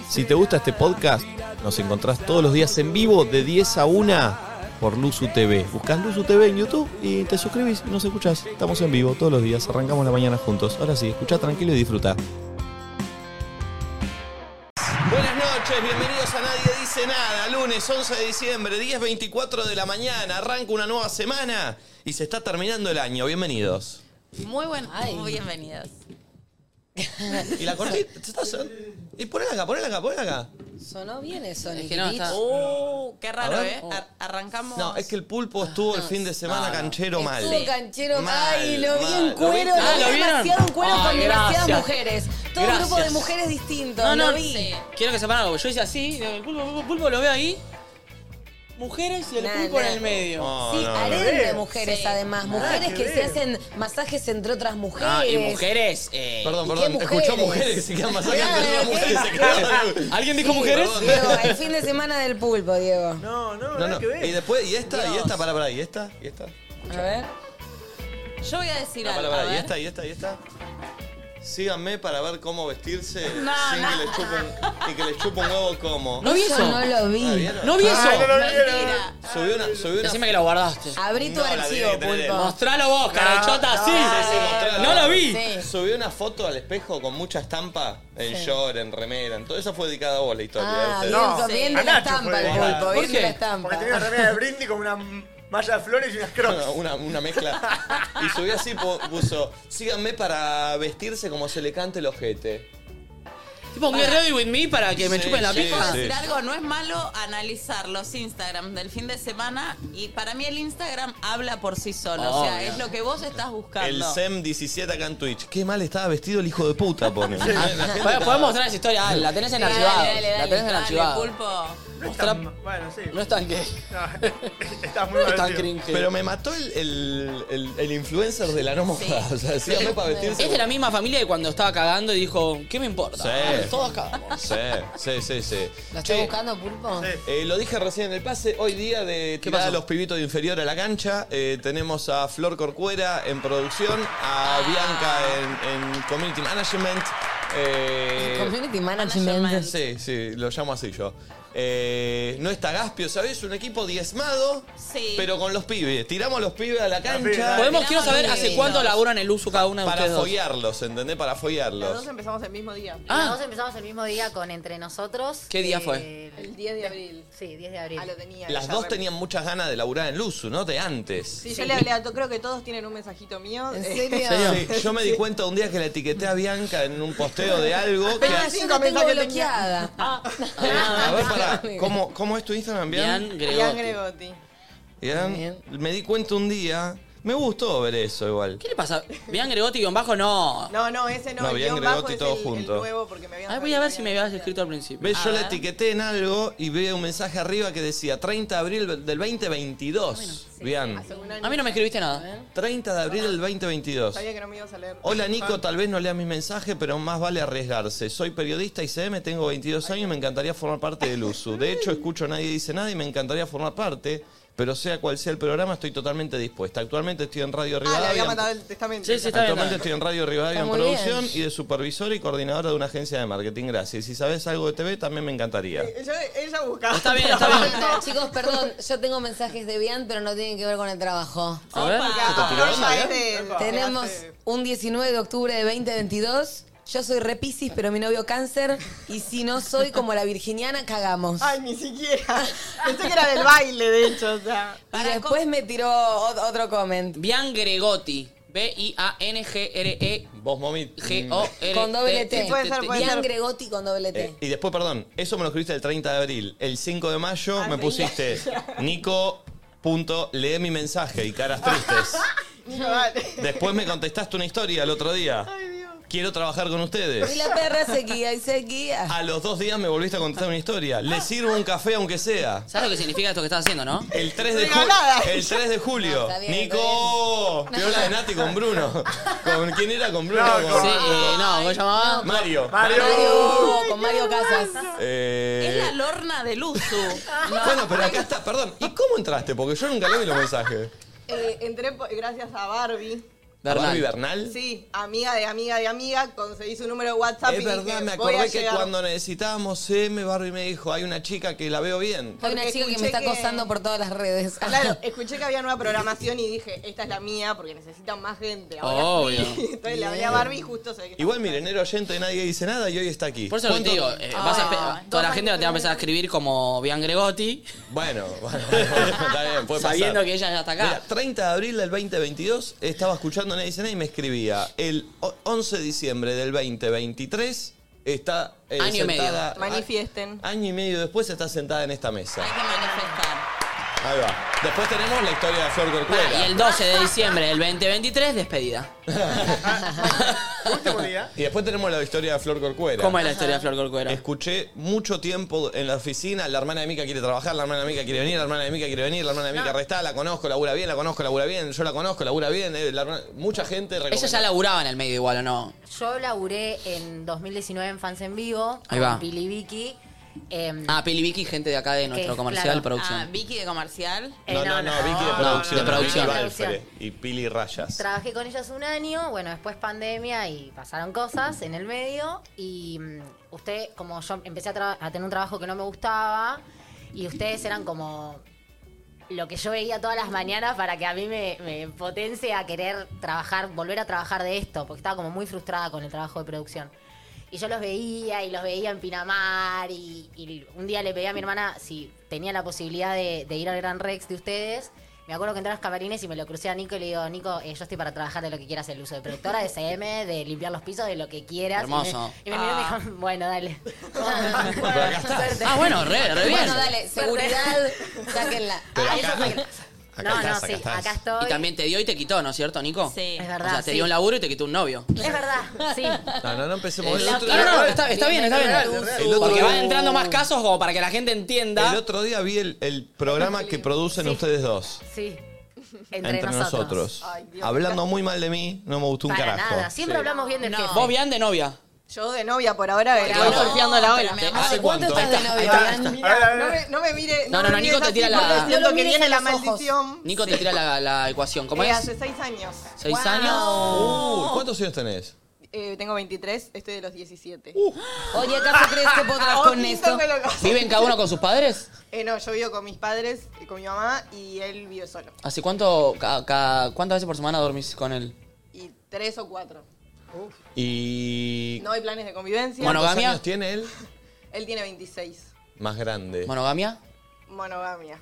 Si te gusta este podcast, nos encontrás todos los días en vivo de 10 a 1 por Luzu TV. Buscás Luzu TV en YouTube y te suscribís y nos escuchás. Estamos en vivo todos los días, arrancamos la mañana juntos. Ahora sí, escuchá tranquilo y disfruta. Buenas noches, bienvenidos a Nadie Dice Nada. Lunes 11 de diciembre, 10:24 de la mañana. Arranca una nueva semana y se está terminando el año. Bienvenidos. Muy bueno, muy bienvenidos. Y la cortita, y ponela acá. Sonó bien eso, Es que no, está... qué raro, Arrancamos... No, es que el pulpo estuvo el fin de semana canchero mal. Estuvo canchero mal. Ay, lo vi en cuero, ¿Lo lo vi demasiado en cuero con demasiadas mujeres. Todo un grupo de Gracias. mujeres distintos, lo vi. Sí. Quiero que sepan algo. Yo hice así, el pulpo lo veo ahí. Mujeres y el pulpo en el medio. Sí, harén de mujeres además. Mujeres que se hacen masajes entre otras mujeres. Ah, y mujeres. Perdón, mujeres? escuchó mujeres que se quedan masajes entre otras mujeres. Se quedaron. ¿Alguien dijo mujeres? Diego, el fin de semana del pulpo, Diego. No. Y después, y esta, para, y esta. A ver. Yo voy a decir algo. Para, a ver. y esta. Síganme para ver cómo vestirse No, sin no. Que les chupa un huevo como. No vi eso. No lo vi. ¿Vieron? No vi eso. Mentira. Subió una. Decime que lo guardaste. Abrí tu No, la archivo, tiene que tener pulpo. Mostralo vos, carachota, sí. mostralo. No lo vi. Sí. Subió una foto al espejo con mucha estampa en short, en remera, en todo eso fue dedicada a vos la historia. Ah, ¿viste? bien, No, bien a de la Nacho estampa fue. el pulpo, ¿Por bien de qué? la estampa. Porque tenía una remera de brindis con una malla de flores y unas crocs. Una mezcla. Y subió así, puso, síganme para vestirse como se le cante el ojete. Tipo un Get Ready With Me para que me Sí, chupen la sí, pija. ¿Puedo sí. decir algo? No es malo analizar los Instagram del fin de semana y para mí el Instagram habla por sí solo. O sea, Obvio. es lo que vos estás buscando. El SEM17 acá en Twitch. Qué mal estaba vestido el hijo de puta, pone. La gente Podemos mostrar esa historia. Dale, la tenés en Dale, archivado. dale, La tenés en Dale, archivado. pulpo. No Mostrá- bueno, sí. No es tan gay. No, está muy No es tan divertido. cringe. Pero me mató el influencer de la no moda. O sea, síganme para vestirse. Es de la misma familia que cuando estaba cagando y dijo, ¿qué me importa? Sí. Todos cagamos. Sí. ¿Lo estás Che, buscando, pulpo? Sí. lo dije recién en el pase, hoy día de tirar a pasó? los pibitos de inferior a la cancha, tenemos a Flor Corcuera en producción, a Bianca en Community Management. Community Management. Sí, lo llamo así yo. No está Gaspio, ¿sabés? Un equipo diezmado, Sí. pero con los pibes. Tiramos a los pibes a la pibes, cancha Podemos, quiero saber Miramos hace los cuánto videos. laburan el uso cada una de para ustedes dos. foguearlos, ¿entendés? Para Los foguearlos. dos empezamos el mismo día. Ah. Los dos empezamos el mismo día con Entre Nosotros. ¿Qué día fue? El 10 de abril. Sí, 10 de abril. Ah, lo tenía. Las ella dos re- tenían muchas ganas de laburar en Luzu, ¿no? De antes. Sí, yo le hablé a creo que todos tienen un mensajito mío. ¿En serio? Sí, yo me di cuenta un día que la etiqueté a Bianca en un posteo de algo que... Pero Ah, así yo cinco la tengo mensajes bloqueada. A ver, pará, ¿cómo es tu Instagram, Bian? Bian Ian Gregotti. Gregotti. Bian, Bien. me di cuenta un día... Me gustó ver eso igual. ¿Qué le pasa? Bian Gregotti guión bajo no. No, ese no. No, el Bian guión bajo Gregotti, es todo el junto. nuevo porque me habían Ay, voy a ver si me habías escrito al principio. ¿Ves? Yo la ver. etiqueté en algo y veo un mensaje arriba que decía 30 de abril del 2022. Bian, Hace un año. A mí no me escribiste nada. 30 de abril del 2022. Sabía que no me ibas a leer. Hola Nico, tal vez no lea mi mensaje, pero más vale arriesgarse. Soy periodista y CM, tengo 22 años y me encantaría formar parte del USU. De hecho, escucho Nadie Dice Nada y me encantaría formar parte, pero sea cual sea el programa, estoy totalmente dispuesta. Actualmente estoy en Radio Ah, le había Rivadavia. mandado el testamento. Sí, sí, está bien. Actualmente estoy en Radio Rivadavia Está en muy producción bien. y de supervisora y coordinadora de una agencia de marketing. Gracias. Si sabes algo de TV, también me encantaría. Ella buscaba. Está bien, está bien. Espera, chicos, perdón, yo tengo mensajes de Bian, pero no tienen que ver con el trabajo. A ver. Ella es de... Tenemos hace- un 19 de octubre de 2022. Yo soy re Piscis, pero mi novio cáncer. Y si no soy como la virginiana, cagamos. Ay, ni siquiera. Pensé que era del baile, de hecho. O sea. Y después me tiró otro comment. Bian Gregotti. B-I-A-N-G-R-E-G-O-R-T. Vos, Momi. Con doble T. Puede ser, puede Bian ser. Gregotti con doble T. Y después, perdón, eso me lo escribiste el 30 de abril. El 5 de mayo me sí. pusiste Nico.lee mi mensaje y caras tristes. Nico, dale. Después me contestaste una historia el otro día. Quiero trabajar con Y ustedes. la perra seguía y seguía. A los 2 días me volviste a contestar una historia. Le sirvo un café aunque sea. ¿Sabes lo que significa esto que estás haciendo, no? El 3 de, Regalada. el 3 de julio. No, está bien, Nico. Te habla de Nati con Bruno. ¿Con quién era? ¿Con Bruno? Con- Sí, no, ¿cómo se llamaba? Mario. Mario, con Mario Casas. Es la Lorna de Luzu. Bueno, pero acá está, perdón. ¿Y cómo entraste? Porque yo nunca le vi los mensajes. Entré gracias a Barbie. ¿A Barbie Bernal. Bernal? Sí, amiga de amiga de amiga, conseguí su número de WhatsApp Es y verdad, dije, me voy a acordé que llegar. cuando necesitábamos CM, Barbie me dijo, hay una chica que la veo bien. Hay una Porque chica que me escuché está que- acosando por todas las redes. Claro, escuché que había nueva programación y dije, esta es la mía porque necesitan más gente. Ahora Obvio. sí. Entonces le hablé a Barbie y justo se ve que Igual, miren, era oyente y nadie dice nada y hoy está aquí. Por eso lo que te digo, toda la gente va a empezar a escribir como Bian Gregotti, Bueno, está bien, puede pasar. sabiendo que ella ya está acá. Mira, 30 de abril del 2022 estaba escuchando Nadie dice nada y me escribía el 11 de diciembre del 2023 está Año y medio. sentada... manifiesten. Año y medio después está sentada en esta mesa. Hay que manifestar. Ahí va. Después tenemos la historia de Flor Corcuera. Y el 12 de diciembre del 2023, despedida. Último día. Y después tenemos la historia de Flor Corcuera. ¿Cómo es la historia de Flor Corcuera? Escuché mucho tiempo en la oficina, la hermana de Mica quiere trabajar, la hermana de Mica quiere venir, la hermana de Mica quiere venir, la hermana de Mica resta, la conozco, labura bien, yo la conozco, labura bien, mucha gente Ella recomienda. ya laburaba en el medio igual, ¿o no? Yo laburé en 2019 en Fans en Vivo. Ahí va. Con Pili Vicky. Pili Vicky, gente de acá de nuestro Que, comercial, claro. producción. Vicky de comercial. No, Vicky de No, producción. de producción. Vicky Balfre y Pili Rayas. Trabajé con ellas un año, bueno, después pandemia y pasaron cosas en el medio y usted, como yo empecé a tener un trabajo que no me gustaba y ustedes eran como lo que yo veía todas las mañanas para que a mí me potencie a querer trabajar, volver a trabajar de esto, porque estaba como muy frustrada con el trabajo de producción. Y yo los veía en Pinamar y un día le pedí a mi hermana si tenía la posibilidad de ir al Gran Rex de ustedes. Me acuerdo que entré a los camarines y me lo crucé a Nico y le digo, Nico, yo estoy para trabajar de lo que quieras, el uso de productora, de CM, de limpiar los pisos, de lo que quieras. Hermoso. Y me miró y me dijo, bueno, dale. Suerte. Ah, bueno, re bien. Bueno, dale, seguridad, sáquenla. Acá estás, sí, estás. acá estoy. Y también te dio y te quitó, ¿no es cierto, Nico? Sí. Es O verdad, sea, te sí. dio un laburo y te quitó un novio. Es verdad, sí. No empecemos. La- No, está bien, está bien. El otro Porque día- van entrando más casos como para que la gente entienda. El otro día vi el programa que producen ustedes dos. Sí. Entre nosotros. Ay, Dios. Hablando muy mal de mí, no me gustó un Para carajo. nada, siempre hablamos bien del No. jefe. Vos, Bian, de novia. Yo de novia por ahora, Pero estoy no, surfeando la pero ola. me ¿Hace ¿Cuánto cuánto? estás de novia, Bian? Mirá, no me mire. No, me Nico mires te así, tira la- porque No siento lo que mires viene a la los ojos. maldición. Nico te tira la ecuación. ¿Cómo es? Hace 6 años. 6 años. ¿Cuántos años tenés? Tengo 23, estoy de los 17. Oye, ¿acaso crees que podrás con Ojito esto? que lo coso. ¿Viven cada uno con sus padres? No, yo vivo con mis padres, con mi mamá y él vive solo. ¿Hace cuántas veces por semana dormís con él? Y 3 o 4. ¿Y No hay planes de convivencia. Bueno, cuántos ¿Monogamia? años tiene él? Él tiene 26. Más grande. ¿Monogamia? Monogamia.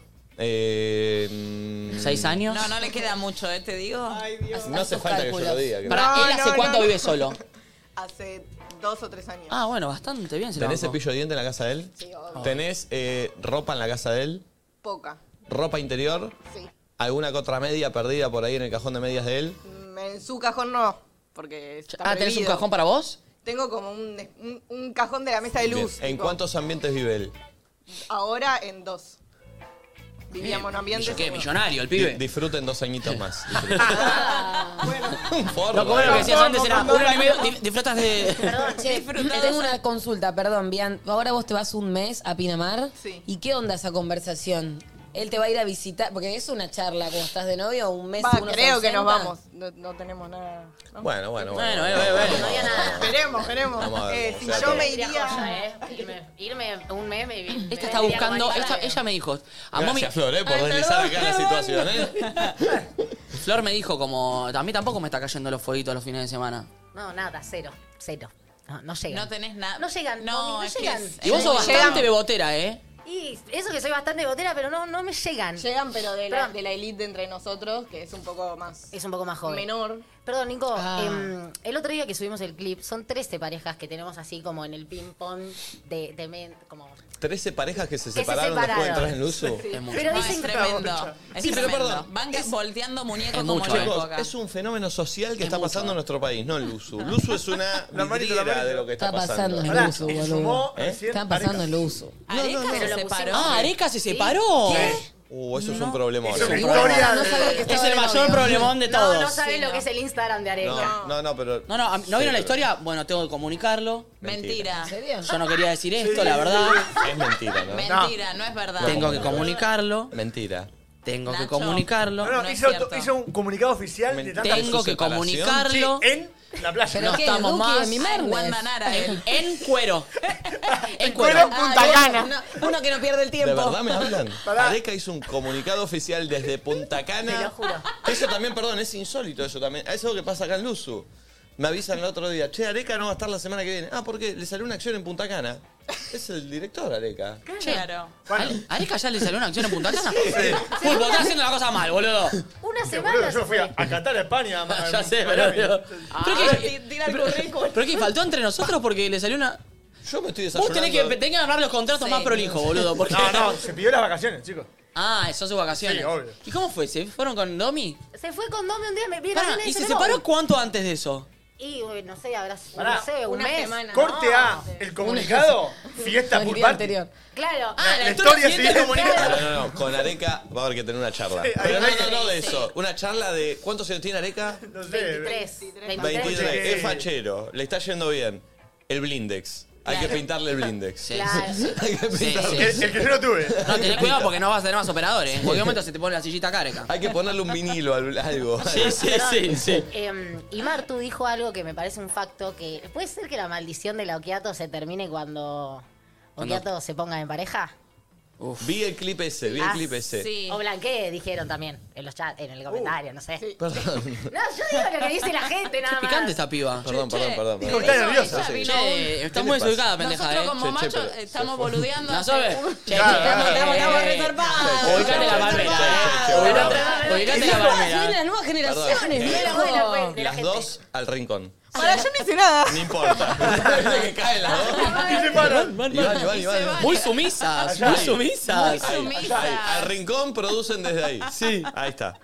6 años. No le queda mucho, te digo. Ay, Dios. No hace falta que yo lo diga. que- Para No, él, ¿hace no, cuánto no. vive solo? Hace 2 o 3 años. Ah, bueno, bastante bien. Se la ¿Tenés bancó. cepillo de diente en la casa de él? Sí, obvio. ¿Tenés ropa en la casa de él? Poca. ¿Ropa interior? Sí. ¿Alguna que otra media perdida por ahí en el cajón de medias de él? En su cajón no, porque está ¿tenés un prohibido. cajón para vos? Tengo como un cajón de la mesa de Bien. luz. ¿En tipo. cuántos ambientes vive él? Ahora en 2. Vivía monoambiente. ¿Qué? seguro. Millonario el pibe. Disfruten 2 añitos más. Un No, forro. como lo que decías antes era ¿Cómo? 1 año y medio. Disfrutas de. Perdón, che, tengo una consulta, perdón, Bian. Ahora vos te vas un mes a Pinamar. Sí. ¿Y qué onda esa conversación? Él te va a ir a visitar, porque es una charla cuando estás de novio, un mes uno se Creo que nos ausenta. vamos. No tenemos nada. ¿no? Bueno. Bueno, bueno. No había nada. Esperemos. Vamos a ver cómo Si se da yo todo. me Sería iría. joya, irme un mes, me Esta está buscando. Ella me dijo. A mí, Gracias, Flor, por deslizar acá la situación, Flor me dijo como. A mí tampoco me está cayendo los fueguitos los fines de semana. No, nada, cero. No llegan. No tenés nada. No llegan, No, no es que llegan. es- Y vos sos Llegan. bastante bebotera, ¿eh? Y eso que soy bastante botera, pero no me llegan. Llegan, pero de Perdón. la elite de entre nosotros, que es un poco más Es un poco más joven. menor. Perdón, Nico. Ah. El otro día que subimos el clip, son 13 parejas que tenemos así como en el ping-pong como... 13 parejas que se se separaron después de separaron. entrar en el uso. Es mucho. Pero No, dicen es que... tremendo. Es Sí, pero tremendo. perdón, Van volteando muñecos es como mucho, loco Chicos, acá. es un fenómeno social que Es está mucho. pasando en nuestro país, no el Luzu. Luzu es una vidriera de lo que está pasando. El Pará, uso, y boludo. sumó ¿Eh? recién Están pasando el uso. Areca Pero se lo separó. Ah, Areca se separó. Eso es un problemón. Eso es Igual, Victoria. no sabía que Es estaba el de mayor novio. problemón de No, todos. no sabes Sí, lo no. que es el Instagram de Areca. No, pero... No, ¿no Sí, vieron la pero- historia? Bueno, tengo que comunicarlo. Mentira. ¿En serio? Yo no quería decir esto, la verdad. Es mentira, ¿no? Mentira, no es verdad. Tengo que comunicarlo. Mentira. tengo que Nacho. comunicarlo. No, No es hizo, cierto. hizo un comunicado oficial de Mentira. tantas Tengo ¿Su que separación? comunicarlo. Sí, en la playa. ¿Pero No qué? estamos Duki más. de mi Ay, Mernes. Wanda Nara, él. En cuero. En Cuero cuero. en Punta Cana. Uno que no pierde el tiempo. ¿De verdad me hablan? Pará. Areca hizo un comunicado oficial desde Punta Cana. Te lo juro. Eso también, perdón, es insólito eso también. Eso es lo que pasa acá en Luzu. Me avisan el otro día, che, Areca no va a estar la semana que viene. Ah, porque le salió una acción en Punta Cana. Es el director, Areca. Claro. Bueno, ¿Areca ya le salió una acción en Punta Cana? Pulpo, estás haciendo la cosa mal, boludo. Una que, semana. boludo, yo se fui a fue. Qatar, a España. Ya sé, pero digo. ¿Pero qué? ¿Faltó entre nosotros porque le salió una...? Yo me estoy Vos desayunando. tenés que armar los contratos Sí. más prolijos, boludo. Porque... No, se pidió las vacaciones, chicos. Ah, son sus vacaciones. Sí, obvio. ¿Y cómo fue? ¿Se fueron con Domi? Se fue con Domi un día, me vieron Pará, ¿y se separó cuánto antes de eso? Y uy, no sé, habrá Pará. no sé, un Una mes. semana. Corte A, el comunicado, fiesta El pool día party. anterior. Claro. Ah, La historia historia siguiente siguiente. comunicado. No. Con Areca va a haber que tener una charla. Sí, Pero ahí- no de eso. Una charla de. ¿Cuántos años tiene Areca? No sé. 23. 23. Sí. Es fachero. Le está yendo bien. El blindex. Hay que Claro. pintarle el blindex. Sí. Claro. Hay que Sí, pintarle. sí. El que yo no tuve. No, tenés cuidado porque no vas a tener más operadores. En cualquier momento se te pone la sillita careca. Hay que ponerle un vinilo, algo. Sí. Y Martu dijo algo que me parece un facto, que puede ser que la maldición del Okiato se termine cuando Okiato se ponga en pareja. Vi el clip ese, vi el clip ese. Sí. O Blanqué, dijeron también en los chats, en el comentario, no sé. Perdón. No, yo digo lo que dice la gente, nada más. Picante esta piba. Perdón. Dijo, está nerviosa. ella vino Che, está ¿Qué muy le pasa? desubicada, pendeja, Nosotros como Che, machos pero estamos se fue. boludeando. ¿No hace sabes? un- Che, Estamos resarpados. ubicate la palmera. Ubicate la Vienen palmera. las nuevas generaciones, Viene la viejo. abuela, pues, de la Las gente. dos al rincón. Para, yo no hice nada. No importa. Viste que caen las dos. Y se paran. Iván. Muy sumisas, Allá. muy sumisas. Muy sumisa. Ahí, al rincón producen desde ahí. Sí. Ahí está.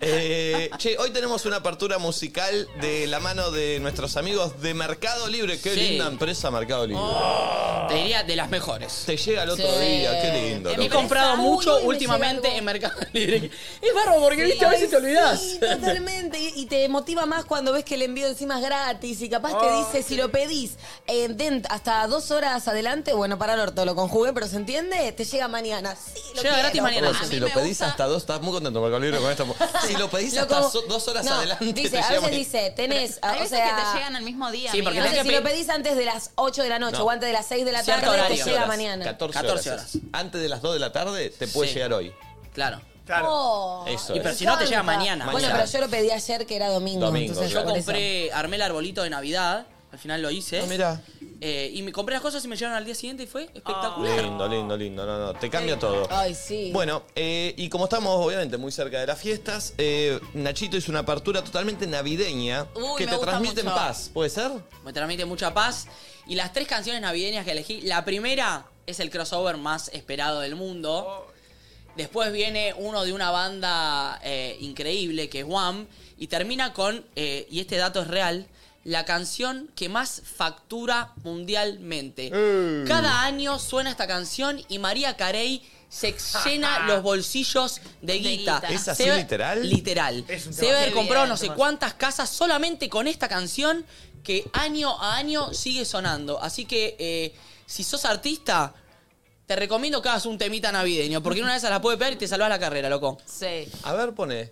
Che, hoy tenemos una apertura musical de la mano de nuestros amigos de Mercado Libre. Qué Sí. linda empresa Mercado Libre. Te diría de las mejores. Te llega el otro Sí. día, qué lindo. He loco. comprado mucho Uy, me últimamente llega algo. en Mercado Libre. Es barro porque, viste, a veces te olvidás. Sí, totalmente. Y te motiva más cuando ves que el envío encima es gratis y capaz te dice, si lo pedís hasta 2 horas adelante, bueno, para el orto, lo conjugué, pero ¿se entiende? Te llega mañana. Sí, lo Llega gratis quiero. mañana. A Si mí lo me pedís gusta- hasta 2, estás muy contento Mercado Libre con esto. Si lo pedís Lo hasta como- 2 horas No, adelante, dice, te a llega veces dice, tenés, Hay o veces sea... que te llegan al mismo día. Sí, porque amiga. Entonces, tenés si que lo pedís antes de las 8 de la noche No. o antes de las 6 de la Cierto tarde, horario. te llega mañana. 14 horas. Antes de las 2 de la tarde te puede Sí. llegar hoy. Claro. Claro. Oh, Eso Y es. pero si no te llega encanta. mañana. Bueno, Mañana. pero yo lo pedí ayer que era domingo. Domingo, entonces Yo claro. por eso. compré, armé el arbolito de Navidad. Al final lo hice. Ah, mirá. Y me compré las cosas y me llegaron al día siguiente y fue espectacular. Lindo. No, te cambia todo. Ay, sí. Bueno, y como estamos obviamente muy cerca de las fiestas, Nachito hizo una apertura totalmente navideña Uy, que me te gusta transmite en mucho. paz. ¿Puede ser? Me transmite mucha paz. Y las 3 canciones navideñas que elegí, la primera es el crossover más esperado del mundo. Después viene uno de una banda increíble que es Wham. Y termina con, y este dato es real, la canción que más factura mundialmente. Cada año suena esta canción y María Carey se llena los bolsillos de guita. guita. ¿Es así Se ve- literal? Literal. Es un Se tema. debe haber Qué comprado bien, no sé cuántas casas solamente con esta canción que año a año sigue sonando. Así que si sos artista, te recomiendo que hagas un temita navideño, porque una de esas la puede pegar y te salvás la carrera, loco. Sí. A ver, pone.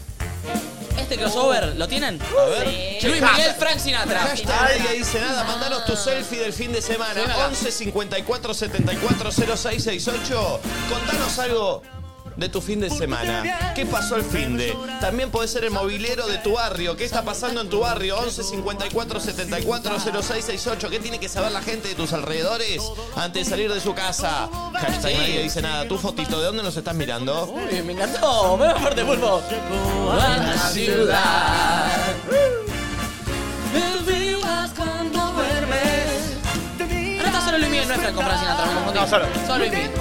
Este crossover, ¿lo tienen? A ver. Luis Miguel, Frank Sinatra. Hashtag nadie dice nada, mandanos tu selfie del fin de semana. Sí, venga. 11 54 74 06 68. Contanos algo de tu fin de semana. ¿Qué pasó el fin de? También puede ser el movilero de tu barrio. ¿Qué está pasando en tu barrio? 11 54 74 06 68. ¿Qué tiene que saber la gente de tus alrededores antes de salir de su casa? Hashtag Sí. nadie dice nada. Tu fotito, ¿de dónde nos estás mirando? Uy, me encantó. Me fuerte, pulpo. A la ciudad. Me vivas cuando duermes. No está solo Luis Miguel, no es Franco Frank Sinatra, me confundí. No, solo. Solo Luis Miguel.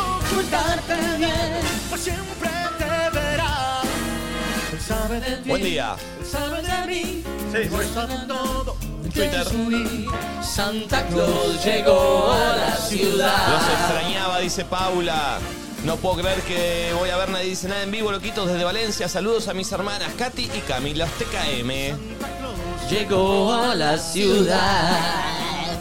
Buen día. Sí, voy. Twitter. Santa Claus llegó a la ciudad. Los extrañaba, dice Paula. No puedo creer que voy a ver Nadie Dice Nada en vivo, loquitos, desde Valencia. Saludos a mis hermanas Katy y Camila TKM. Llegó a la ciudad.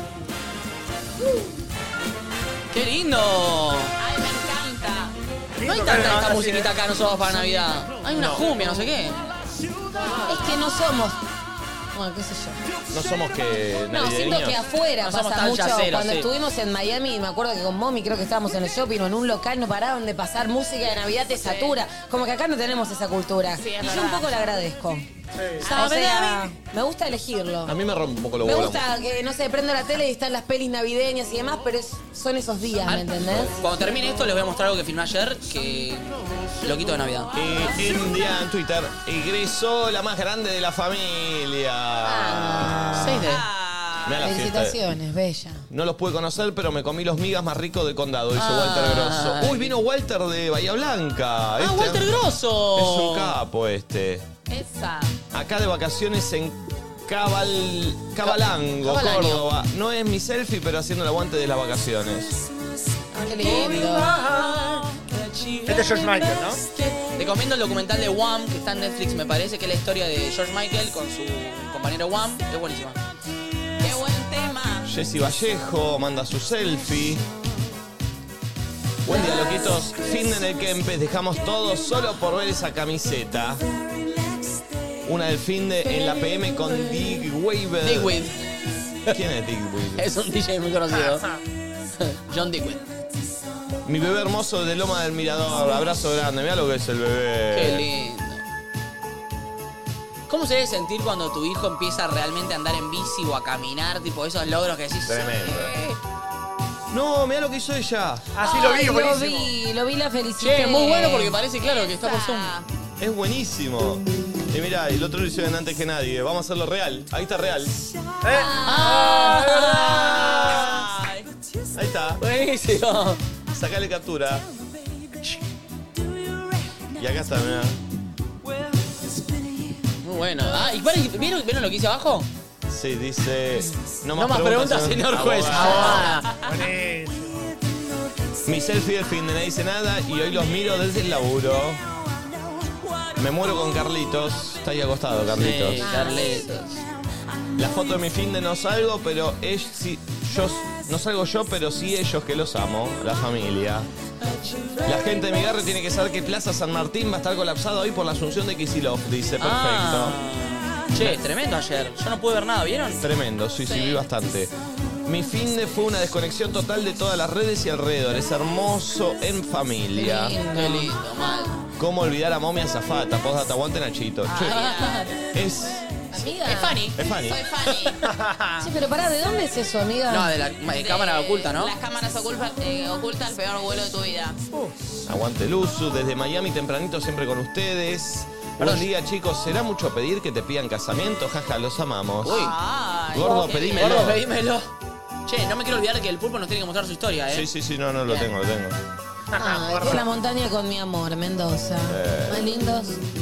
¡Qué lindo! Ay, me encanta. No hay tanta esta musiquita acá nosotros para Navidad. Hay una cumbia, no sé qué. Es que no somos. Bueno, qué sé yo. No somos que No, siento que afuera No somos pasa tan mucho. yaceros, Cuando sí. estuvimos en Miami, me acuerdo que con Mommy creo que estábamos en el shopping o en un local, no paraban de pasar música de Navidad, te satura. Como que acá no tenemos esa cultura. Sí, es y yo verdad. un poco le agradezco. O ¿Sabe, sea, me gusta elegirlo. A mí me rompe un poco los Me huevos. gusta que, no sé, prendo la tele y están las pelis navideñas y demás, pero son esos días, ¿me entendés? Cuando termine esto les voy a mostrar algo que filmé ayer, que lo quito de Navidad. Un día en Twitter egresó la más grande de la familia. 6 de... Mirá la fiesta. Felicitaciones, bella. No los pude conocer, pero me comí los migas más ricos del condado, dice Ah. Walter Grosso. Uy, vino Walter de Bahía Blanca. ¡Ah, Walter Grosso! Es un capo este. Esa. Acá de vacaciones en Cabalango, Cabalaño. Córdoba. No es mi selfie, pero haciendo el aguante de las vacaciones. Qué lindo. Este es George Michael, ¿no? Recomiendo el documental de Wham, que está en Netflix, me parece, que es la historia de George Michael con su compañero Wham. Es buenísima. Qué buen tema. Jessy Vallejo manda su selfie. Buen día, loquitos. Fin en el Kempes. Dejamos todo solo por ver esa camiseta. Una del fin de en la PM con Dick Weaver. Digweed. ¿Quién es Dick Weaver? Es un DJ muy conocido. John Digweed. Mi bebé hermoso de Loma del Mirador. Abrazo grande. Mira lo que es el bebé. Qué lindo. ¿Cómo se debe sentir cuando tu hijo empieza realmente a andar en bici o a caminar? Tipo esos logros que decís. Tremendo. No, mira lo que hizo ella. Así lo vi, Ay, buenísimo. lo vi, la felicité. Che, muy bueno porque parece claro que está por Zoom. Es buenísimo. Y mirá, el otro lo hicieron antes que nadie. Vamos a hacerlo real. Ahí está real. Ahí está. Buenísimo. Sacale captura. Y acá está, mirá. Muy bueno. Ah, ¿y vieron lo que hice abajo? Sí, dice. No más preguntas, señor juez. abogado. Buenísimo. Mi selfie del fin de nadie dice nada y hoy los miro desde el laburo. Me muero con Carlitos. Está ahí acostado, Carlitos. Sí, Carlitos. La foto de mi fin de no salgo, pero no salgo yo, pero sí ellos que los amo, la familia. La gente de mi barrio tiene que saber que Plaza San Martín va a estar colapsado hoy por la asunción de Kicillof, dice. Perfecto. Ah. Che, tremendo ayer. Yo no pude ver nada, ¿vieron? Tremendo, sí, vi bastante. Mi fin de fue una desconexión total de todas las redes y alrededores. Hermoso en familia. Qué lindo, mal. ¿Cómo olvidar a Momia Zafata? Postdata, aguante Nachito. Che, es Amiga. Es Fanny. Fanny. Soy Fanny. Sí, pero pará, ¿de dónde es eso, amiga? No, de la cámara oculta, ¿no? Las cámaras ocultan el peor vuelo de tu vida. Aguante Luzu, desde Miami tempranito siempre con ustedes. Buenos días, chicos. ¿Será mucho pedir que te pidan casamiento? Jaja, los amamos. Uy. Ay, Gordo, qué pedímelo. Gordo, pedímelo. Che, no me quiero olvidar que el pulpo nos tiene que mostrar su historia, ¿eh? Sí, no, lo tengo. Ah, que es la montaña con mi amor, Mendoza. Más lindos.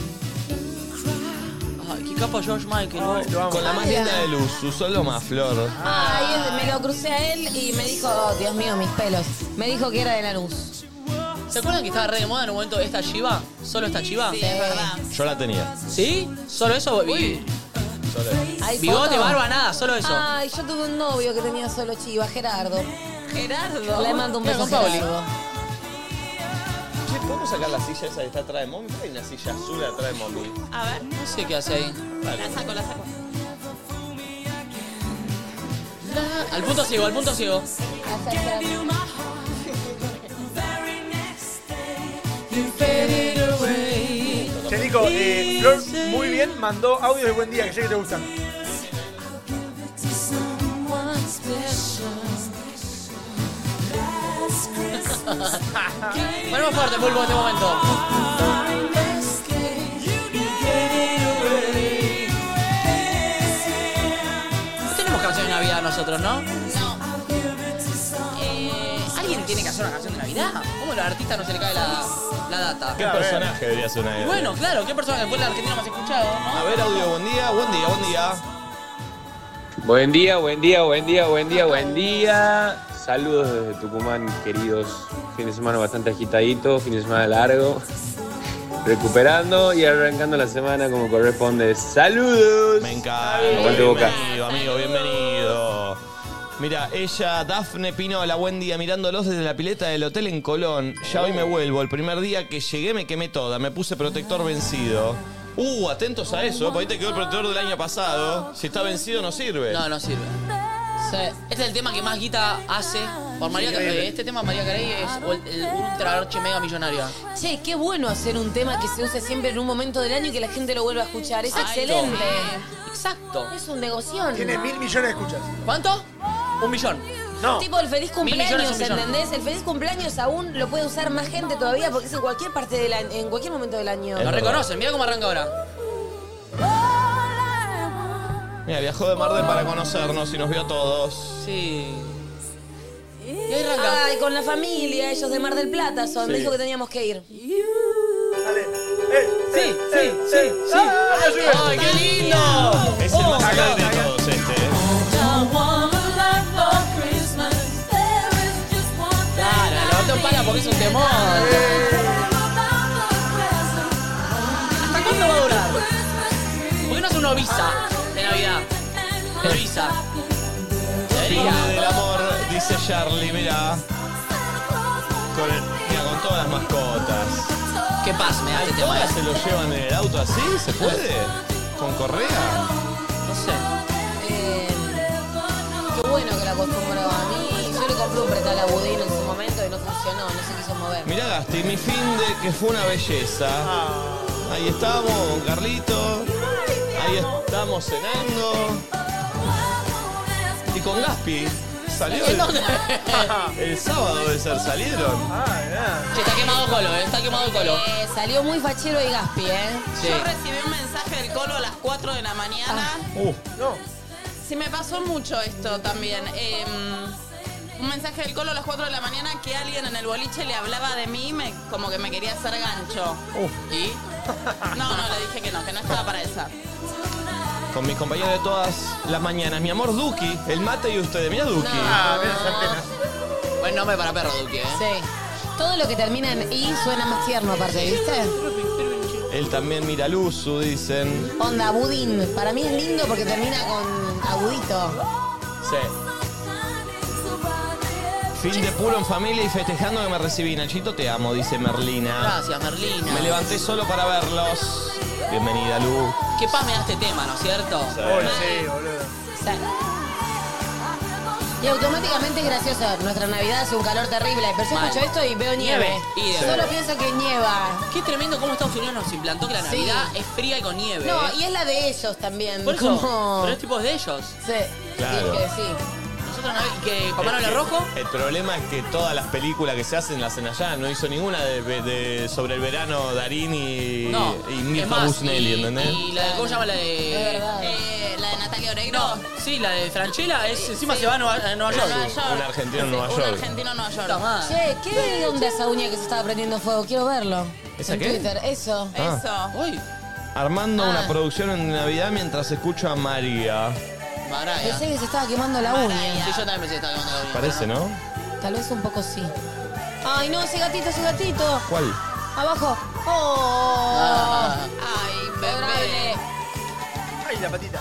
Ay, qué capo George Michael. Ay, lo amo. Con la más linda de Luzu, solo más flor. Ay, me lo crucé a él y me dijo, oh, Dios mío, mis pelos. Me dijo que era de Lanús. ¿Se acuerdan que estaba re de moda en un momento esta chiva? ¿Solo esta chiva? Sí, es verdad. Yo la tenía. ¿Sí? ¿Solo eso? Solo. ¿Hay Bigote, foto? barba, nada, solo eso. Ay, yo tuve un novio que tenía solo chiva, Gerardo. Gerardo. Le mando un Mira, beso a con Pauli. Gerardo. Che, ¿podemos sacar la silla esa que está atrás de Mommy? ¿Por qué hay una silla azul atrás de Mommy? A ver, No sé qué hace ahí. la saco. Al punto ciego, al punto ciego. Che, Nico, Flor muy bien mandó audios de buen día, que sé que te gustan. Ponemos fuerte, pulpo, en este momento. No tenemos canción de Navidad nosotros, ¿no? No. ¿Alguien tiene que hacer una canción de Navidad? ¿Cómo a los artistas no se le cae la data? ¿Qué personaje debería ser una Y bueno, claro, ¿qué persona fue el argentino más escuchado, A no? ver, audio, buen día. Buen día, buen día, buen día, buen día, buen día. Saludos desde Tucumán, queridos. Fin de semana bastante agitadito, fin de semana largo. Recuperando y arrancando la semana como corresponde. ¡Saludos! Me encanta. Aguante Boca. Bienvenido, amigo, bienvenido. Mira, ella, Dafne Pinola, buen día, mirándolos desde la pileta del hotel en Colón. Ya hoy me vuelvo. El primer día que llegué me quemé toda. Me puse protector vencido. Atentos a eso, porque ahí te quedó el protector del año pasado. Si está vencido no sirve. No sirve. Este es el tema que más guita hace por María Carey. Este tema María Carey es el ultra archi mega millonaria. Che, qué bueno hacer un tema que se use siempre en un momento del año y que la gente lo vuelva a escuchar. Es excelente. Exacto. Es un negoción. Tiene 1.000 millones de escuchas. ¿Cuánto? 1 millón. No. Tipo el feliz 1.000 millones, cumpleaños, 1 millón. ¿entendés? El feliz cumpleaños aún lo puede usar más gente todavía porque es en cualquier parte del año, en cualquier momento del año. Lo reconocen, mira cómo arranca ahora. Mira, viajó de Mar del para conocernos y nos vio a todos. Sí. Y ahí arranca. Ay, con la familia, ellos de Mar del Plata son. Me Sí. dijo que teníamos que ir. Dale. Sí. ¡Ay, qué lindo! Es el más alegre de todos este. Claro, levantó un pala porque es un temor. ¿Hasta cuándo va a durar? ¿Por qué no hace una visa de Navidad? De visa. Fin Debería. del amor, dice Charlie, mira. Con todas las mascotas. Qué paz me da este tema. ¿Todas se lo llevan en el auto así? ¿Se puede? ¿Con correa? No sé. Qué bueno que la acostumbró a mí. Yo le compré un pretal a Budín en su momento y no funcionó, no se quiso mover. Mirá, Gasti, mi fin de que fue una belleza. Ahí estamos con Carlito. Ahí estamos cenando. Y con Gaspi. ¿Salió el sábado debe ser? ¿Salieron? Che, está quemado Colo, está quemado Colo. Salió muy fachero y Gaspi, Sí. Yo recibí un mensaje del Colo a las 4 de la mañana. No. Sí, me pasó mucho esto también. Un mensaje del Colo a las 4 de la mañana que alguien en el boliche le hablaba de mí, como que me quería hacer gancho. ¿Y? No, le dije que no estaba para esa. Con mis compañeros de todas las mañanas. Mi amor Duki, el mate y ustedes. Mira Duki. Buen nombre para perro, Duque, Sí. Todo lo que termina en I suena más tierno aparte, ¿viste? Él también mira Luzu, dicen. Onda, Budín. Para mí es lindo porque termina con agudito. Sí. Fin de puro en familia y festejando que me recibí. Nachito, te amo, dice Merlina. Gracias, Merlina. Me levanté solo para verlos. Bienvenida, Lu. Qué paz me da este tema, ¿no es cierto? Sí, boludo. Sí. Y automáticamente es gracioso. Nuestra Navidad hace un calor terrible. Pero yo Mal. escucho esto y veo nieve. Nieve. Solo pienso que nieva. Qué tremendo cómo Estados Unidos nos implantó que la Sí. Navidad es fría y con nieve. No, y es la de ellos también. Por eso, como... pero es tipo de ellos. Sí, Claro. dije, sí. Nosotros que Papá Noel es rojo. El problema es que todas las películas que se hacen las hacen allá. No hizo ninguna sobre el verano Darín y Es Mirta más, Busnelli, ¿entendés? Y la de, ¿cómo se llama? La Es de... verdad. La de Natalia Oreiro. No, sí, la de Franchella es encima se va a Nueva York. Un argentino en Nueva Un York. argentino en Nueva York. Puta madre. Che, ¿qué onda esa uña que se estaba prendiendo fuego? Quiero verlo. ¿Esa en qué? Twitter. Eso. Eso. Uy, Armando una producción en Navidad mientras escucho a María. Maraya. Pensé que se estaba quemando la uña. Sí, yo también pensé que estaba quemando la uña. Parece, ¿no? Tal vez un poco sí. Ay, no, ese gatito, ese gatito. ¿Cuál? Abajo. Oh. Ay, bebé. Ay, la patita.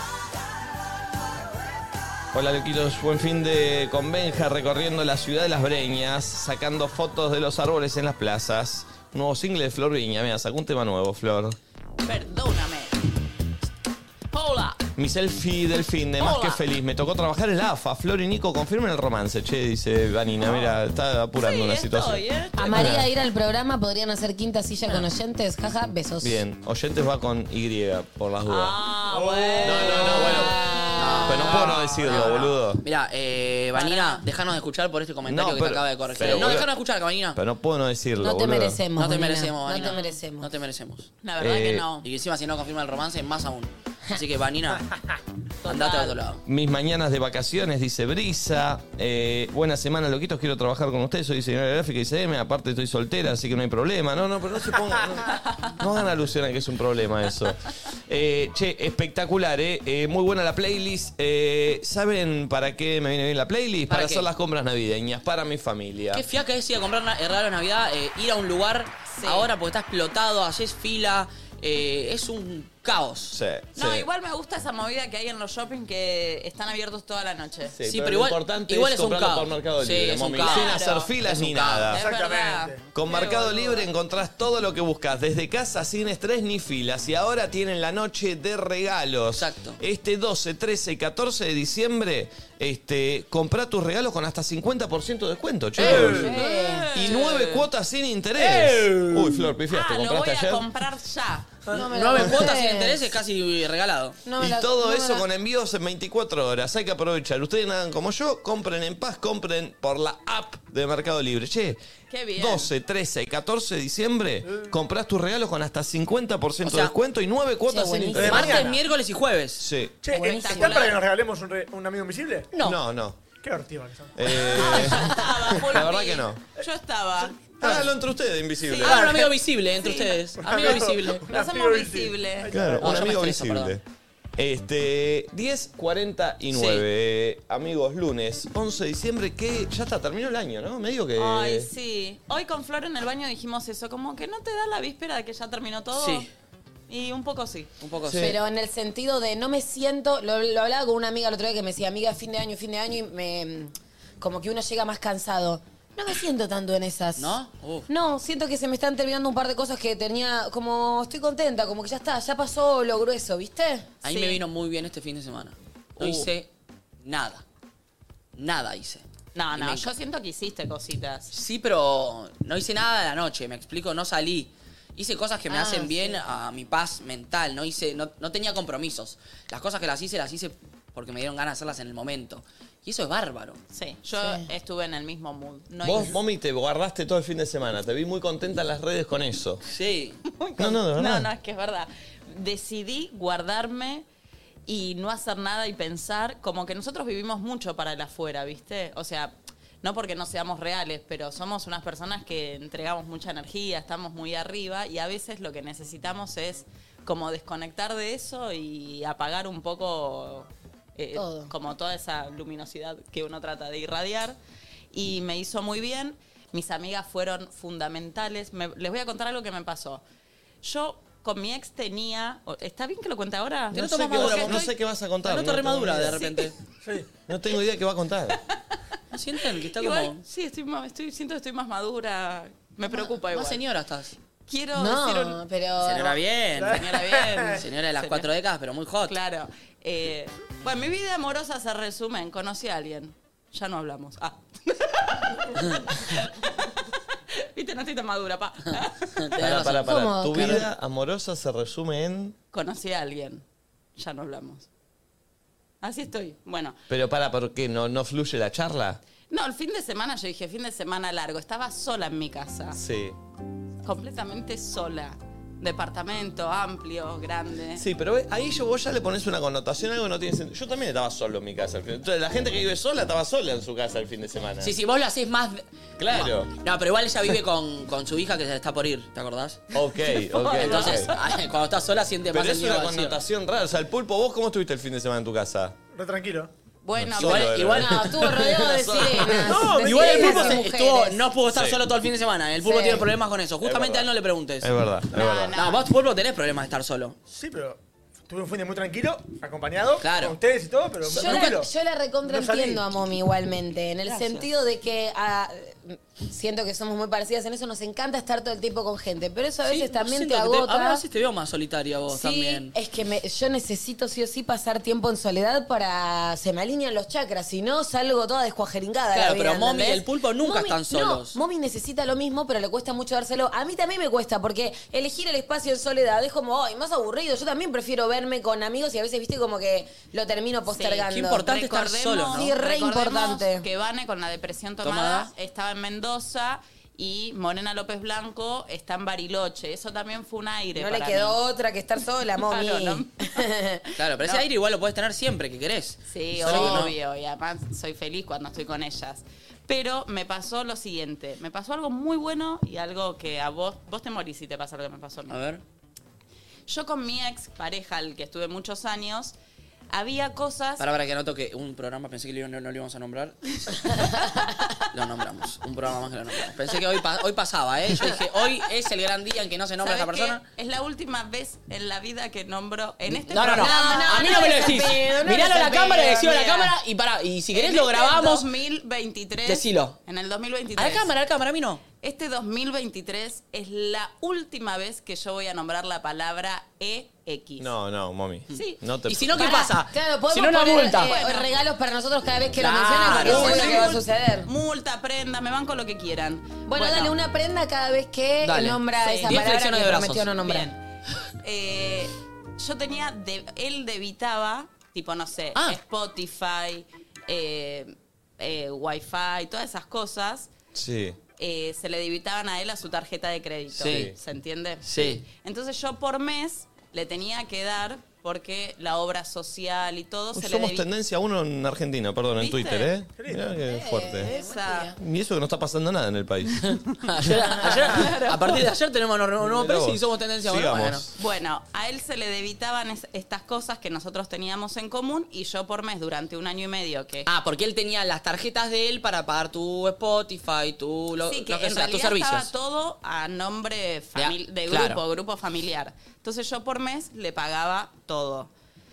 Hola, loquitos. Buen fin de con Benja recorriendo la ciudad de Las Breñas, sacando fotos de los árboles en las plazas. Nuevo single de Flor Viña. Mira, sacó un tema nuevo, Flor. Perdóname. Hola. Mi selfie del fin de más Hola. que feliz. Me tocó trabajar el AFA. Flor y Nico confirmen el romance. Che, dice Vanina. Mira, está apurando una situación. A María ir al programa podrían hacer quinta silla con oyentes. Jaja, besos. Bien, oyentes va con Y por las dudas. Ah, bueno. No, bueno. Pero no puedo no decirlo, boludo. Mirá, Vanina, déjanos de escuchar por este comentario No, que te pero- acaba de corregir. pero, No, boludo. déjanos de escuchar, Vanina. Pero no puedo no decirlo, No te boludo. merecemos. No te Vanina. merecemos, No Vanina. te merecemos. No te merecemos. La verdad que no. Y encima si no confirma el romance, más aún. Así que, Vanina, andate a otro lado. Mis mañanas de vacaciones, dice Brisa. Buena semana, loquitos, quiero trabajar con ustedes. Soy diseñadora gráfica y CM. Aparte estoy soltera, así que no hay problema. No, pero no se pongan... No hagan alusión a que es un problema eso. Che, espectacular, muy buena la playlist. ¿Saben para qué me viene bien la playlist? ¿Para Para qué? hacer las compras navideñas, para mi familia. Qué fiaca es ir a comprar regalo de Navidad, ir a un lugar Sí. ahora porque está explotado, haces fila. Es un caos. Sí, No, sí. igual me gusta esa movida que hay en los shopping que están abiertos toda la noche. Sí, pero lo igual- importante igual es es un comprarlo caos. por Mercado Sí, Libre, es un mami, caos. sin hacer Claro. filas Es un ni caos. nada. Es verdad. Exactamente. Con Qué Mercado boludo. Libre encontrás todo lo que buscas desde casa sin estrés ni filas. Y ahora tienen la noche de regalos. Exacto. Este 12, 13 y 14 de diciembre, comprá tus regalos con hasta 50% de descuento, chicos. Y 9 cuotas sin interés. Uy, Flor, pifiaste, Lo voy ¿compraste a ayer? comprar ya. No me la 9 contés. cuotas sin interés es casi regalado. No me Y la- todo no me eso la- con envíos en 24 horas. Hay que aprovechar. Ustedes hagan como yo, compren en paz, compren por la app de Mercado Libre. Che, Qué bien. 12, 13 y 14 de diciembre, comprás tus regalos con hasta 50% O sea, de descuento y 9 cuotas sin buenísimo. interés. Mañana. Martes, miércoles y jueves. Sí. Che, Buenísimo. ¿están para que nos regalemos un amigo invisible? No. No. Qué hortiva que son. Estaba, Pulpi. La verdad que no. Yo estaba. Háganlo entre ustedes, invisible. Sí. Ah, un amigo visible entre ustedes. Amigo visible. No amigo somos visible. visibles. Claro, No, un yo me amigo estreso, visible. 10:49, amigos, lunes 11 de diciembre, que ya está, terminó el año, ¿no? Medio que... Ay, sí. Hoy con Flor en el baño dijimos eso, como que no te da la víspera de que ya terminó todo. Sí. Y un poco sí. Un poco Sí. sí. Pero en el sentido de no me siento, lo hablaba con una amiga el otro día que me decía, amiga, fin de año, y me como que uno llega más cansado. No me siento tanto en esas. ¿No? Uf. No, siento que se me están terminando un par de cosas que tenía, como estoy contenta, como que ya está, ya pasó lo grueso, ¿viste? A mí Sí. me vino muy bien este fin de semana. No hice nada. Nada hice. No, Y no, me yo siento que hiciste cositas. Sí, pero no hice nada de la noche, me explico, no salí. Hice cosas que me hacen bien a mi paz mental, no tenía compromisos. Las cosas que las hice porque me dieron ganas de hacerlas en el momento. Y eso es bárbaro. Sí, yo estuve en el mismo mood. No Vos, hice- Momi, te guardaste todo el fin de semana. Te vi muy contenta en las redes con eso. Sí. No, de verdad. No, es que es verdad. Decidí guardarme y no hacer nada y pensar, como que nosotros vivimos mucho para el afuera, ¿viste? O sea, no porque no seamos reales, pero somos unas personas que entregamos mucha energía, estamos muy arriba y a veces lo que necesitamos es como desconectar de eso y apagar un poco Todo. como toda esa luminosidad que uno trata de irradiar. Y me hizo muy bien. Mis amigas fueron fundamentales. Les voy a contar algo que me pasó. Yo con mi ex tenía... ¿Está bien que lo cuente ahora? Te No noto sé más qué madura, vas- vos. no sé qué vas a contar. Te noto no re tengo madura idea. de repente. Sí. No tengo idea qué va a contar. ¿No sienten que está Igual, como... sí, siento que estoy más madura. Me preocupa igual. Más señora estás. Quiero decir un... No, pero... Señora bien. Señora bien. Señora de las 4 décadas, pero muy hot. Claro. Bueno, mi vida amorosa se resume en conocí a alguien. Ya no hablamos. Ah. Viste, no estoy tan madura, pa. Para. ¿Cómo? Tu Claro. vida amorosa se resume en... Conocí a alguien. Ya no hablamos. Así estoy. Bueno. Pero ¿por qué? ¿No fluye la charla? No, el fin de semana, yo dije, fin de semana largo. Estaba sola en mi casa. Sí. Completamente sola. Departamento amplio, grande. Sí, pero ahí vos ya le pones una connotación, algo que no tiene sentido. Yo también estaba solo en mi casa. Entonces, la gente que vive sola estaba sola en su casa el fin de semana. Sí, vos lo hacés más... Claro. No, pero igual ella vive con su hija que se está por ir, ¿te acordás? Ok. Entonces, cuando estás sola siente Pero más es el una miedo vacío. connotación rara. O sea, el pulpo, ¿vos cómo estuviste el fin de semana en tu casa? Re tranquilo. Bueno, No, pero- solo igual- No, estuvo rodeado de sirenas. No, de Igual el sirenas pulpo y estuvo, mujeres. no pudo estar Sí. solo todo el fin de semana. El pulpo Sí. tiene problemas con eso. Justamente verdad. a él no le preguntes. Es verdad, es verdad. no. No, vos, pulpo, tenés problemas de estar solo. Sí, pero tuve un fin de muy tranquilo, acompañado, Claro. con ustedes y todo, pero Yo tranquilo. la recontra No salí. entiendo a Momi igualmente, en el Gracias. sentido de que siento que somos muy parecidas en eso, nos encanta estar todo el tiempo con gente, pero eso a veces Sí, también te siento que agota. ahora sí te veo más solitaria vos Sí, también. es que yo necesito sí o sí pasar tiempo en soledad para... Se me alinean los chakras, si no salgo toda descuajeringada. Claro, la vida, pero Momi y ¿entendés? el pulpo nunca Momi- están solos. No, Momi necesita lo mismo, pero le cuesta mucho dárselo. A mí también me cuesta, porque elegir el espacio en soledad es como, ay, más aburrido. Yo también prefiero verme con amigos y a veces, viste, como que lo termino postergando. Qué importante estar solo, ¿no? Sí, re recordemos importante. que Vane con la depresión tomada Tomada. estaba en Mendoza y Morena López Blanco está en Bariloche. Eso también fue un aire No le para quedó mí. otra que estar sola, Momi. Claro, ¿no? Claro, pero ese aire igual lo podés tener siempre que querés. Sí, Solo que no. obvio. Y además soy feliz cuando estoy con ellas. Pero me pasó lo siguiente. Me pasó algo muy bueno y algo que a vos te morís si te pasa lo que me pasó a mí. A ver. Yo con mi ex pareja, al que estuve muchos años, había cosas... Para que anoto que un programa pensé que no lo íbamos a nombrar. Lo nombramos. Un programa más que lo nombramos. Pensé que hoy pasaba, ¿eh? Yo dije, hoy es el gran día en que no se nombra a esta ¿Sabes persona. qué? Es la última vez en la vida que nombro en este No. programa. A mí no me lo decís. Miralo a la cámara, decilo a la amiga. cámara y si querés En lo grabamos. 2023. Decilo. En el 2023. A la cámara, a mí no. Este 2023 es la última vez que yo voy a nombrar la palabra EX. No, mami. Sí. No te... Y si no, ¿qué Pará, pasa? Claro, Si podemos no, una poner multa. regalos para nosotros cada vez que lo Claro. mencionen, porque Uy, seguro que va a suceder. Multa, prenda, me van con lo que quieran. Bueno, dale una prenda cada vez que Dale. nombra Sí. esa 10 palabra que flexiones de brazos. prometió no nombrar. Bien. Yo tenía, él debitaba, tipo, no sé, Spotify, Wi-Fi, todas esas cosas. Sí. Se le debitaban a él a su tarjeta de crédito. Sí. ¿Se entiende? Sí. Entonces yo por mes le tenía que dar, porque la obra social y todo se le Somos debitaba. tendencia 1 en Argentina, perdón, en ¿Viste? Twitter, ¿eh? Mirá qué fuerte. Esa. Y eso que no está pasando nada en el país. Ayer, a partir de ayer tenemos un nuevo Mirá precio y vos. somos tendencia. Bueno, Sigamos. Bueno, a él se le debitaban estas cosas que nosotros teníamos en común y yo por mes durante 1 año y medio que... porque él tenía las tarjetas de él para pagar tu Spotify, sí, que lo que en sea, tus realidad servicios. estaba todo a nombre de claro. grupo familiar. Entonces yo por mes le pagaba todo.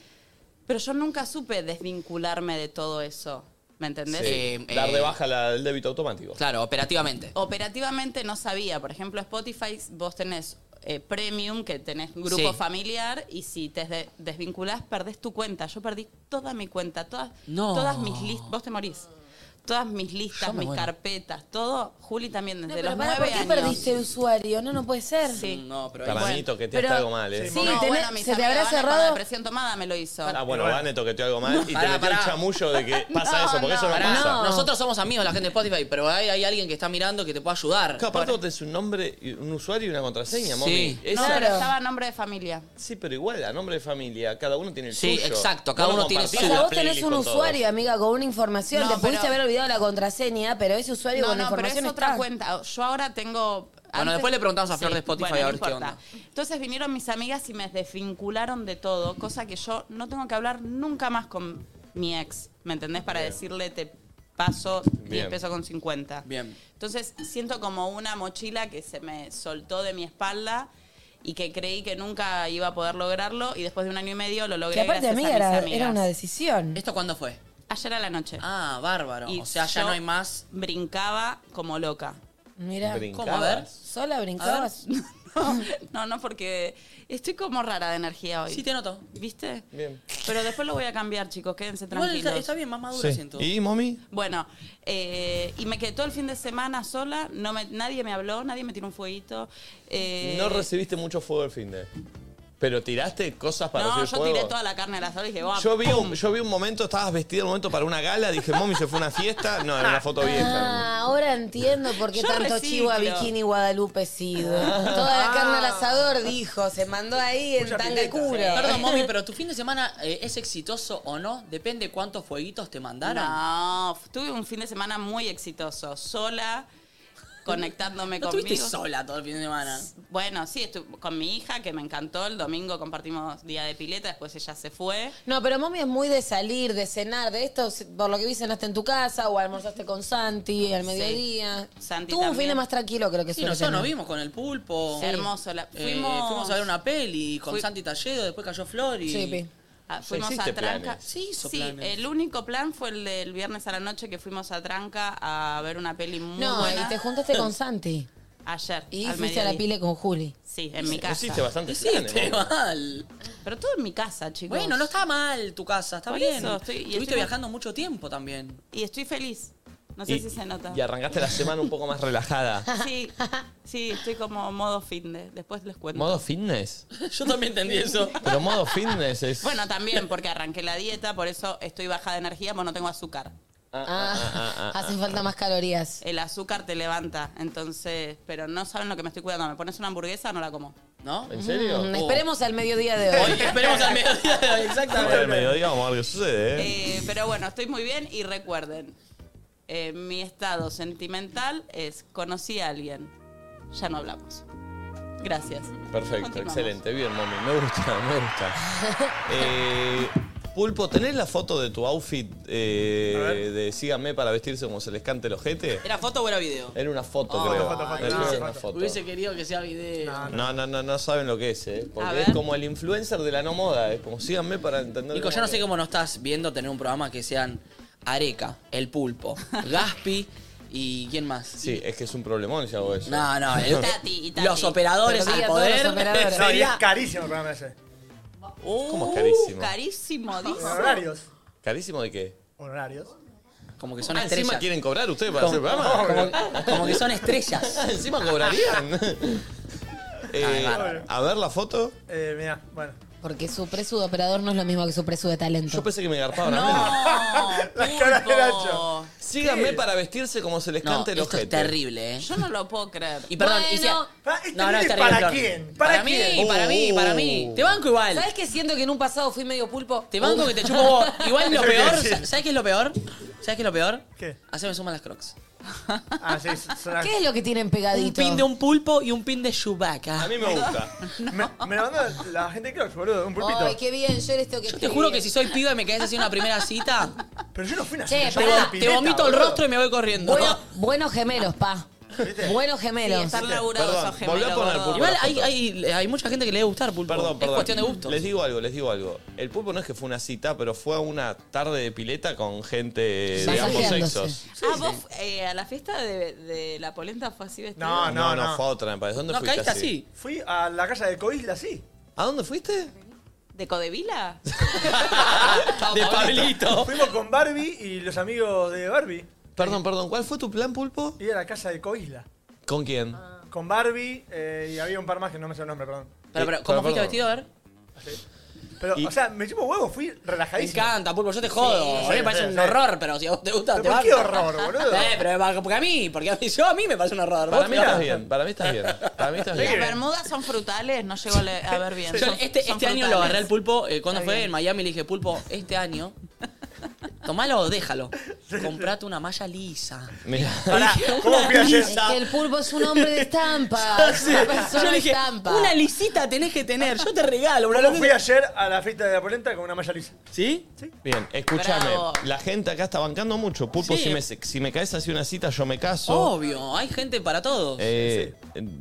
Pero yo nunca supe desvincularme de todo eso. ¿Me entendés? Sí. Dar de baja el débito automático. Claro, operativamente. Operativamente no sabía. Por ejemplo, Spotify, vos tenés Premium, que tenés grupo Sí. familiar, y si te desvinculás, perdés tu cuenta. Yo perdí toda mi cuenta, todas mis listas. Vos te morís. Todas mis listas, Yo me mis muero. carpetas, todo. Juli también, desde No, los pero pará, 9 ¿por qué años. perdiste el usuario? No puede ser. Sí. No, pero Para mí toqueteaste pero- algo mal, ¿eh? Sí, No, tenés- bueno, mis se te amigas habrá Vane con cerrado. la depresión tomada me lo hizo. Bueno, Vane toqueteó algo mal y te Pará, metió el pará. chamullo de que pasa No, eso, porque eso no Pará, pasa. No. nosotros somos amigos de la gente de Spotify, pero hay alguien que está mirando que te puede ayudar. Claro, aparte vos tenés un nombre, un usuario y una contraseña, Sí. mami. No, Esa- pero Claro. estaba a nombre de familia. Sí, pero igual, a nombre de familia, cada uno tiene el Sí, suyo. exacto, cada Vos no uno tiene compartís O su- sea, la vos tenés playlist un con todos. usuario, amiga, con una información. No, Te pudiste pero- haber olvidado la contraseña, pero ese usuario con la pero es información otra está. cuenta. Yo ahora tengo... Bueno, después le preguntamos a Flor de Spotify bueno, a ver no qué importa. onda. Entonces vinieron mis amigas y me desvincularon de todo, cosa que yo no tengo que hablar nunca más con mi ex, ¿me entendés? Para decirle te paso 10 Bien. pesos con 50. Bien. Entonces siento como una mochila que se me soltó de mi espalda y que creí que nunca iba a poder lograrlo y después de 1 año y medio lo logré Que aparte, gracias amiga, a mis era, amigas. era una decisión. ¿Esto cuándo fue? Ayer a la noche. Ah, bárbaro. Y O sea, ya yo no hay más. brincaba como loca. Mira, ¿Cómo? A ver. sola brincabas. No, porque estoy como rara de energía hoy. Sí, te noto. ¿Viste? Bien. Pero después lo voy a cambiar, chicos, quédense Igual tranquilos. está bien, más madura Sí. siento. ¿Y, mami? Bueno, y me quedé todo el fin de semana sola, nadie me habló, nadie me tiró un fueguito. No recibiste mucho fuego el fin de. Pero tiraste cosas para No, recibir yo fuego. tiré toda la carne al asador y dije, Yo vi un momento, estabas vestido un momento para una gala, dije, mami, se fue a una fiesta. No, era una foto vieja. Ah, ahora entiendo por qué Yo tanto reciclo. chivo a Bikini Guadalupe Sido. Toda la carne al asador, dijo. Se mandó ahí en tanga y curo. Perdón, mami, pero tu fin de semana es exitoso o no. Depende cuántos fueguitos te mandaron. No, tuve un fin de semana muy exitoso, sola, conectándome No conmigo. estuviste sola todo el fin de semana. Bueno, sí, estuve con mi hija, que me encantó. El domingo compartimos día de pileta, después ella se fue. No, pero mami es muy de salir, de cenar, de esto, por lo que vi cenaste en tu casa o almorzaste con Santi al mediodía. Santi Tuvo un fin también. de más tranquilo, creo que Sí, suele nosotros nos tener. vimos con el pulpo. Hermoso. Fuimos a ver una peli con Fui- Santi Talledo, después cayó Flor y... Sí, Pi. Fuimos a hiciste Tranca. planes. Sí, hizo Sí, planes. el único plan fue el del viernes a la noche que fuimos a Tranca a ver una peli muy No, buena. y te juntaste con Santi. Ayer. Y al fuiste a la mediodía. pile con Juli. Sí, en mi casa. Hiciste bastantes Hiciste planes, mami. mal. Pero todo en mi casa, chicos. Bueno, no está mal tu casa, está Por bien. eso, estoy Estuviste viajando mucho tiempo también. Y estoy feliz. No sé Y- si se nota. Y arrancaste la semana un poco más relajada. Sí, estoy como modo fitness. Después les cuento. ¿Modo fitness? Yo también entendí eso. Pero modo fitness es... Bueno, también porque arranqué la dieta, por eso estoy baja de energía, porque no tengo azúcar. Hacen falta más calorías. El azúcar te levanta, entonces, pero no saben lo que me estoy cuidando. ¿Me pones una hamburguesa? No la como. ¿No? ¿En serio? Esperemos al mediodía de hoy. Hoy esperemos al mediodía de hoy, Ahora exactamente. al mediodía vamos a ver qué sucede, ¿eh? Pero bueno, estoy muy bien y recuerden, mi estado sentimental es conocí a alguien, ya no hablamos. Gracias. Perfecto, Continuamos. excelente. Bien, mami. Me gusta, me gusta. Pulpo, ¿tenés la foto de tu outfit de síganme para vestirse como se les cante el ojete? ¿Era foto o era video? Era una foto, Oh, creo. foto. Era una foto. Hubiese querido que sea video. No saben lo que es, A Porque ver. es como el influencer de la no moda, es como síganme para entender. Nico, yo no sé cómo no estás viendo tener un programa que sean Areca, El Pulpo, Gaspi y ¿quién más? Sí, es que es un problemón si hago eso. No, Y Tati. los operadores Perdí al a todos poder. los operadores. No, y es Sería carísimo el programa ese. ¿Cómo es carísimo? Carísimo, dice. Honorarios. ¿Carísimo de qué? Honorarios. como que son Encima estrellas. quieren cobrar ustedes para hacer el programa. Como que son estrellas. Encima cobrarían. bárbaro. A ver la foto. Mirá, bueno. Porque su precio de operador no es lo mismo que su precio de talento. Yo pensé que me garpaban a mí. No, La cara de Pulpo. Nacho. Síganme para vestirse como se les No, cante el esto ojete. es terrible, ¿eh? Yo no lo puedo creer. Y perdón, y si Bueno. ¿Este no, es viene terrible, para Flor. quién? Para mí, quién? para mí. Te banco igual. ¿Sabes que siento que en un pasado fui medio pulpo? Te banco que te chupo vos. Igual lo Eso peor, quiere decir. ¿sabes qué es lo peor? ¿Sabes qué es lo peor? ¿Qué? Hacerme suman las crocs. Ah, sí, son ¿Qué es lo que tienen Un pegadito? pin de un pulpo y un pin de Chewbacca. A mí me gusta. Me lo mandó la gente de Crocs, boludo, un pulpito. Ay, qué bien, yo les tengo que Yo te juro que si soy piba y me quedás así en una primera cita, Pero yo no fui una Che, cita, yo pará, fui a la te pileta, vomito el boludo. rostro y me voy corriendo. Buenos gemelos, pa. ¿Viste? Buenos Sí, gemelos. están laburados Perdón, esos gemelos. volví a poner gordo. Pulpo. Igual hay mucha gente que le debe gustar pulpo. Perdón. Es cuestión de gusto. Les digo algo. El pulpo no es que fue una cita, pero fue a una tarde de pileta con gente de ambos Masajeándose. sexos. Vos a la fiesta de la polenta fue así vestido. No. Fue a otra, me parece. ¿Dónde No, fuiste caíste así. Fui a la casa de Coisla, sí. ¿A dónde fuiste? ¿De Codevila? De Pablito. Fuimos con Barbie y los amigos de Barbie. Perdón, ¿cuál fue tu plan, pulpo? Ir a la casa de Coisla. ¿Con quién? Con Barbie y había un par más que no me sé el nombre, perdón. Pero, ¿cómo fuiste vestido? A ver. Pero, Y- o sea, me chupo huevo, fui Me relajadísimo. encanta, pulpo, yo te jodo. a mí me parece un sí. horror, pero si a vos te gusta, ¿Pero te por va. qué horror, boludo? Pero porque a mí me parece un horror. Para Vos mí te- estás bien, para mí estás bien. Las bien. bermudas son frutales, no llego a ver bien. Yo Son- este son año lo frutales. agarré al pulpo. ¿Cuándo Está fue? bien. En Miami le dije, pulpo, este año. Tomalo o déjalo. Comprate una malla lisa. Mirá. Pará, ¿cómo fui ayer? Es que el pulpo es un hombre de estampa. Es una Yo persona le de dije, estampa. una lisita tenés que tener. Yo te regalo. Una ¿Cómo fui ayer a la fiesta de la polenta con una malla lisa? ¿Sí? Bien, escúchame. Bravo. La gente acá está bancando mucho. Pulpo, Sí. si me caes así una cita, yo me caso. Obvio, hay gente para todos. Le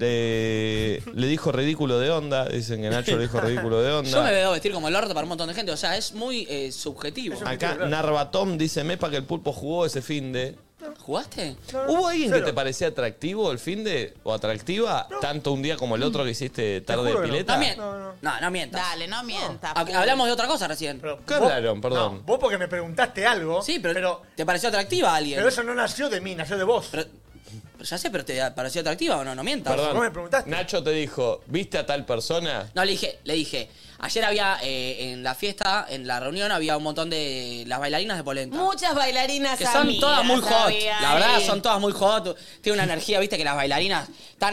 dijo ridículo de onda. Dicen que Nacho le dijo ridículo de onda. Yo me veo vestir como el orto para un montón de gente. O sea, es muy subjetivo. Acá Narvatón dice Mepa que el pulpo jugó ese finde. ¿Jugaste? ¿Hubo alguien que cero. te parecía atractivo el finde o atractiva? Tanto un día como el otro que hiciste tarde de juro que no. pileta. No, mien- No. no mientas. Dale, no mientas. Hablamos de otra cosa recién. Pero ¿Qué vos- hablaron? Perdón. No, vos porque me preguntaste algo. Sí, pero ¿te pareció atractiva a alguien? pero eso no nació de mí, nació de vos. Pero ya sé, pero ¿te pareció atractiva o no? No mientas. Perdón. Vos me preguntaste. Nacho te dijo, ¿viste a tal persona? No, le dije, ayer había en la fiesta, en la reunión, había un montón de las bailarinas de polenta. Muchas bailarinas Que son amigas, todas muy hot. había La verdad, ahí. son todas muy hot. Tiene una energía, viste, que las bailarinas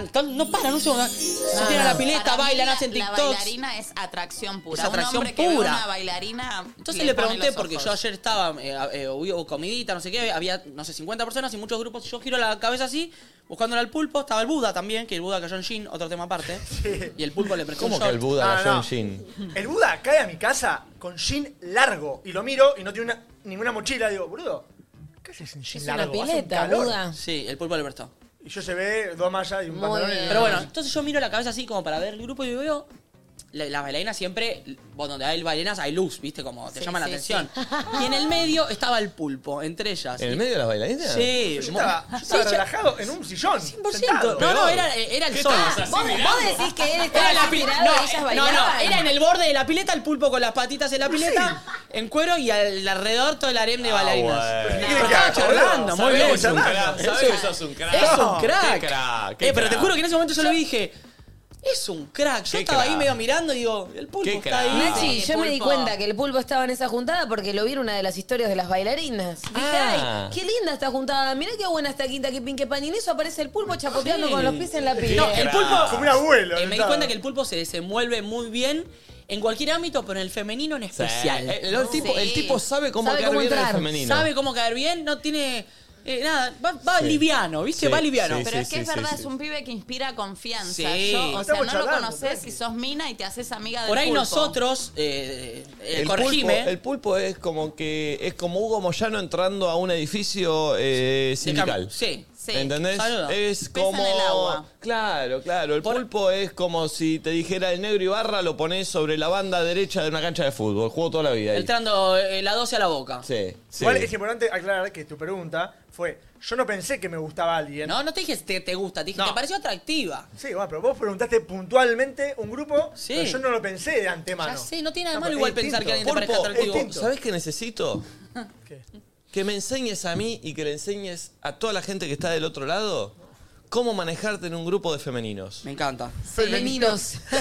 no paran un segundo. Se tiran a la pileta, Para mí bailan, la- hacen La TikToks. bailarina es atracción pura. Es atracción Un hombre que ve pura. una bailarina. Entonces le pone pregunté, los porque ojos. yo ayer estaba, hubo comidita, no sé qué, había, no sé, 50 personas y muchos grupos. Yo giro la cabeza así, buscándole al pulpo. Estaba el Buda también, que el Buda cayó en jean, otro tema aparte. Y el pulpo le prestó ¿Cómo un que shot. el Buda No, cayó no. en jean? El Buda cae a mi casa con jean largo y lo miro y no tiene ninguna mochila. Digo, boludo, ¿qué haces en jean Es largo? una Hace un pileta, calor. Buda. Sí, el pulpo le prestó. Y yo se ve 2 mallas y un Muy pantalón. bien. Pero bueno, entonces yo miro la cabeza así como para ver el grupo y veo. Las bailarinas siempre, vos donde hay bailarinas hay luz, ¿viste? Como te Sí, llaman la sí, atención. Y en el medio estaba el pulpo, entre ellas. ¿En el medio de las bailarinas? Sí, Yo estaba relajado en un sillón. 100%. sentado. No, era el sol. ¿Vos decís que él Era estaba la así pil- tirado y ellas bailaban? era en el borde de la pileta, el pulpo con las patitas en la pileta, en cuero y alrededor todo el harem de bailarinas. bueno. ¿Qué querés que Estaba haga, charlando, boludo? muy bien. Estamos charlando. ¿Sabés que sos un crack? Es un crack. Qué crack, qué Pero te crack. juro que en ese momento yo le dije, es un crack. Yo Qué estaba ahí crack. medio mirando y digo, el pulpo Qué está crack. ahí. Nachi, Sí, yo me di pulpo. cuenta que el pulpo estaba en esa juntada porque lo vi en una de las historias de las bailarinas. Dije, Ah. ay, qué linda esta juntada. Mirá qué buena esta quinta, qué pin, qué pan. Y en eso aparece el pulpo chapoteando Sí. con los pies en la pila. No, el pulpo. Como un abuelo. Me di sentado. cuenta que el pulpo se desenvuelve muy bien en cualquier ámbito, pero en el femenino en especial. El tipo sabe cómo Sabe caer cómo bien en el entrar. femenino. Sabe cómo caer bien, no tiene. nada, va liviano, ¿viste? Sí, Va liviano. sí, Pero es que es verdad, sí. es un pibe que inspira confianza. Sí. O sea, no Estamos lo charlando, conoces tranqui. y sos mina y te haces amiga del Por ahí pulpo. nosotros, El corregime. pulpo es como Hugo Moyano entrando a un edificio sindical. Sí. Sí. ¿Entendés? Saludo. Es Pesa en como. el agua. Claro. El pulpo es como si te dijera el negro Ibarra, lo pones sobre la banda derecha de una cancha de fútbol. Jugó toda la vida ahí. Entrando la 12 a la boca. Sí. Igual es importante aclarar que tu pregunta fue: yo no pensé que me gustaba alguien. No te dije te gusta, te dije, No. te pareció atractiva. Sí, bueno, pero vos preguntaste puntualmente un grupo, Sí. pero yo no lo pensé de antemano. Ya sé, no tiene nada de No, malo pero igual es pensar que alguien te distinto. parezca Pulpo, atractivo. distinto. ¿sabés qué necesito? ¿Qué? Que me enseñes a mí y que le enseñes a toda la gente que está del otro lado cómo manejarte en un grupo de femeninos. Me encanta. Femeninos. Sí, es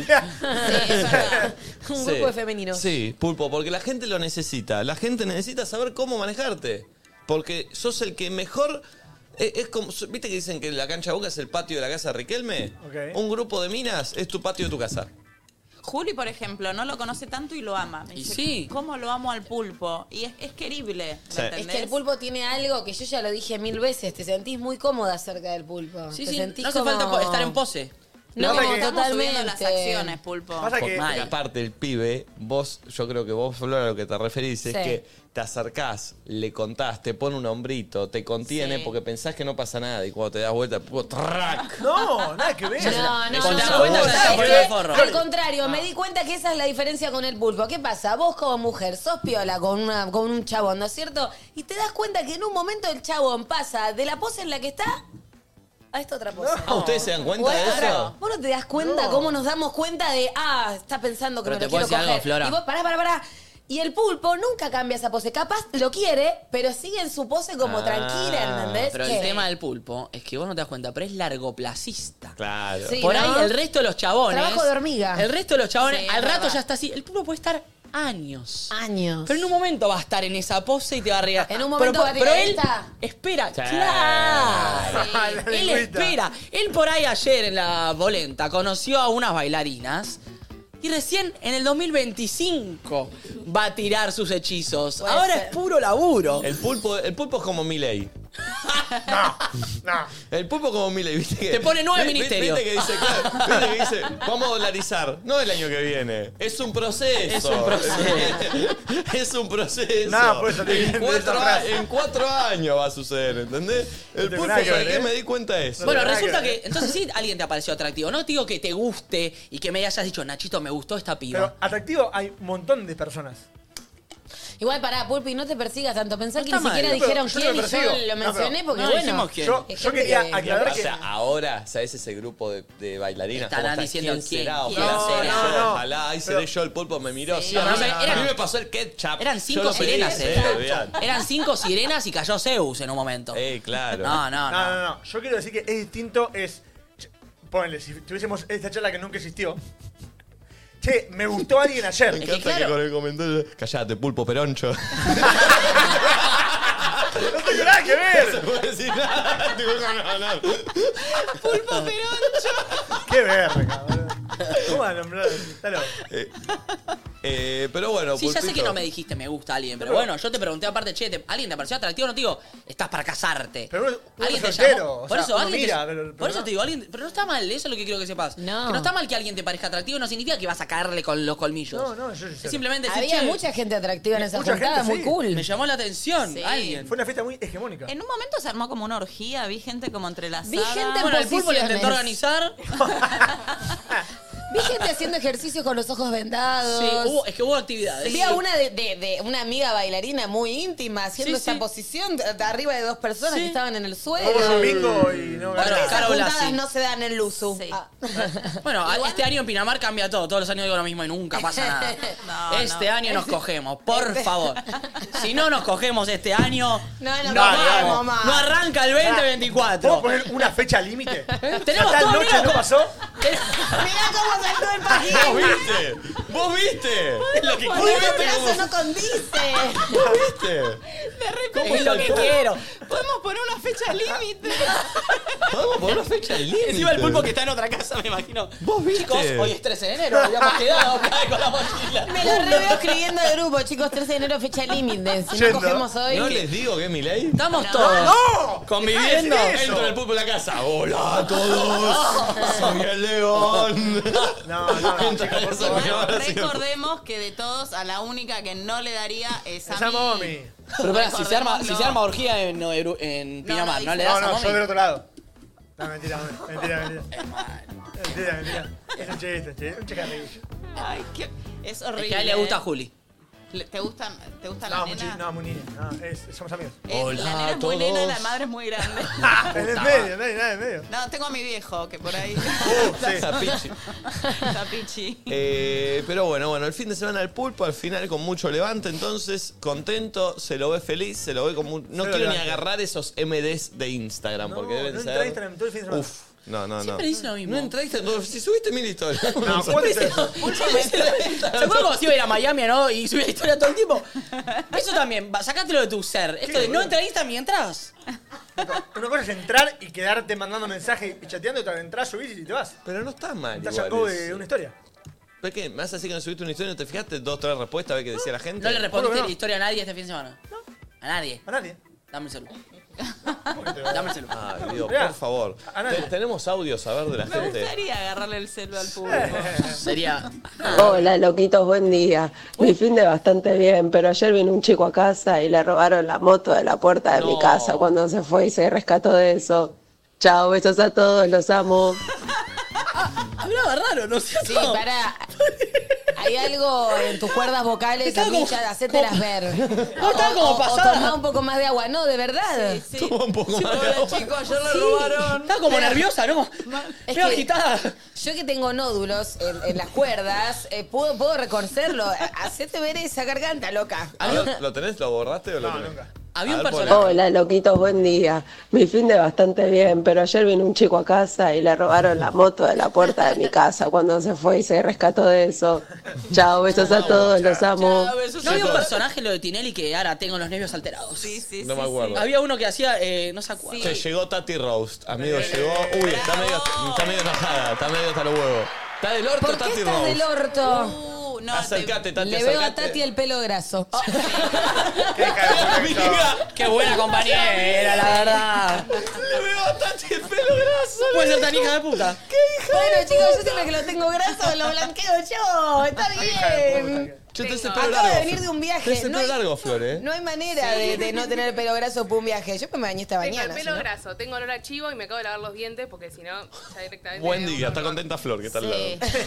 verdad. Un Sí. grupo de femeninos. Sí, Pulpo, porque la gente lo necesita. La gente necesita saber cómo manejarte. Porque sos el que mejor... Es como, ¿viste que dicen que la cancha de Boca es el patio de la casa de Riquelme? Ok. Un grupo de minas es tu patio de tu casa. Juli, por ejemplo, no lo conoce tanto y lo ama. Me Y dice, sí. ¿cómo lo amo al pulpo? Y es querible, ¿me Sí. entendés? Es que el pulpo tiene algo que yo ya lo dije 1000 veces. Te sentís muy cómoda cerca del pulpo. Sí, Te sí, sentís no hace como- falta estar en pose. No, Pasa que- Estamos subiendo totalmente. las acciones, pulpo. Pasa que Mal. Y aparte, el pibe, yo creo que vos, Flor, a lo que te referís, es Sí. que te acercás, le contás, te pone un hombrito, te contiene Sí. porque pensás que no pasa nada y cuando te das vuelta, ¡trac! no, nada que ver. No, no, Cuando te das no. cuenta que te ¿Sabes estás poniendo qué? el forro. Al contrario, me di cuenta que esa es la diferencia con el pulpo. ¿Qué pasa? Vos como mujer sos piola con un chabón, ¿no es cierto? Y te das cuenta que en un momento el chabón pasa de la pose en la que está a esta otra pose. Ah, ¿ustedes se dan O cuenta a de esta otra. eso? Vos no te das cuenta No. cómo nos damos cuenta de, está pensando que Pero me te lo puedo quiero decir coger. algo, Flora. Y vos, pará. Y el pulpo nunca cambia esa pose. Capaz lo quiere, pero sigue en su pose como Ah, tranquila, ¿entendés? Pero ¿Qué? el tema del pulpo es que vos no te das cuenta, pero es largoplacista. Claro. Sí. Por ¿no? ahí el resto de los chabones. Trabajo de hormiga. El resto de los chabones, Sí, al es rato verdad. ya está así. El pulpo puede estar años. Años. Pero en un momento va a estar en esa pose y te va a reír. En un momento pero, va a tirar pero él esta. espera, Sí. claro. Sí. La Él lengüita. espera. Él por ahí ayer en la Volenta conoció a unas bailarinas y recién en el 2025 va a tirar sus hechizos. Puede Ahora ser. es puro laburo. El pulpo es como Milei. No. El pulpo como Milei, ¿viste? Que, Te pone 9 vi- ministerios. ¿Viste que dice, claro, viste que dice, vamos a dolarizar? No el año que viene. Es un proceso. Es un proceso. Es un proceso. Nada puede salir bien de esa frase. En 4 años va a suceder, ¿entendés? El No tengo pulpo, nada que ¿sabes ver, qué? ¿eh? Me di cuenta de eso. Bueno, nada resulta que ver. que entonces sí alguien te apareció atractivo. No te digo que te guste y que me hayas dicho, Nachito, me gustó esta piba. Pero atractivo hay un montón de personas. Igual pará, Pulpi, no te persigas tanto. Pensá No que está ni siquiera mal. dijeron Pero yo quién no y me yo persigo. lo No, mencioné pero- porque no bueno. dijimos quién. Yo Es gente quería que- aclarar O que. sea, ahora, ¿sabes ese grupo de bailarinas? Estarán ¿Cómo está? diciendo ¿Quién quién, será? quién Ojalá será. seré No, yo, no. ojalá, ahí Pero- seré yo, el pulpo me miró. Sí. Sí, No, a mí- pero a eran- mí me pasó el ketchup. Eran Yo 5 lo pedí, sirenas, olvidate. Eran 5 sirenas y cayó Zeus en un momento. Claro. No. No. Yo quiero decir que es distinto, ponle, si tuviésemos esta charla que nunca existió. Che, me gustó alguien ayer. Me que encanta claro. que con el comentario. Callate, pulpo peroncho. No tengo nada que ver. No puedo decir nada. Digo, no. Pulpo peroncho. Qué verga, boludo. ¿Cómo va a nombrar? Está loco. Pero bueno, Sí, ya sé Pulpito. que no me dijiste me gusta alguien, pero Pero- bueno, yo te pregunté aparte, che, ¿alguien te pareció atractivo? No te digo, estás para casarte. Pero uno ¿Alguien te es soltero, llamó? o Por sea, eso, uno alguien mira, te... pero Por eso no. te digo, alguien... Pero no está mal, eso es lo que quiero que sepas. No. Que no está mal que alguien te parezca atractivo, no significa que vas a caerle con los colmillos. No, yo Es simplemente decir, Había che, mucha gente atractiva en esa Mucha juntada, gente, muy sí. cool. me llamó la atención Sí. alguien. Fue una fiesta muy hegemónica. En un momento se armó como una orgía, vi gente como entrelazada. Vi gente en Bueno, el pulpo le intentó posiciones. organizar. Vi gente haciendo ejercicios con los ojos vendados. Sí, es que hubo actividades. Vi a una de una amiga bailarina muy íntima haciendo Sí, esa sí. posición de arriba de 2 personas Sí. que estaban en el suelo. Vamos un bingo y no ¿Por qué Claro, esas Caro juntadas Blasi. no se dan en Luzu? Sí. Ah. Bueno, este año en Pinamar cambia todo. Todos los años digo lo mismo y nunca pasa nada. No, este no. año nos cogemos, por favor. Si no nos cogemos este año, No, no, vamos más. no arranca el 2024. ¿Podemos poner una fecha límite? Tenemos ¿Tal todo noche enero no con- pasó? Mirá cómo saltó el ¿Vos pajín. viste? ¿Vos viste? Es lo que Por ¿Vos eso viste? brazo cómo- no condice. ¿Viste? Es lo que quiero. Podemos poner una fecha límite. Podemos poner una fecha límite. Encima el pulpo que está en otra casa, me imagino. ¿Vos viste? Chicos, hoy es 13 de enero, habíamos quedado cae con la mochila. Me lo reveo escribiendo de grupo, chicos, 13 de enero, fecha límite. Si no Yendo. cogemos hoy. ¿No les digo que es mi ley? Estamos todos conviviendo. Entro en el pulpo en la casa. Hola a todos. Soy el león. No, Entra chicos, en por esa favor. mierda. Recordemos que de todos, a la única que no le daría es a Esa mí. mommy. Pero espera, si se arma orgía en Pinamar, ¿no le das a No, Momi? yo del otro lado. No, mentira. Mentira. Es un chiste, un chicarrillo. Ay, qué... Es Es horrible. que a él le gusta a Juli. ¿Te gusta la No, nena? muy niña. No, somos amigos. Hola La nena a es muy nena, todos. la madre es muy grande. En el medio, nada en medio. No, tengo a mi viejo, que por ahí Sí. Esa pichi. está pichi. Pero bueno, el fin de semana al pulpo, al final con mucho levante, entonces contento, se lo ve feliz, se lo ve como... No Cero quiero ni levante. agarrar esos MDs de Instagram, porque deben no ser... entra Instagram todo el fin de semana. Uf, no. Siempre dice lo mismo. No entraste, si subiste 1000 historias. No, ¿cuánto es eso? ¿Se acuerdan cuando se iba a ir a Miami, no? Y subía historia todo el tiempo. Eso también, sacátelo de tu ser. Esto de no entrar a Instagram y entras. Una cosa es entrar y quedarte mandando mensajes y chateando, y otra entrar, subís y te vas. Pero no está mal. Estás igual sacado de eso. una historia. ¿Pero qué? ¿Me vas a decir que no subiste una historia y no te fijaste? 2, 3 respuestas a ver qué decía la gente. ¿No le respondiste Seguro que no. la historia a nadie este fin de semana? No. A nadie. A nadie. Dame el celular. Dame el celular. Ay, Dios, Mirá, por favor. a nadie. Tenemos audios a ver de la Me gente. gustaría agarrarle el celu al público. Sería... Hola, loquitos, buen día. Mi fin de bastante bien, pero ayer vino un chico a casa y le robaron la moto de la puerta de mi No. casa cuando se fue y se rescató de eso. Chao, besos a todos, los amo. Hablaba raro, ¿no es cierto? Sí, pará. Hay algo en tus cuerdas vocales, Estaba como- Amicha, hacételas ver. No, estaba como O pasada. tomá un poco más de agua. No, de verdad. Sí. Toma un poco más de Hola, agua. chicos, ayer le robaron. Estaba como nerviosa, ¿no? Es Medio que- agitada. Yo que tengo nódulos en las cuerdas, puedo reconocerlo. Hacete ver esa garganta, loca. ¿Lo tenés? ¿Lo borraste o lo No, tenés? nunca. Había un A ver, personaje. Hola, loquitos, buen día. Mi fin de bastante bien, pero ayer vino un chico a casa y le robaron la moto de la puerta de mi casa cuando se fue y se rescató de eso. Chao, besos a todos, los amo. ¿No había un personaje, lo de Tinelli, que ahora tengo los nervios alterados? Sí. No me acuerdo. Había uno que hacía, no se acuerda. Che, llegó Tati Roast. Amigo, llegó. Uy, está medio enojada. Está medio hasta los huevos. Está del orto ¿Por qué Tati estás Roast. del orto? No, Acércate, Tati, Le veo a acércate. Tati el pelo graso. Qué hija de puta que sos. Qué buena compañera, la verdad. Le veo a Tati el pelo graso. Puede ser tan hija de puta. Bueno, chicos, yo siempre que lo tengo graso lo blanqueo yo. Está Qué hija de puta bien. que- Yo te ese pelo Acabo largo. de venir de un viaje. Tenés el No pelo hay- largo, Flor, ¿eh? No hay manera de no tener el pelo graso por un viaje. Yo me bañé esta Tengo mañana. el pelo ¿sí, no? graso, tengo olor a chivo y me acabo de lavar los dientes porque si no, ya directamente. Buen me da día, un está horror. contenta Flor, que está al lado.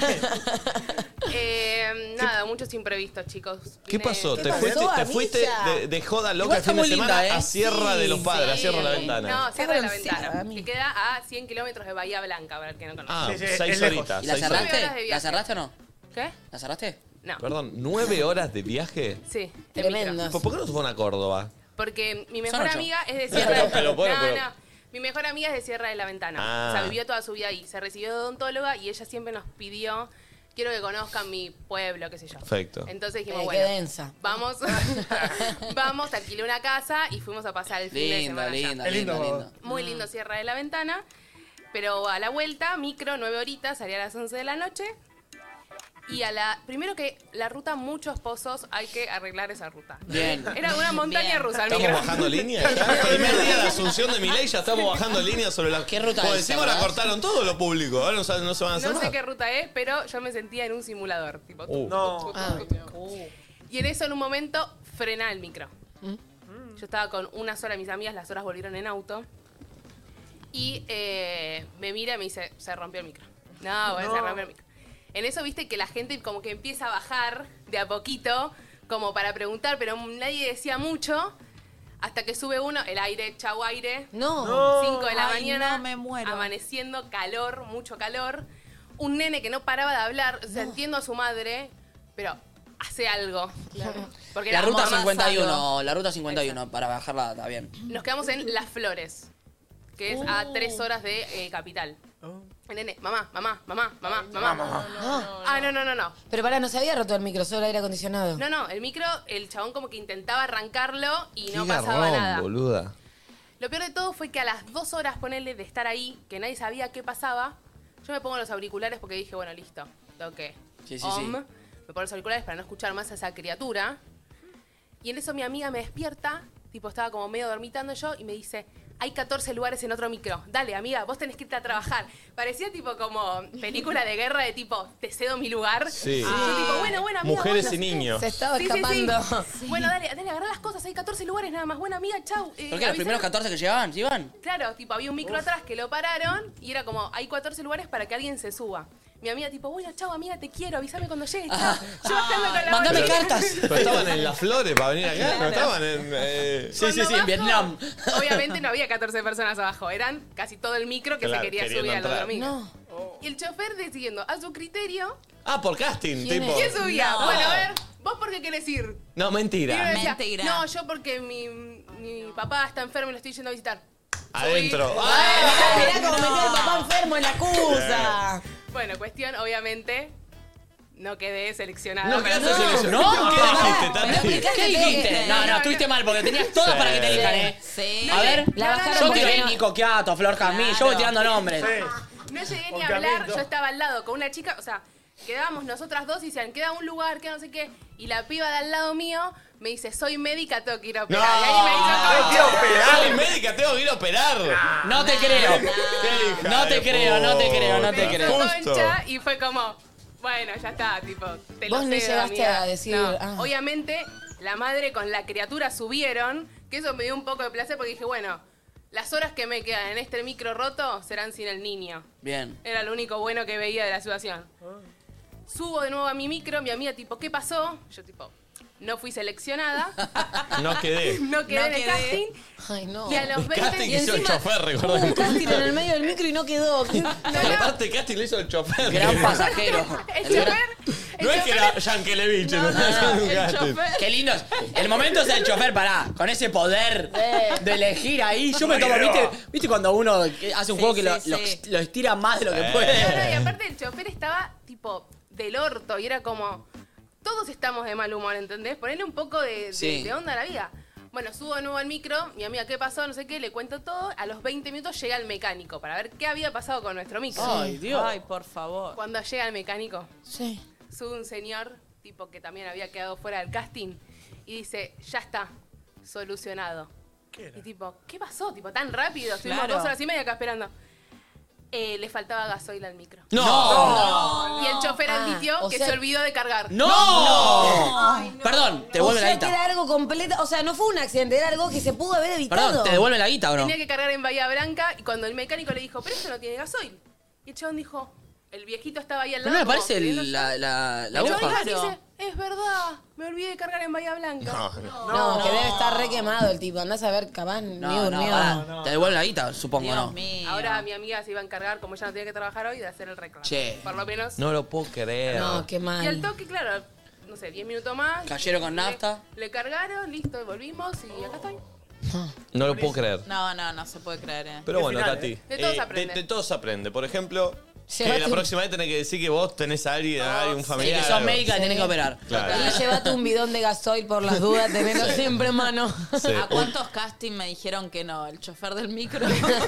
Nada, muchos imprevistos, chicos. ¿Qué Vine- pasó? ¿Qué ¿Te pasó, fuiste, te Amicha? fuiste de joda loca Igual el fin está de muy semana linda, ¿eh? a Sierra de los Padres, a Sierra de la Ventana? No, Sierra de la bronceada, Ventana. amiga. Que queda a 100 kilómetros de Bahía Blanca, para el que no conoce. Ah, Sí, sí, 6 es lejos. horitas. ¿Y la 6 horas. horas de cerraste? viaje. ¿La cerraste o no? ¿Qué? ¿La cerraste? No. Perdón, 9 horas de viaje. Sí, en Tremendo. micro. ¿Por qué no se fueron a Córdoba? Porque mi mejor Son ocho. amiga es de Pero, Sierra de pero, bueno, pero- No. Mi mejor amiga es de Sierra de la Ventana. Ah. O sea, vivió toda su vida ahí. Se recibió de odontóloga y ella siempre nos pidió, quiero que conozcan mi pueblo, qué sé yo. Perfecto. Entonces dijimos, Qué bueno, densa. vamos, vamos, alquilé una casa y fuimos a pasar el fin de Linda, semana allá. linda, Es lindo. linda, linda. Muy lindo Sierra de la Ventana. Pero a la vuelta, micro, 9 horitas, salía a las 11 de la noche. Y primero que la ruta Muchos Pozos, hay que arreglar esa ruta. Bien. Era una montaña Bien. rusa, el ¿Estamos micro. bajando línea? Ya, primer día de la asunción de Milei, ya estamos bajando línea sobre la... ¿Qué ruta Por es, encima la verdad? cortaron todo lo público, ahora no se van a hacer No sé más. qué ruta es, pero yo me sentía en un simulador. Tipo, No. Y en eso, en un momento, frena el micro. Yo estaba con una sola de mis amigas, las horas volvieron en auto. Y me mira y me dice, se rompió el micro. No, bueno, se rompió el micro. En eso, viste, que la gente como que empieza a bajar de a poquito, como para preguntar, pero nadie decía mucho. Hasta que sube uno, el aire, chau aire. No. 5 de la Ay, mañana, no, me muero. amaneciendo, calor, mucho calor. Un nene que no paraba de hablar, o sea, entiendo a su madre, pero hace algo. Porque La era ruta mamá 51, la ruta 51, para bajarla está bien. Nos quedamos en Las Flores, que es a 3 horas de Capital. El nene, mamá. Ah, no. Pero pará, no se había roto el micro, solo aire acondicionado. No, el micro, el chabón como que intentaba arrancarlo y no Qué pasaba garrón, nada. boluda. Lo peor de todo fue que a las 2 horas, ponerle de estar ahí, que nadie sabía qué pasaba, yo me pongo los auriculares porque dije, bueno, listo, tengo que... Sí. Me pongo los auriculares para no escuchar más a esa criatura. Y en eso mi amiga me despierta, tipo estaba como medio dormitando yo, y me dice, hay 14 lugares en otro micro. Dale, amiga, vos tenés que irte a trabajar. Parecía tipo como película de guerra de tipo, te cedo mi lugar. Sí. Y yo tipo, bueno, amiga. Mujeres bueno, y niños. Se estaba escapando. Sí. Bueno, dale, agarrá las cosas, hay 14 lugares nada más. Bueno, amiga, chau. ¿Por qué los avísame. primeros 14 que llegaban, se iban? Claro, tipo, había un micro atrás que lo pararon y era como, hay 14 lugares para que alguien se suba. Mi amiga tipo, bueno, chau, amiga, te quiero, avísame cuando llegues, chau. Yo bajando con la Mándame bolsa. cartas. Pero estaban en Las Flores para venir acá, no estaban en... Sí, en Vietnam. Obviamente no había 14 personas abajo, eran casi todo el micro que Claro, se quería queriendo subir al otro entrar. micro. Y el chofer decidiendo a su criterio, Ah, por casting, ¿Quién tipo. ¿quién subía? No. Bueno, a ver, ¿vos por qué querés ir? No, Y yo mentira. decía, Mentira. no, yo porque mi papá está enfermo y lo estoy yendo a visitar. Adentro. Mirá cómo metió el papá enfermo en la excusa. Bueno, cuestión, obviamente, no quedé seleccionada. No para quedaste nada. seleccionado. ¿Qué dijiste, Pero Tati? explica- ¿Qué dijiste? No, estuviste mal, porque tenías todas para que te elijan, Sí. A ver, La bajaron yo porque tiré no- Nico Quiato, Flor Jamí, yo voy tirando nombres. Sí. No llegué ni Con a hablar, Carlito. yo estaba al lado con una chica, o sea, quedábamos nosotras dos y decían, queda un lugar, queda no sé qué. Y la piba de al lado mío me dice, soy médica, tengo que ir a No, operar. Y ahí me hizo quiero operar. Soy médica, tengo que ir a operar. No te creo. Qué hija No te de creo, no te creo, no me te hizo creo. Justo. concha y fue como, bueno, ya está, tipo, te lo Vos ni cedo, llegaste amiga. a decir, No. ah. Obviamente, la madre con la criatura subieron, que eso me dio un poco de placer porque dije, bueno, las horas que me quedan en este micro roto serán sin el niño. Bien. Era lo único bueno que veía de la situación. Subo de nuevo a mi micro, mi amiga tipo, ¿qué pasó? Yo tipo, no fui seleccionada, No quedé. no quedé No en el quedé. casting. Ay, no. Y a los 20 Casting y hizo el encima- chofer, Hubo un recordemos. casting en el medio del micro y no quedó. Aparte, el casting lo hizo el chofer. Gran pasajero. el chofer, el No es que chofer- era Yankelevich, no, El chofer. Qué lindo. El momento es el chofer, pará, con ese poder de elegir ahí. Yo me tomo, ¿viste cuando uno hace un Sí, juego que sí, sí. lo estira más de lo que No, puede? y aparte el chofer estaba tipo del orto y era como, todos estamos de mal humor, ¿entendés? Ponerle un poco Sí. de onda a la vida. Bueno, subo de nuevo al micro, mi amiga, ¿qué pasó? No sé qué, le cuento todo. A los 20 minutos llega el mecánico para ver qué había pasado con nuestro micro. Ay, Dios. Ay, por favor. Cuando llega el mecánico, Sí. sube un señor, tipo que también había quedado fuera del casting, y dice, ya está, solucionado. Y tipo, ¿qué pasó? Tipo, tan rápido, estuvimos Claro. 2 horas y media acá esperando. Le faltaba gasoil al micro. No. Y el chofer admitió o que sea- se olvidó de cargar. ¡No! Perdón, te O devuelve la sea que guita. era algo completo. O sea, no fue un accidente, era algo que se pudo haber evitado. Perdón, ¿te devuelve la guita o no? Tenía que cargar en Bahía Blanca y cuando el mecánico le dijo, pero esto no tiene gasoil. Y el chabón dijo, el viejito estaba ahí al Pero lado. no me como parece queriendo- la El chabón aguja. dijo así, dice, es verdad, me olvidé de cargar en Bahía Blanca. No, que debe estar re quemado el tipo. Andás a ver, capaz ni No, no, durmió. pará. Te devuelve la guita, supongo, Dios ¿no? mío. Ahora mi amiga se iba a encargar, como ella no tenía que trabajar hoy, de hacer el reclamo. Che. Por lo menos. No lo puedo creer. No, qué Y al mal. toque, claro, no sé, 10 minutos más. Cayeron con Le- nafta. Le cargaron, listo, volvimos y acá estoy. No lo puedo creer. No se puede creer, Pero bueno, final, Tati. De todos aprende. De todos aprende. Por ejemplo, que Llévate la un- próxima vez tenés que decir que vos tenés a alguien, un Sí, familiar. que sos algo. médica y Sí. tenés que operar. Claro. Y llévate un bidón de gasoil por las dudas, tenerlo siempre en mano. Sí. ¿A cuántos castings me dijeron que no? El chofer del micro.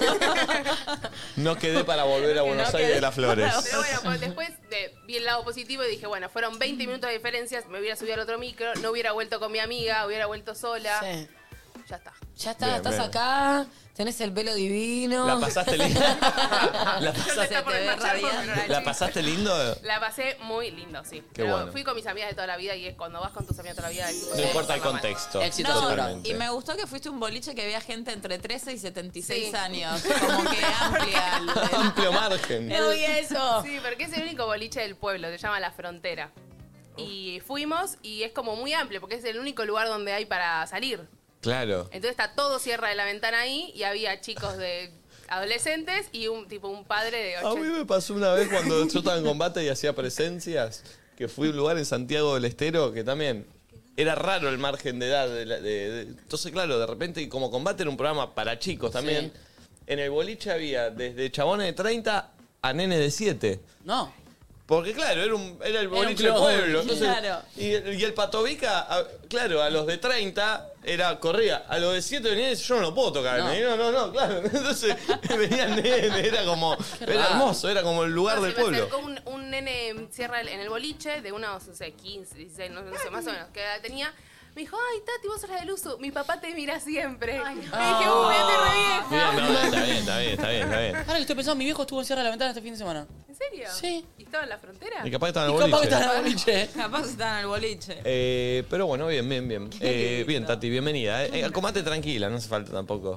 No quedé para volver a Buenos no Aires quedé de las Flores. Pero bueno, pues después vi el lado positivo y dije, bueno, fueron 20 minutos de diferencias, me hubiera subido al otro micro, no hubiera vuelto con mi amiga, hubiera vuelto sola. Sí. Ya está. Ya está, Bien, estás bien. acá, tenés el pelo divino. ¿La pasaste lindo? ¿La Se pasaste, está por te ve desmayar, radiante. pero ¿La pasaste lindo? La pasé muy lindo, sí. Qué Pero bueno. fui con mis amigas de toda la vida y es cuando vas con tus amigas de toda la vida. decís, No importa el "Pasarla mal". contexto. Éxito No, Totalmente. y me gustó que fuiste un boliche que había gente entre 13 y 76 Sí. años. Como que amplia. Amplio margen. No vi eso. Sí, porque es el único boliche del pueblo, se llama La Frontera. Y fuimos y es como muy amplio porque es el único lugar donde hay para salir. Claro. Entonces está todo cierra de la ventana ahí y había chicos de adolescentes y un padre de A mí 80. me pasó una vez cuando yo estaba en combate y hacía presencias, que fui a un lugar en Santiago del Estero que también era raro el margen de edad. Entonces, claro, de repente, como combate era un programa para chicos también, en el boliche había desde chabones de 30 a nenes de 7. No. Porque claro, era el boliche del club. pueblo. Entonces, Claro. y el Patovica, claro, a los de 30 corría. A los de 7 venían y decían, yo no lo puedo tocar. No, claro. Entonces venían nene, era como, era hermoso, era como el lugar del Se me pueblo. acercó un nene cierra en el boliche de unos, no sé, 15, 16, no sé, más o menos, que edad tenía. Me dijo, ay, Tati, vos sos la de Luzu. Mi papá te mira siempre. Me dije, uy, ya te re vieja. Bien, está bien. Ahora que estoy pensando, mi viejo estuvo en Sierra de la Ventana este fin de semana. ¿En serio? Sí. ¿Y estaba en la frontera? Y capaz que estaba en Y el capaz que boliche. está en el boliche. Capaz están en el boliche. Pero bueno, bien. Bien, Tati, bienvenida. Comate tranquila, no hace falta tampoco.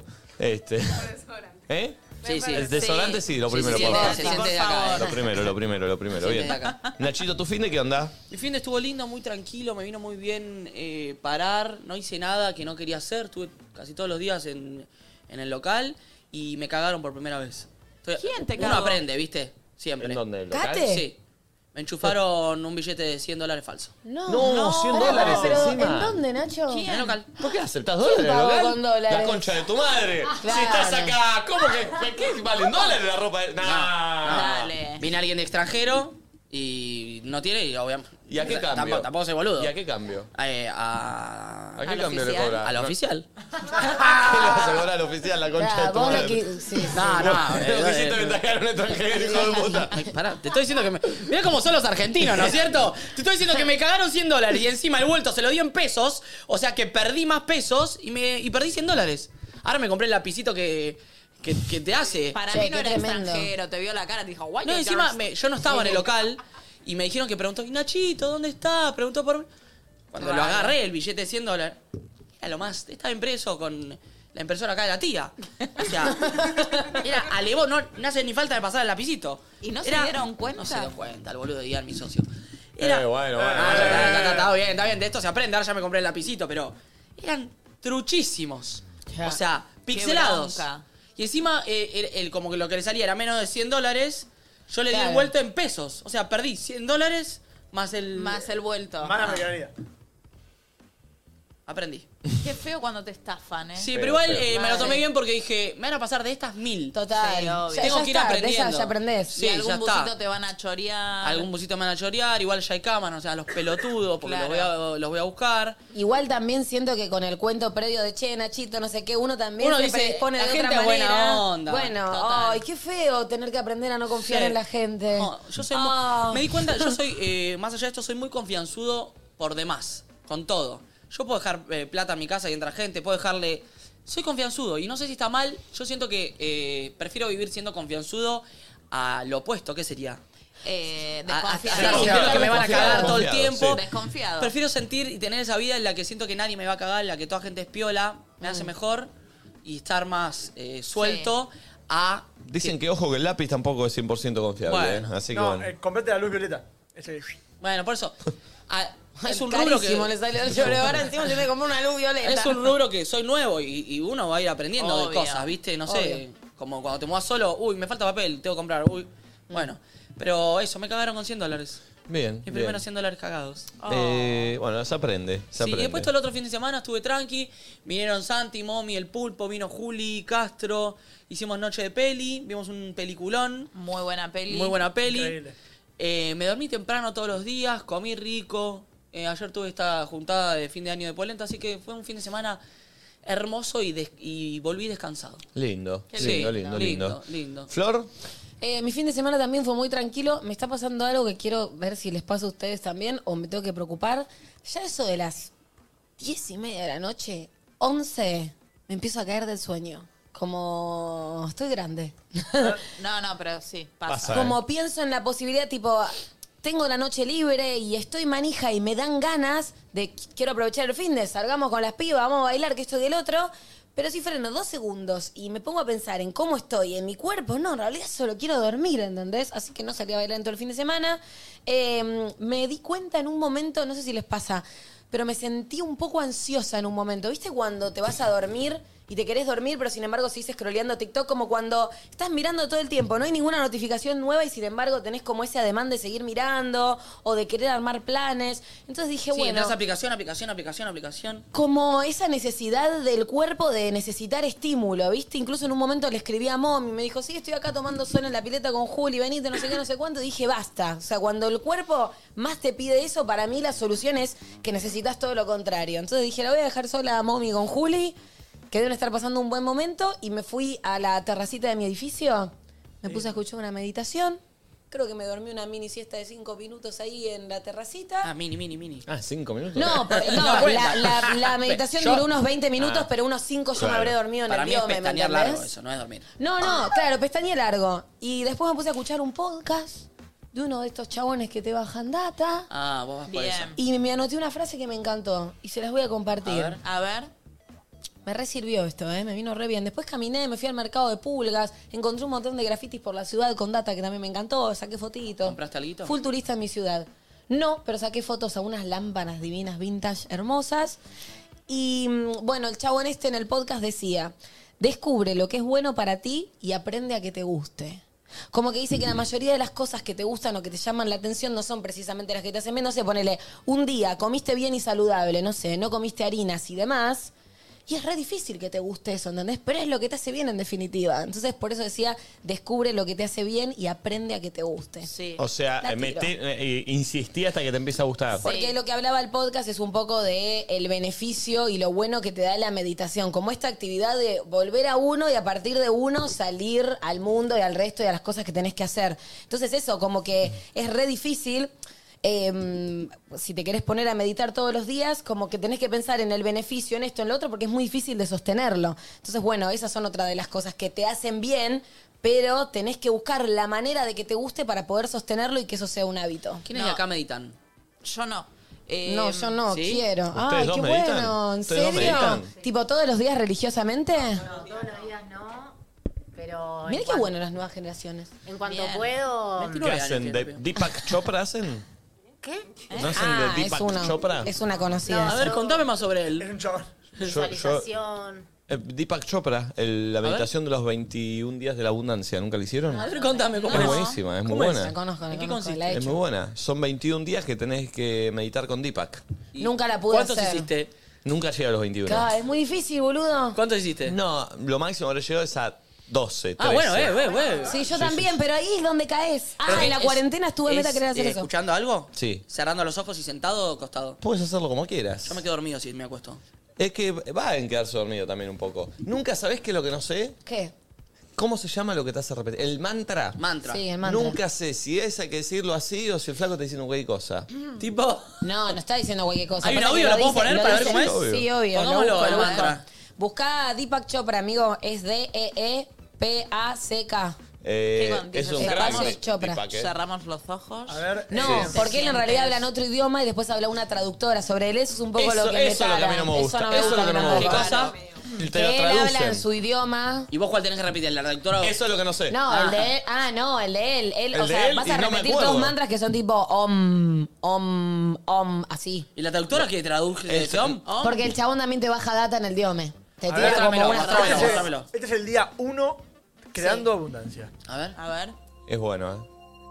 ¿Eh? Sí, sí. El desodorante sí, lo primero, sí, por favor. se siente de acá. Lo primero. Siente Bien. de acá. Nachito, ¿tu fin de qué onda? Mi fin de estuvo lindo, muy tranquilo, me vino muy bien parar, no hice nada que no quería hacer, estuve casi todos los días en el local y me cagaron por primera vez. ¿Quién te Uno cagó? aprende, ¿viste? Siempre. ¿En dónde? ¿El local? ¿Cate? Sí. Me enchufaron un billete de $100 falso. No, No, $100 pero encima. ¿en dónde, Nacho? En el local. ¿Por qué aceptás dólares en el pagó local? con dólares? La concha de tu madre. Claro. Si estás acá, ¿cómo que qué valen dólares la ropa? Dale. Vine alguien de extranjero y no tiene y obviamente... ¿Y a qué cambio? Tampoco soy boludo. ¿Y a qué cambio? ¿A ¿A qué ¿Al cambio le oficial? cobras? a la No. oficial? ¿Qué le vas a cobrar al oficial la concha Claro, de tu vos lo madre? que... Sí, No, no. Lo que hiciste ventajar a un extranjero, hijo de puta. Ay, pará, te estoy diciendo que me... Mirá cómo son los argentinos, ¿no es cierto? Te estoy diciendo que me cagaron $100 y encima el vuelto se lo dio en pesos, o sea que perdí más pesos y perdí $100. Ahora me compré el lapicito que te hace. Para Che, mí no qué era tremendo. extranjero, te vio la cara, te dijo, guay. No, encima yo no estaba en el local y me dijeron que preguntó, ¿y Nachito, dónde está? Preguntó por mí. Cuando lo agarré, el billete de $100, era lo más... Estaba impreso con la impresora acá de la tía. O sea, era alevó, no hace ni falta de pasar el lapicito. ¿Y no se dieron cuenta? No se dio cuenta, el boludo de Ian, mi socio. Era... Bueno. Está bien, de esto se aprende, ahora ya me compré el lapicito, pero eran truchísimos. Ya. O sea, Qué pixelados. bronca. Y encima, como que lo que le salía era menos de $100, yo le di Claro. el vuelto en pesos. O sea, perdí $100 más el... Más el vuelto. Mana me quedaría. Aprendí. Qué feo cuando te estafan, ¿eh? Sí, Feo, pero igual feo. me lo tomé Sí. bien porque dije, me van a pasar de estas 1000. Total. Sí, obvio. Tengo que ir está, aprendiendo. De esa ya aprendés. Sí, y algún ya está. busito te van a chorear. Algún busito me van a chorear, igual ya hay cámaras, o sea, los pelotudos, porque Claro. los voy a buscar. Igual también siento que con el cuento previo de che, Nachito, no sé qué, uno también Uno se dice, predispone la de gente otra es buena manera. onda. Bueno, Total. ay, qué feo tener que aprender a no confiar Sí. en la gente. No, yo soy Ah. me di cuenta, yo soy, más allá de esto, soy muy confianzudo por demás, con todo. Yo puedo dejar plata en mi casa y entra gente, puedo dejarle... Soy confianzudo y no sé si está mal, yo siento que prefiero vivir siendo confianzudo a lo opuesto, ¿qué sería? Desconfiado. Estar sintiendo que me van a cagar todo el Desconfiado, tiempo. sí. Desconfiado. Prefiero sentir y tener esa vida en la que siento que nadie me va a cagar, en la que toda gente es piola, me hace mejor y estar más suelto a... Dicen que ojo que el lápiz tampoco es 100% confiable, Bueno. así que No, bueno. comprate la luz violeta. Ese. Bueno, por eso... es un rubro que... Carísimo le salió el lloro. Ahora encima yo me compré una luz violeta. Es un rubro que soy nuevo y uno va a ir aprendiendo de Obvio. cosas, ¿viste? No sé, como cuando te mudas solo, uy, me falta papel, tengo que comprar, uy. Bueno, pero eso, me cagaron con $100. Bien. Mis bien. primeros $100 cagados. Bueno, se aprende. Se Sí, y aprende. después todo el otro fin de semana estuve tranqui. Vinieron Santi, Momi, El Pulpo, vino Juli, Castro. Hicimos noche de peli, vimos un peliculón. Muy buena peli. Muy buena peli. Increíble. Me dormí temprano todos los días, comí rico. Ayer tuve esta juntada de fin de año de polenta, así que fue un fin de semana hermoso y volví descansado. Lindo, Qué lindo. ¿Flor? Mi fin de semana también fue muy tranquilo. Me está pasando algo que quiero ver si les pasa a ustedes también o me tengo que preocupar. Ya eso de las 10:30 de la noche, 11, me empiezo a caer del sueño. Como estoy grande. No, pero sí, pasa. Pasa. Como pienso en la posibilidad, tipo, tengo la noche libre y estoy manija y me dan ganas de quiero aprovechar el fin de salgamos con las pibas, vamos a bailar, que esto y el otro. Pero si freno 2 segundos y me pongo a pensar en cómo estoy, en mi cuerpo, no, en realidad solo quiero dormir, ¿entendés? Así que no salí a bailar en todo el fin de semana. Me di cuenta en un momento, no sé si les pasa, pero me sentí un poco ansiosa en un momento. ¿Viste cuando te vas a dormir y te querés dormir, pero sin embargo seguís scrolleando TikTok, como cuando estás mirando todo el tiempo, no hay ninguna notificación nueva y sin embargo tenés como ese ademán de seguir mirando o de querer armar planes. Entonces dije, Sí, bueno, entras aplicación. como esa necesidad del cuerpo de necesitar estímulo, ¿viste? Incluso en un momento le escribí a Mom y me dijo, sí, estoy acá tomando sol en la pileta con Juli, venite, no sé qué, no sé cuánto. Y dije, basta. O sea, cuando el cuerpo más te pide eso, para mí la solución es que necesitas todo lo contrario. Entonces dije, la voy a dejar sola a Mommy con Juli, que deben estar pasando un buen momento, y me fui a la terracita de mi edificio, me puse a escuchar una meditación. Creo que me dormí una mini siesta de 5 minutos ahí en la terracita. Ah, mini. Ah, 5 minutos. No, la meditación Yo- duró unos 20 minutos, Ah. pero unos 5 yo me Claro. habré dormido en Para el mí es biome, ¿me pestañear entendés? largo eso, no es dormir. No, claro, pestañeé largo. Y después me puse a escuchar un podcast de uno de estos chabones que te bajan data. Ah, vos vas por Bien. eso. Y me anoté una frase que me encantó. Y se las voy a compartir. A ver. A ver. Me re sirvió esto, me vino re bien. Después caminé, me fui al mercado de pulgas, encontré un montón de grafitis por la ciudad con data que también me encantó, saqué fotitos. ¿Compraste alguito? Full turista en mi ciudad. No, pero saqué fotos a unas lámparas divinas, vintage, hermosas. Y bueno, el chabón este en el podcast decía, descubre lo que es bueno para ti y aprende a que te guste. Como que dice que la mayoría de las cosas que te gustan o que te llaman la atención no son precisamente las que te hacen bien. No sé, ponele, un día comiste bien y saludable, no sé, no comiste harinas y demás. Y es re difícil que te guste eso, ¿entendés? Pero es lo que te hace bien en definitiva. Entonces, por eso decía, descubre lo que te hace bien y aprende a que te guste. Sí. O sea, La tiro. insistí hasta que te empieza a gustar. Porque lo que hablaba el podcast es un poco de el beneficio y lo bueno que te da la meditación. Como esta actividad de volver a uno y a partir de uno salir al mundo y al resto y a las cosas que tenés que hacer. Entonces eso, como que es re difícil. Si te querés poner a meditar todos los días, como que tenés que pensar en el beneficio, en esto, en lo otro, porque es muy difícil de sostenerlo. Entonces, bueno, esas son otra de las cosas que te hacen bien, pero tenés que buscar la manera de que te guste para poder sostenerlo y que eso sea un hábito. ¿Quiénes No. de acá meditan? Yo no. No, yo no, ¿sí? quiero. ¿Ustedes Ay, dos qué meditan? bueno. ¿En ¿Ustedes dos serio? meditan? ¿Tipo todos los días religiosamente? No, todos los días no, pero... Mira en qué cuan- bueno las nuevas generaciones. En cuanto Bien. puedo... 29 ¿Qué años hacen? tiene, ¿De Pepio. Deepak Chopra hacen? ¿Qué? ¿No hacen de Deepak Chopra? Es una conocida. A ver, contame más sobre Es él. un chabón. Visualización. Deepak Chopra, la meditación de los 21 días de la abundancia, ¿nunca la hicieron? A ver, contame cómo Es es. buenísima, es muy ¿Cómo es? buena. La conozco, la ¿En qué conozco, consiste? la he Es hecho. muy buena. Son 21 días que tenés que meditar con Deepak. Y- Nunca la pude ¿Cuántos hacer. hiciste? Nunca llega a los 21. Ah, es muy difícil, boludo. ¿Cuántos hiciste? No, lo máximo que habré llegado es a 12, 13. Ah, bueno, Sí, yo también, pero ahí es donde caes. Pero En la es- cuarentena estuve es, meta a querer hacer eso. ¿Escuchando algo? Sí. ¿Cerrando los ojos y sentado o acostado? Puedes hacerlo como quieras. Yo me quedo dormido si me acuesto. Es que va en quedarse dormido también un poco. ¿Nunca sabés qué es lo que no sé? ¿Qué? ¿Cómo se llama lo que te hace repetir? ¿El mantra? Mantra. Sí, el mantra. Nunca sé si es hay que decirlo así o si el flaco te dice cualquier cosa. Tipo... No está diciendo cualquier cosa. ¿Hay un Pasa que audio? ¿Lo puedo dice- poner para ver dice- cómo es? Sí, obvio. Pongámoslo, Lo busco, el lo busco. mantra. Buscá a Deepak Chopra, amigo. Es D-E-E-P-A-C-K. Es un Cerramos crack. Chopra. Deepak, ¿eh? Cerramos los ojos. A ver. No, Sí. porque él en Te realidad sientes- habla en otro idioma y después habla una traductora sobre él. Eso es un poco lo que me Eso es lo que a mí no me gusta. Eso no me Eso es gusta lo que no me tampoco. gusta. ¿Qué cosa? Te Que lo él habla en traducen. su idioma. ¿Y vos cuál tenés que repetir? ¿La traductora o...? Eso es lo que no sé. No, el de él. Ah, no, el de él. El o de sea, él vas y a no me repetir acuerdo. todos mantras que son tipo así. ¿Y la traductora que traduje ese om? Porque el chabón también te baja data en el diome. Te A tira ver, como tráemelo, unas tráemelo. cosas. Dámelo. Este es el día 1 creando abundancia. A ver, A ver. Es bueno, ¿eh?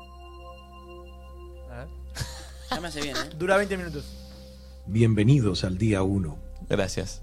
A ver. ya me hace bien, ¿eh? Dura 20 minutos. Bienvenidos al día 1. Gracias.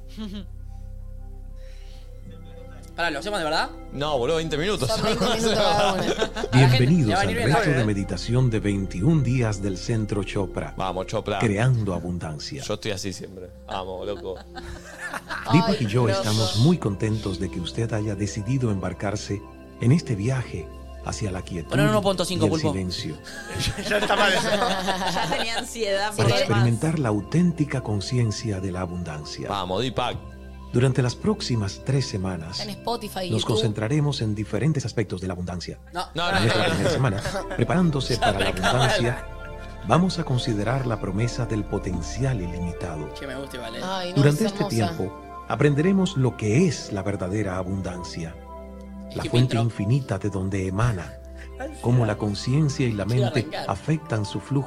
Pará, ¿lo hacemos de verdad? No, boludo, 20 minutos. Son 20 minutos cada uno. Bienvenidos le va a al venir bien, reto ¿eh? de meditación de 21 días del Centro Chopra, Vamos, Chopra. creando abundancia. Yo estoy así siempre. Vamos, loco. Deepak y yo loco. estamos muy contentos de que usted haya decidido embarcarse en este viaje hacia la quietud Poner 1.5, y el pulpo. silencio, Ya está mal eso. Ya tenía ansiedad. para por el experimentar la auténtica conciencia de la abundancia. Vamos, Deepak. Durante las próximas 3 semanas, En Spotify y nos YouTube. concentraremos en diferentes aspectos de la abundancia. No. No, En esta primera semana, preparándose para la abundancia, vamos a considerar la promesa del potencial ilimitado. Que me gusta igual, ¿eh? Ay, no, Durante es este hermosa. tiempo, aprenderemos lo que es la verdadera abundancia, la Qué fuente intro. infinita de donde emana, cómo la conciencia y la mente arrancar. afectan su flujo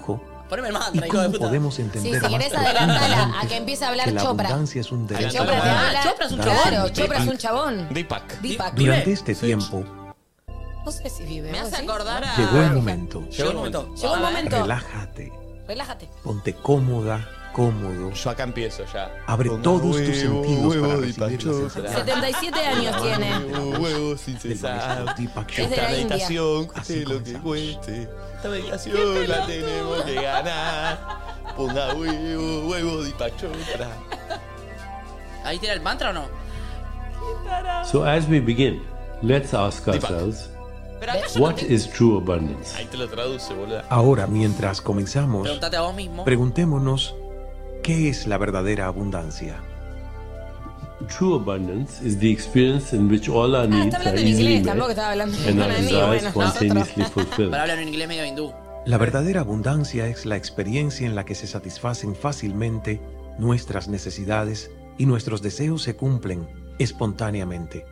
Poneme el mantra, hijo de ¿Cómo puta. podemos entender Sí, si querés más adelantala profundamente a que empiece a hablar que la Chopra. abundancia es un derecho Chopra te humano? habla. Chopra es un chabón. Claro, Chopra es un chabón. Deepak. Deepak. Durante este tiempo No sé si vive. Me ¿vos hace sí? acordar a... llegó el momento. Llegó el momento. Llegó un momento. Relájate, Relájate. ponte cómoda, cómodo. Yo acá empiezo ya. Abre Ponga todos tus huevo, sentidos huevo, para Deepak recibir las Chopra. enseñanzas 77 años tiene. Huevo sin del cesar. maestro Deepak Es de Chopra. la India. meditación, Así cueste lo que comenzamos. cueste. Esta meditación la tenemos que ganar. Ponga huevo, huevo, Deepak Chopra. ¿Ahí tira el mantra o no? So as we begin, let's ask Deepak. ourselves, Pero acá yo no what tengo... is true abundance? Ahí te lo traduce, boludo. Ahora, mientras comenzamos, Pregúntate a vos mismo. preguntémonos, ¿qué es la verdadera abundancia? True abundance is the experience in which all our Ah, needs está are hablando en easily inglés, met tampoco estaba hablando and con our el mío. desires Bueno, spontaneously fulfilled. Para hablar en inglés medio hindú. La verdadera abundancia es la experiencia en la que se satisfacen fácilmente nuestras necesidades y nuestros deseos se cumplen espontáneamente.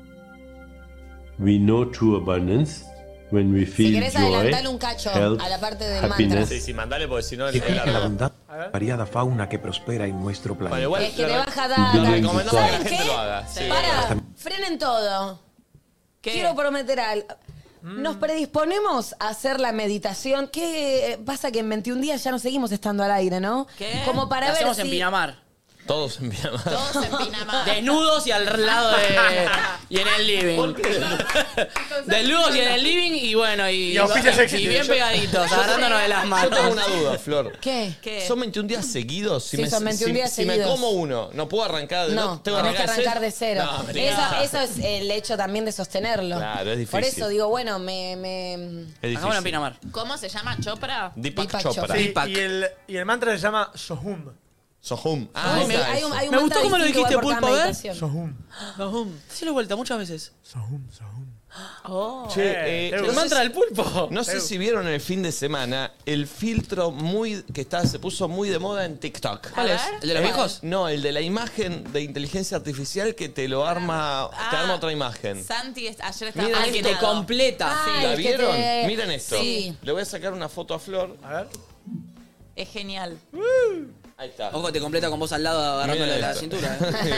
We know true abundance when we Si feel querés joy, adelantarle un cacho health, a la parte del mantra. happiness, Sí, sí, mandale porque si no es Significa la largo. bondad de la variada fauna que prospera en nuestro Bueno, planeta. igual Es que te lo baja lo data. recomendamos que la ¿Saben gente qué? lo haga. Sí. Para, frenen todo. ¿Qué? Quiero prometer algo. Nos predisponemos a hacer la meditación. ¿Qué pasa que en 21 días ya no seguimos estando al aire, no? ¿Qué? Como para La ver hacemos si... en Pinamar. Todos en Pinamar. Todos en Pinamar. Desnudos y al lado de... y en el living. Desnudos y en el living y bueno, y auspicias y éxito. bien pegaditos, agarrándonos de las Yo manos. tengo una duda, Flor. ¿Qué? ¿Qué? ¿Son 21 días seguidos? Sí, son 21 días si seguidos. me como uno, no puedo arrancar de No, tengo tenés que arrancar de cero. No, Eso es el hecho también de sostenerlo. Claro, es difícil. Por eso digo, bueno, Es Hagámoslo en difícil. Pinamar. ¿Cómo se llama? ¿Chopra? Deepak Deepak Chopra. Chopra. Sí, Deepak. y el mantra se llama Sohum. Sohum. Ah, Hay ahí está hay un, eso. hay un Me mantra gustó cómo lo distinto dijiste, igual por Pulpo, cada a ver. meditación. Sohum. Dale vuelta muchas veces. Sohum, Sohum. Oh. Che, El no El sé mantra si- del pulpo. No sé si vieron el fin de semana el filtro se puso muy de moda en TikTok. ¿Cuál es? ver. ¿El de los viejos? No, el de la imagen de inteligencia artificial que te lo arma, te arma otra imagen. Santi ayer estaba Mira, Al que te fascinado. completa. Ah, ¿La el que vieron? te- Miren esto. Sí. Le voy a sacar una foto a Flor. A ver. Es genial. Ahí está. Ojo, te completa con vos al lado agarrándole Mira la esto. cintura.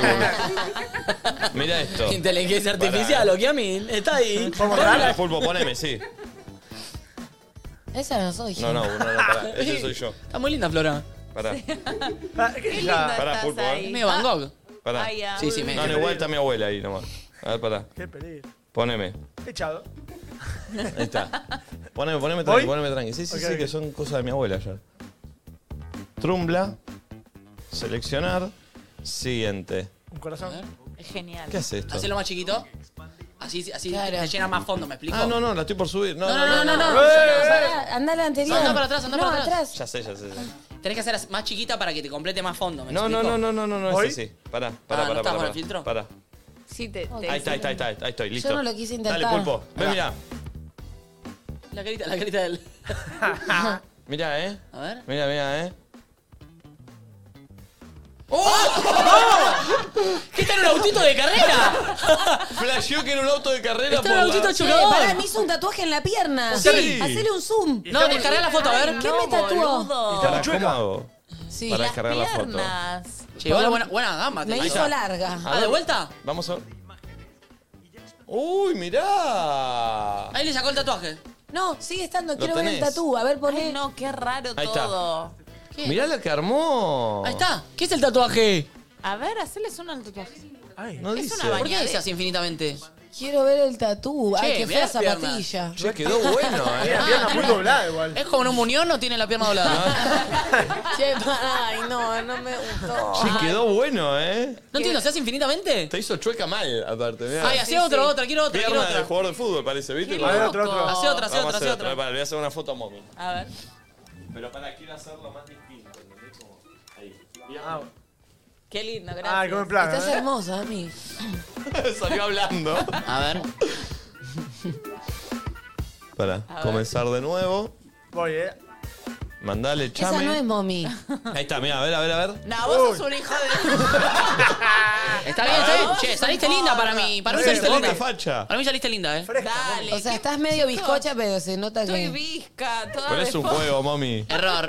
Mira esto. Inteligencia artificial, ¿o qué a mí? Está ahí. Poneme, Pulpo, poneme, sí. Esa no soy yo. No, pará. Ese soy yo. Está muy linda, Flora. Pará. ¿Qué es lindo esa? Pará, estás Pulpo, ahí. Es medio Van Gogh. Pará. Ay, ya. Sí, sí, me. No, igual está mi abuela ahí nomás. A ver, pará. Qué peligro. Poneme. Echado. Ahí está. Poneme ¿Voy? tranqui, poneme tranqui. Sí, Ok, sí, ok. que son cosas de mi abuela ya. Trumbla. Seleccionar. Siguiente. Un corazón. Es genial. ¿Qué hace esto? Hacelo más chiquito. Así Claro. te llena más fondo, ¿me explico? Ah, no, la estoy por subir. No. Pará, andá a la anterior. Andá para atrás, andá no, para atrás. Ya sé. Tenés que hacer más chiquita para que te complete más fondo, ¿me No, explico? no, ¿Voy? es así. Pará. ¿no estás con el filtro? Pará. Sí, te Ahí está, ahí estoy, listo. Yo no lo quise intentar. Dale, Pulpo. Ven, mirá. La carita de él. Mirá, A ver. Mirá, ¿Qué está en un autito de carrera? Flasheó que era un auto de carrera Está en un autito Che, chocador. pará, me hizo un tatuaje en la pierna. Sí. Hacele un zoom. No, descargá la foto, a ver. ¿Qué me tatuó? Pará, ¿cómo hago? Sí. Para Las descargar la foto. piernas. Che, igual buena gama. Me tenés. hizo larga. Ah, ¿de vuelta? Vamos a... ¡Uy, mirá! Ahí le sacó el tatuaje. No, sigue estando. Lo Quiero ver el tenés. tatú. A ver, Ay, poné. no, qué raro Ahí está. todo. Mirá lo que armó. Ahí está. ¿Qué es el tatuaje? A ver, hacerles uno al tatuaje. Ay. No Es dice. una ¿Por qué bañadera. deseas infinitamente? Quiero ver el tatú. Ay, Che, qué mirá fea las piernas. zapatilla. Che, quedó bueno, Tiene la pierna muy doblada igual. ¿Es como en un muñón o tiene la pierna doblada? Che, pará, ay, no me gustó. Che, quedó bueno, No entiendo, ¿se hace infinitamente? Te hizo chueca mal, aparte, mirá. Ay, hacé otra, quiero otra, Pierna de jugador de fútbol, parece, ¿viste? Qué A ver, loco. otro. Hacé otra, Vamos a hacer otra. Pará, le voy a hacer una foto a Momi. A ver. Pero para, quiero hacerlo más distinto, ¿entendés? Como ahí. Ah, Qué lindo, gracias. ay, cómo en plan. Estás hermosa, a mí. Salió hablando. A ver. Para, comenzar de nuevo. Voy, Mandale, Esa chame. no es mommy. Ahí está, mira, a ver. No, vos sos un hijo de... Está bien, está bien. Che, saliste linda para mí. Para mí saliste linda. facha. Para mí saliste linda, Dale. O sea, estás medio bizcocha, pero se nota Estoy que... visca, toda Pero es un juego, mami. Error.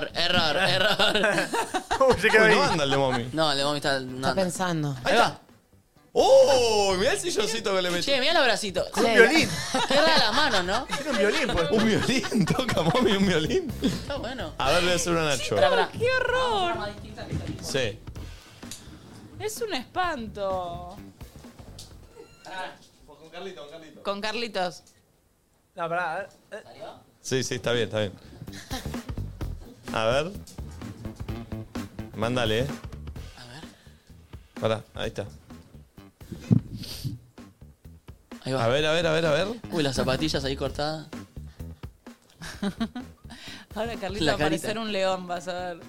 Se quedó Uy, ahí. no anda el de mami. No, el de Mommy está... Está pensando. Ahí va. ¡Oh! Mirá el silloncito que le metí. Che, mirá los bracitos. Con un violín. Qué rara las manos, ¿no? Tiene un violín, pues. Un violín, toca mami un violín. Está bueno. A ver, voy a hacer una Nacho. ¡Qué horror! Sí. Es un espanto. Con Carlitos. No, pará, a ver. Sí, está bien. A ver. Mándale, A ver. Pará, ahí está. Ahí va. A ver. Uy, las zapatillas ahí cortadas. Ahora Carlitos La va a carita. parecer un león, vas a ver.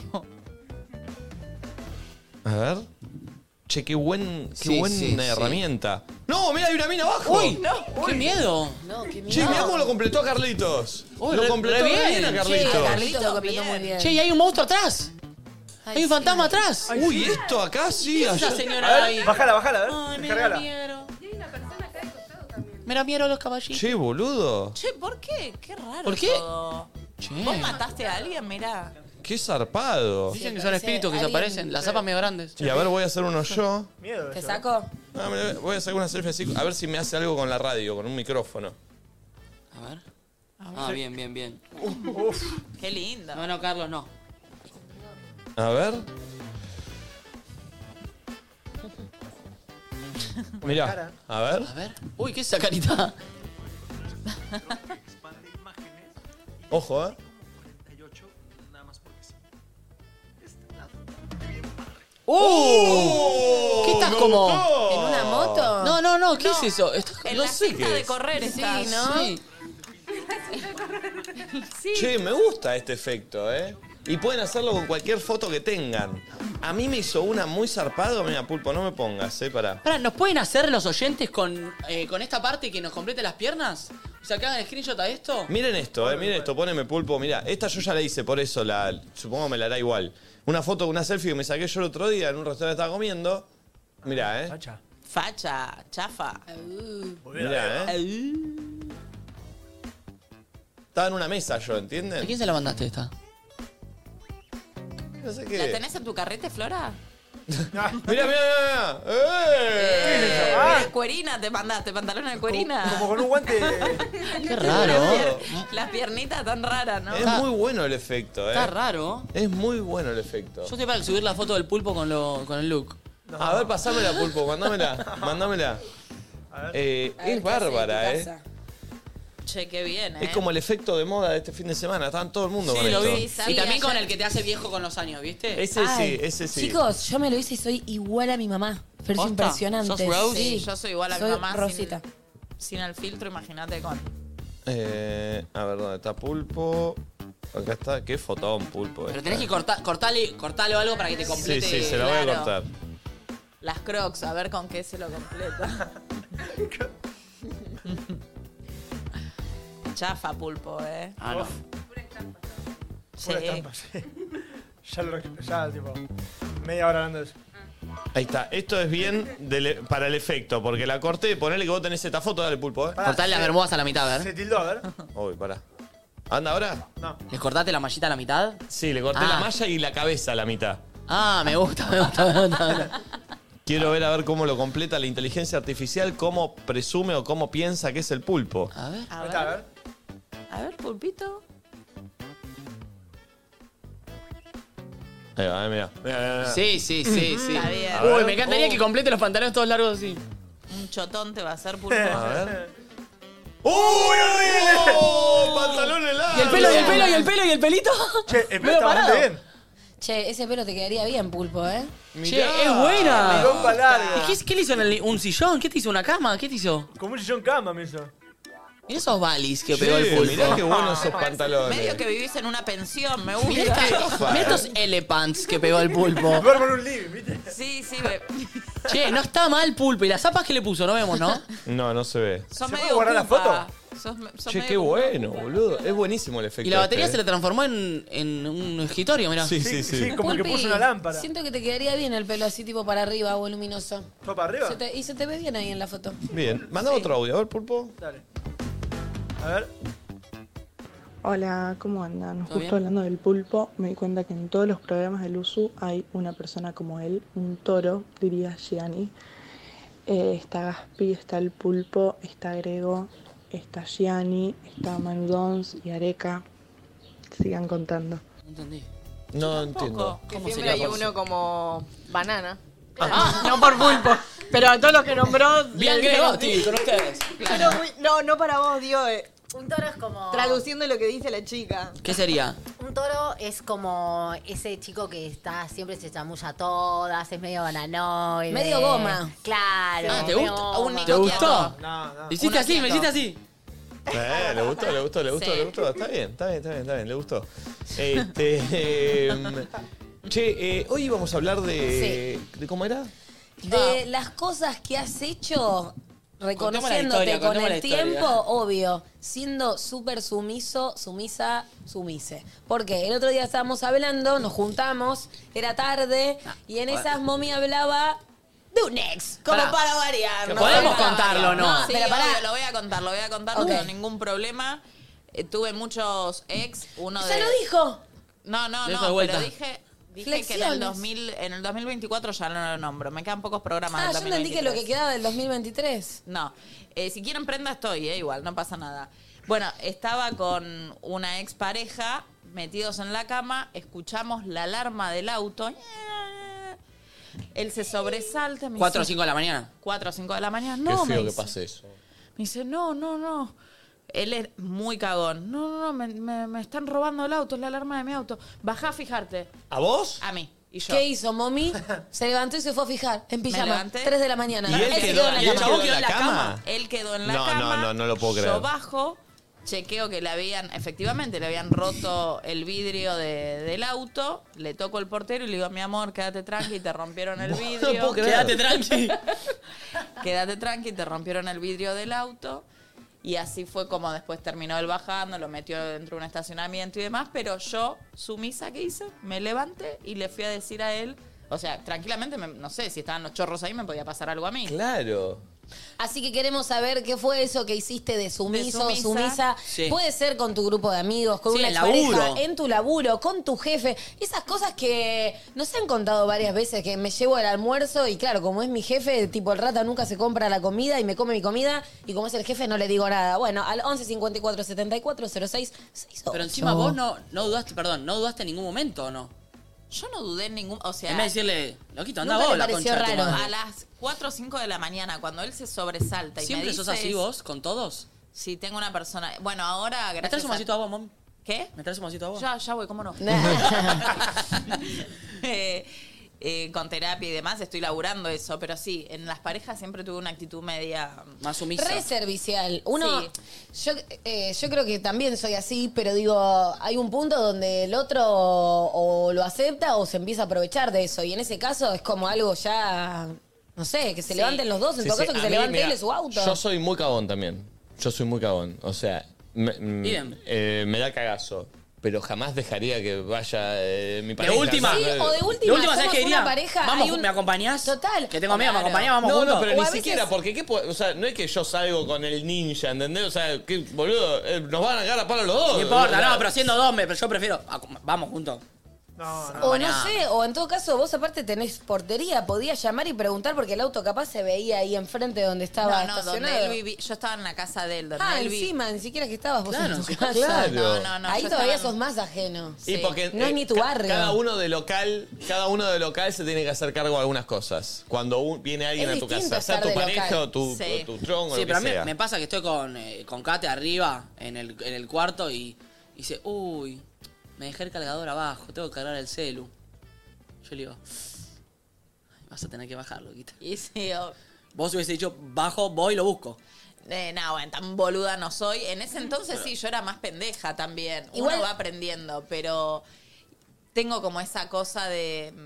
A ver. Che, qué buena Sí. herramienta. ¡No! ¡Mira, hay una mina abajo! ¡Uy! ¡Qué miedo! No, qué Che, mirá cómo lo completó a Carlitos. Uy, lo re completó bien. bien a Carlitos. Sí, Carlitos lo completó muy bien. Che, y hay un monstruo atrás. Hay un fantasma atrás. Uy, esto acá sí. Esa allá- señora ahí. Bájala, a ver. Ay, me da Descargala. miedo. Me da miedo los caballitos. Che, boludo. Che, ¿por qué? Qué raro ¿Por qué? todo. Che. ¿Vos mataste a alguien? Mirá. Qué zarpado. Dicen que son espíritus que se aparecen. Las zapas medio grandes. Y a ver, voy a hacer uno yo. Miedo. ¿Te eso. saco? Ah, mira, voy a hacer una selfie así. A ver si me hace algo con la radio, con un micrófono. A ver. Ah, bien. Qué linda. No, Carlos, no. A ver. Mira, a ver. A ver. Uy, ¿qué es esa carita? Ojo, ¿eh? ¿Qué estás me como? gustó! ¿En una moto? No, ¿qué es eso? En no la sé cinta qué de es. correr estás. ¿no? Sí. Sí. Che, me gusta este efecto, ¿eh? Y pueden hacerlo con cualquier foto que tengan. A mí me hizo una muy zarpado. Mira, Pulpo, no me pongas, pará. Pará, ¿nos pueden hacer los oyentes con esta parte que nos complete las piernas? O sea, que hagan screenshot a esto. Miren esto, miren esto, poneme Pulpo. Mira, esta yo ya la hice, por eso supongo me la hará igual. Una foto, una selfie que me saqué yo el otro día en un restaurante estaba comiendo. Mirá, Facha, chafa. Mirá, Estaba en una mesa yo, ¿A ¿entienden? quién se la mandaste esta? No sé ¿La qué. tenés en tu carrete, Flora? Mirá. Cuerina te mandaste, pantalones de cuerina. Como con un guante. Qué raro. Las piernitas tan raras, ¿no? Es muy bueno el efecto, Está raro. Es muy bueno el efecto. Yo estoy para subir la foto del pulpo con el look. A ver, pasámela, Pulpo, mándamela. Es bárbara, Che, qué bien, Es como el efecto de moda de este fin de semana. Estaban todo el mundo con Sí, lo esto. vi. Sí, Y también ayer- con el que te hace viejo con los años, ¿viste? Ese sí. Chicos, yo me lo hice y soy igual a mi mamá. Pero es ¿Posta? impresionante. ¿Sos Rose? Sí, yo soy igual a mi Soy mamá. Rosita. Sin el filtro, imagínate con. A ver, ¿dónde está Pulpo? Acá está. Qué fotón, Pulpo. Pero tenés que cortarle algo para que te complete. Sí, se la voy a claro. cortar. Las crocs, a ver con qué se lo completa. Chafa, Pulpo, Ah, no. Sí. Pura estampa, sí. Ya, tipo, media hora hablando de eso. Ahí está. Esto es bien para el efecto, porque la corté. Ponele que vos tenés esta foto, dale, Pulpo, Cortarle las bermudas a la mitad, a Se ver. tildó, a ver. Uy, pará. ¿Anda ahora? No. ¿Les cortaste la mallita a la mitad? Sí, le corté la malla y la cabeza a la mitad. Ah, me gusta. Quiero ver a ver cómo lo completa la inteligencia artificial, cómo presume o cómo piensa que es el pulpo. A ver. A Ahí está, a ver, ver. a ver, Pulpito. Ahí va, mira. Sí. Está bien. Uy, me encantaría que complete los pantalones todos largos así. Un chotón te va a hacer, Pulpo. A ver. ¡Uy, horrible! ¡Oh, pantalones largos! ¿Y el pelito? Che, el pelo Medio está bastante parado. bien. Che, ese pelo te quedaría bien, Pulpo, ¿eh? Che, es buena. Trompa larga. ¿Qué le hizo en un sillón? ¿Qué te hizo? ¿Una cama? ¿Qué te hizo? Como un sillón cama me hizo. Mirá esos balis que pegó el Che, pulpo. mirá qué buenos esos pantalones. Medio que vivís en una pensión, me Mirá gusta. estos elephants que pegó el pulpo. Duermo en un living, ¿viste? Sí, Che, no está mal pulpo. ¿Y las zapas que le puso? No vemos, ¿no? No se ve. Son ¿Se medio puede guardar la ocupa. foto? Sos Che, medio qué como- bueno, boludo. Es buenísimo el efecto. Y la batería este, se le transformó en un escritorio, mirá. Sí, sí, sí. Sí, como que Pulpi, puso una lámpara. Siento que te quedaría bien el pelo así tipo para arriba o luminoso. ¿Todo para arriba? Y se te ve bien ahí en la foto. Bien. Manda otro audio, a ver, Pulpo. Dale. A ver. Hola, ¿cómo andan? ¿Todo Justo bien? hablando del pulpo, me di cuenta que en todos los programas del USU hay una persona como él, un toro, diría Gianni. Está Gaspi, está el pulpo, está Grego, está Gianni, está Manu Dons y Areca. Sigan contando. No entendí. No entiendo. Que ¿Cómo siempre sería hay por- uno como banana. No por pulpo. Pero a todos los que nombró. Bien, Gregotti, con ustedes. Pero no para vos, digo. Un toro es como... Traduciendo lo que dice la chica. ¿Qué sería? Un toro es como ese chico que está siempre se chamulla a todas, es medio bananoide. Medio goma. Claro. Ah, ¿te medio gusta? goma. ¿Te gustó? No. Hiciste Uno así, me quieto. hiciste así. Le gustó, le gustó, le gustó, Sí. le gustó. Está bien, le gustó. Hoy vamos a hablar de ¿cómo era? De las cosas que has hecho, reconociéndote contemos con la el historia. tiempo, obvio, siendo súper sumiso, sumisa, sumise. Porque el otro día estábamos hablando, nos juntamos, era tarde, y en esas Momi hablaba de un ex, como Pará. para variar. Que ¿no? podemos Para contarlo, variar. ¿no? Sí, pero pará. obvio, lo voy a contar, Ok. sin ningún problema. Tuve muchos ex, uno Se de... lo dijo. No, Dejo de vuelta. pero dije que Flexiones. en el 2024 ya no lo nombro. Me quedan pocos programas Ah, del yo entendí que lo que 2023. quedaba del 2023. No, si quieren prenda estoy, igual, no pasa nada. Bueno, estaba con una ex pareja, metidos en la cama, escuchamos la alarma del auto. Él se sobresalta. Me 4 o dice, 5 de la mañana. 4 o 5 de la mañana. Qué No, me feo que dice. pase eso. Me dice, no. Él es muy cagón. No, me están robando el auto, es la alarma de mi auto. Bajá a fijarte. ¿A vos? A mí. Y yo. ¿Qué hizo, Momi? Se levantó y se fue a fijar en pijama. levanté. 3 de la mañana. ¿Y él se quedó en la y el cama. chabón quedó en la cama? Él quedó en la No, cama. no lo puedo creer. Yo bajo, chequeo que efectivamente le habían roto el vidrio del auto, le toco el portero y le digo, mi amor, quédate tranqui, te rompieron el vidrio. puedo creer. Quédate tranqui. Quédate tranqui, te rompieron el vidrio del auto. Y así fue como después terminó él bajando, lo metió dentro de un estacionamiento y demás. Pero yo, sumisa, ¿qué hice? Me levanté y le fui a decir a él, o sea, tranquilamente, no sé, si estaban los chorros ahí me podía pasar algo a mí. Claro. Así que queremos saber qué fue eso que hiciste de sumiso, De sumisa. sumisa. Sí. Puede ser con tu grupo de amigos, con Sí, una en expareja, laburo. en tu laburo, con tu jefe. Esas cosas que nos han contado varias veces, que me llevo el almuerzo y claro, como es mi jefe, tipo el rata nunca se compra la comida y me come mi comida y como es el jefe no le digo nada. Bueno, al 11 54 74 06 68. Pero encima vos no dudaste en ningún momento, ¿o no? Yo no dudé en ningún... O sea, En vez de decirle, loquito, anda Nunca vos, le la pareció concha de tu raro. madre. a las 4 o 5 de la mañana, cuando él se sobresalta y ¿Siempre me dice... sos así vos, con todos? Sí, tengo una persona... Bueno, ahora ¿Me traes gracias un vasito de agua, mom? ¿Qué? ¿Me traes un vasito de agua? Ya voy, ¿cómo no? Con terapia y demás estoy laburando eso, pero sí, en las parejas siempre tuve una actitud media... Más sumisa. Re servicial. Uno, Sí. yo creo que también soy así, pero digo, hay un punto donde el otro o lo acepta o se empieza a aprovechar de eso. Y en ese caso es como algo ya, no sé, que se Sí. levanten los dos, en Sí, todo sí, caso que a se mí, levante mira, él de su auto. Yo soy muy cagón también. Yo soy muy cagón. O sea, Bien. me da cagazo. Pero jamás dejaría que vaya mi De pareja. última. Sí, o de última, ¿sabes somos qué diría? una pareja, Vamos, hay un- ¿me acompañás? Total. Que tengo miedo, ¿me Claro. acompañás? Vamos No, juntos. no, pero O ni a veces- siquiera, porque o sea, no es que yo salgo con el ninja, ¿entendés? O sea, que, boludo, nos van a cagar a palo los dos. No importa, O sea, no, pero siendo dos, pero yo prefiero. Vamos juntos. No. O no Mañana. sé, o en todo caso vos aparte tenés portería, podías llamar y preguntar porque el auto capaz se veía ahí enfrente donde estaba No, estacionado. donde él vivía... Yo estaba en la casa de él, donde Ah, él vivía. encima, ni siquiera que estabas vos Claro, en tu sí, casa. claro. No, Ahí yo todavía estaba sos más ajeno. Y porque No es ni tu barrio. Cada uno de local se tiene que hacer cargo de algunas cosas. Cuando viene alguien Es a tu distinto casa, sea estar tu de pareja local. o tu, Sí. o tu tronco, Sí, lo pero que a mí sea. me pasa que estoy con Kate arriba en el cuarto y dice, uy, me dejé el cargador abajo, tengo que cargar el celu. Yo le digo, vas a tener que bajarlo, Quita. Y sí, Vos hubiese dicho, bajo, voy y lo busco. no, bueno, tan boluda no soy. En ese entonces sí, yo era más pendeja también. Igual- Uno va aprendiendo, pero tengo como esa cosa de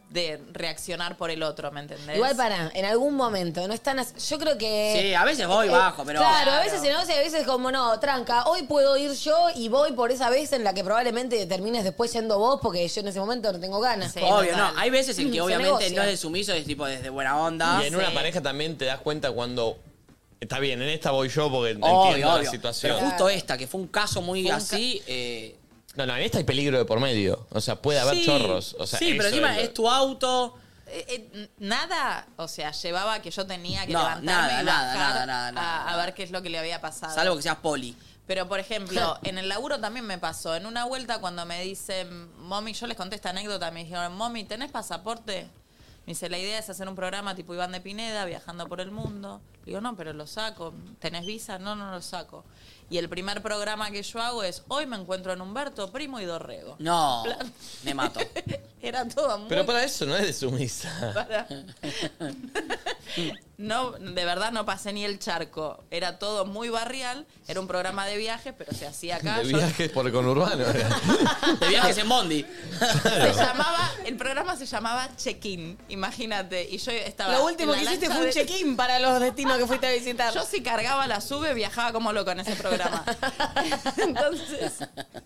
de reaccionar por el otro, ¿me entendés? Igual en algún momento, no están... Yo creo que... Sí, a veces voy bajo, pero... Claro, a veces se negocia, a veces como no, tranca, hoy puedo ir yo y voy por esa vez en la que probablemente termines después yendo vos porque yo en ese momento no tengo ganas. Sí, Obvio, total. no. Hay veces en que Se obviamente negocia. no es de sumiso, es tipo desde buena onda. Y en una pareja también te das cuenta cuando... Está bien, en esta voy yo porque Obvio, entiendo obvio. la situación. Pero justo esta, que fue un caso muy así... No, en esta hay peligro de por medio. O sea, puede haber sí, chorros. O sea, sí, pero eso encima es tu auto... Nada, o sea, llevaba que yo tenía que No, levantarme nada, y bajar nada. a ver qué es lo que le había pasado. Salvo que seas poli. Pero, por ejemplo, en el laburo también me pasó. En una vuelta cuando me dicen, Mami, yo les conté esta anécdota, me dijeron, Mami, ¿tenés pasaporte? Me dice, la idea es hacer un programa tipo Iván de Pineda, viajando por el mundo. Digo, no, pero lo saco. ¿Tenés visa? No, no lo saco. Y el primer programa que yo hago es, hoy me encuentro en Humberto, Primo y Dorrego. No, me mato. Era todo muy... Pero para eso no es de sumisa. No, de verdad no pasé ni el charco. Era todo muy barrial. Era un programa de viajes, pero se hacía acá. De Yo- viajes por el conurbano. De viajes en Bondi. el programa se llamaba Check-in, imagínate. Y yo estaba. Lo último en que la hiciste lancha fue un de- check-in para los destinos que fuiste a visitar. Yo si cargaba la sube, viajaba como loco en ese programa. Entonces,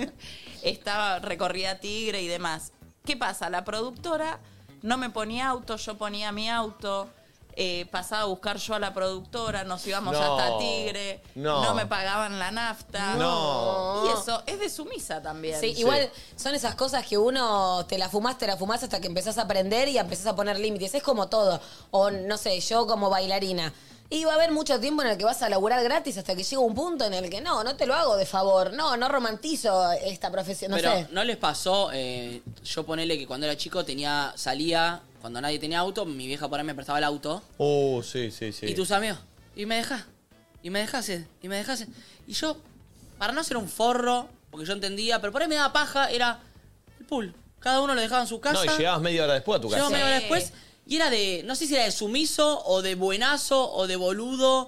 recorría Tigre y demás. ¿Qué pasa? La productora no me ponía auto, yo ponía mi auto. Pasaba a buscar yo a la productora, nos íbamos No, hasta Tigre, no. no me pagaban la nafta. No. Y eso es de sumisa también. Sí, igual son esas cosas que uno te la fumás hasta que empezás a aprender y empezás a poner límites. Es como todo. O no sé, yo como bailarina. Y va a haber mucho tiempo en el que vas a laburar gratis hasta que llega un punto en el que no te lo hago de favor. No romantizo esta profesión, no Pero sé. ¿no les pasó? Yo ponele que cuando era chico salía, cuando nadie tenía auto, mi vieja por ahí me prestaba el auto. Sí, sí, sí. Y tus amigos, y me dejaste. Y yo, para no ser un forro, porque yo entendía, pero por ahí me daba paja, era el pool. Cada uno lo dejaba en su casa. No, y llegabas media hora después a tu casa. Llegaba media hora después. Y era de, no sé si era de sumiso, o de buenazo, o de boludo,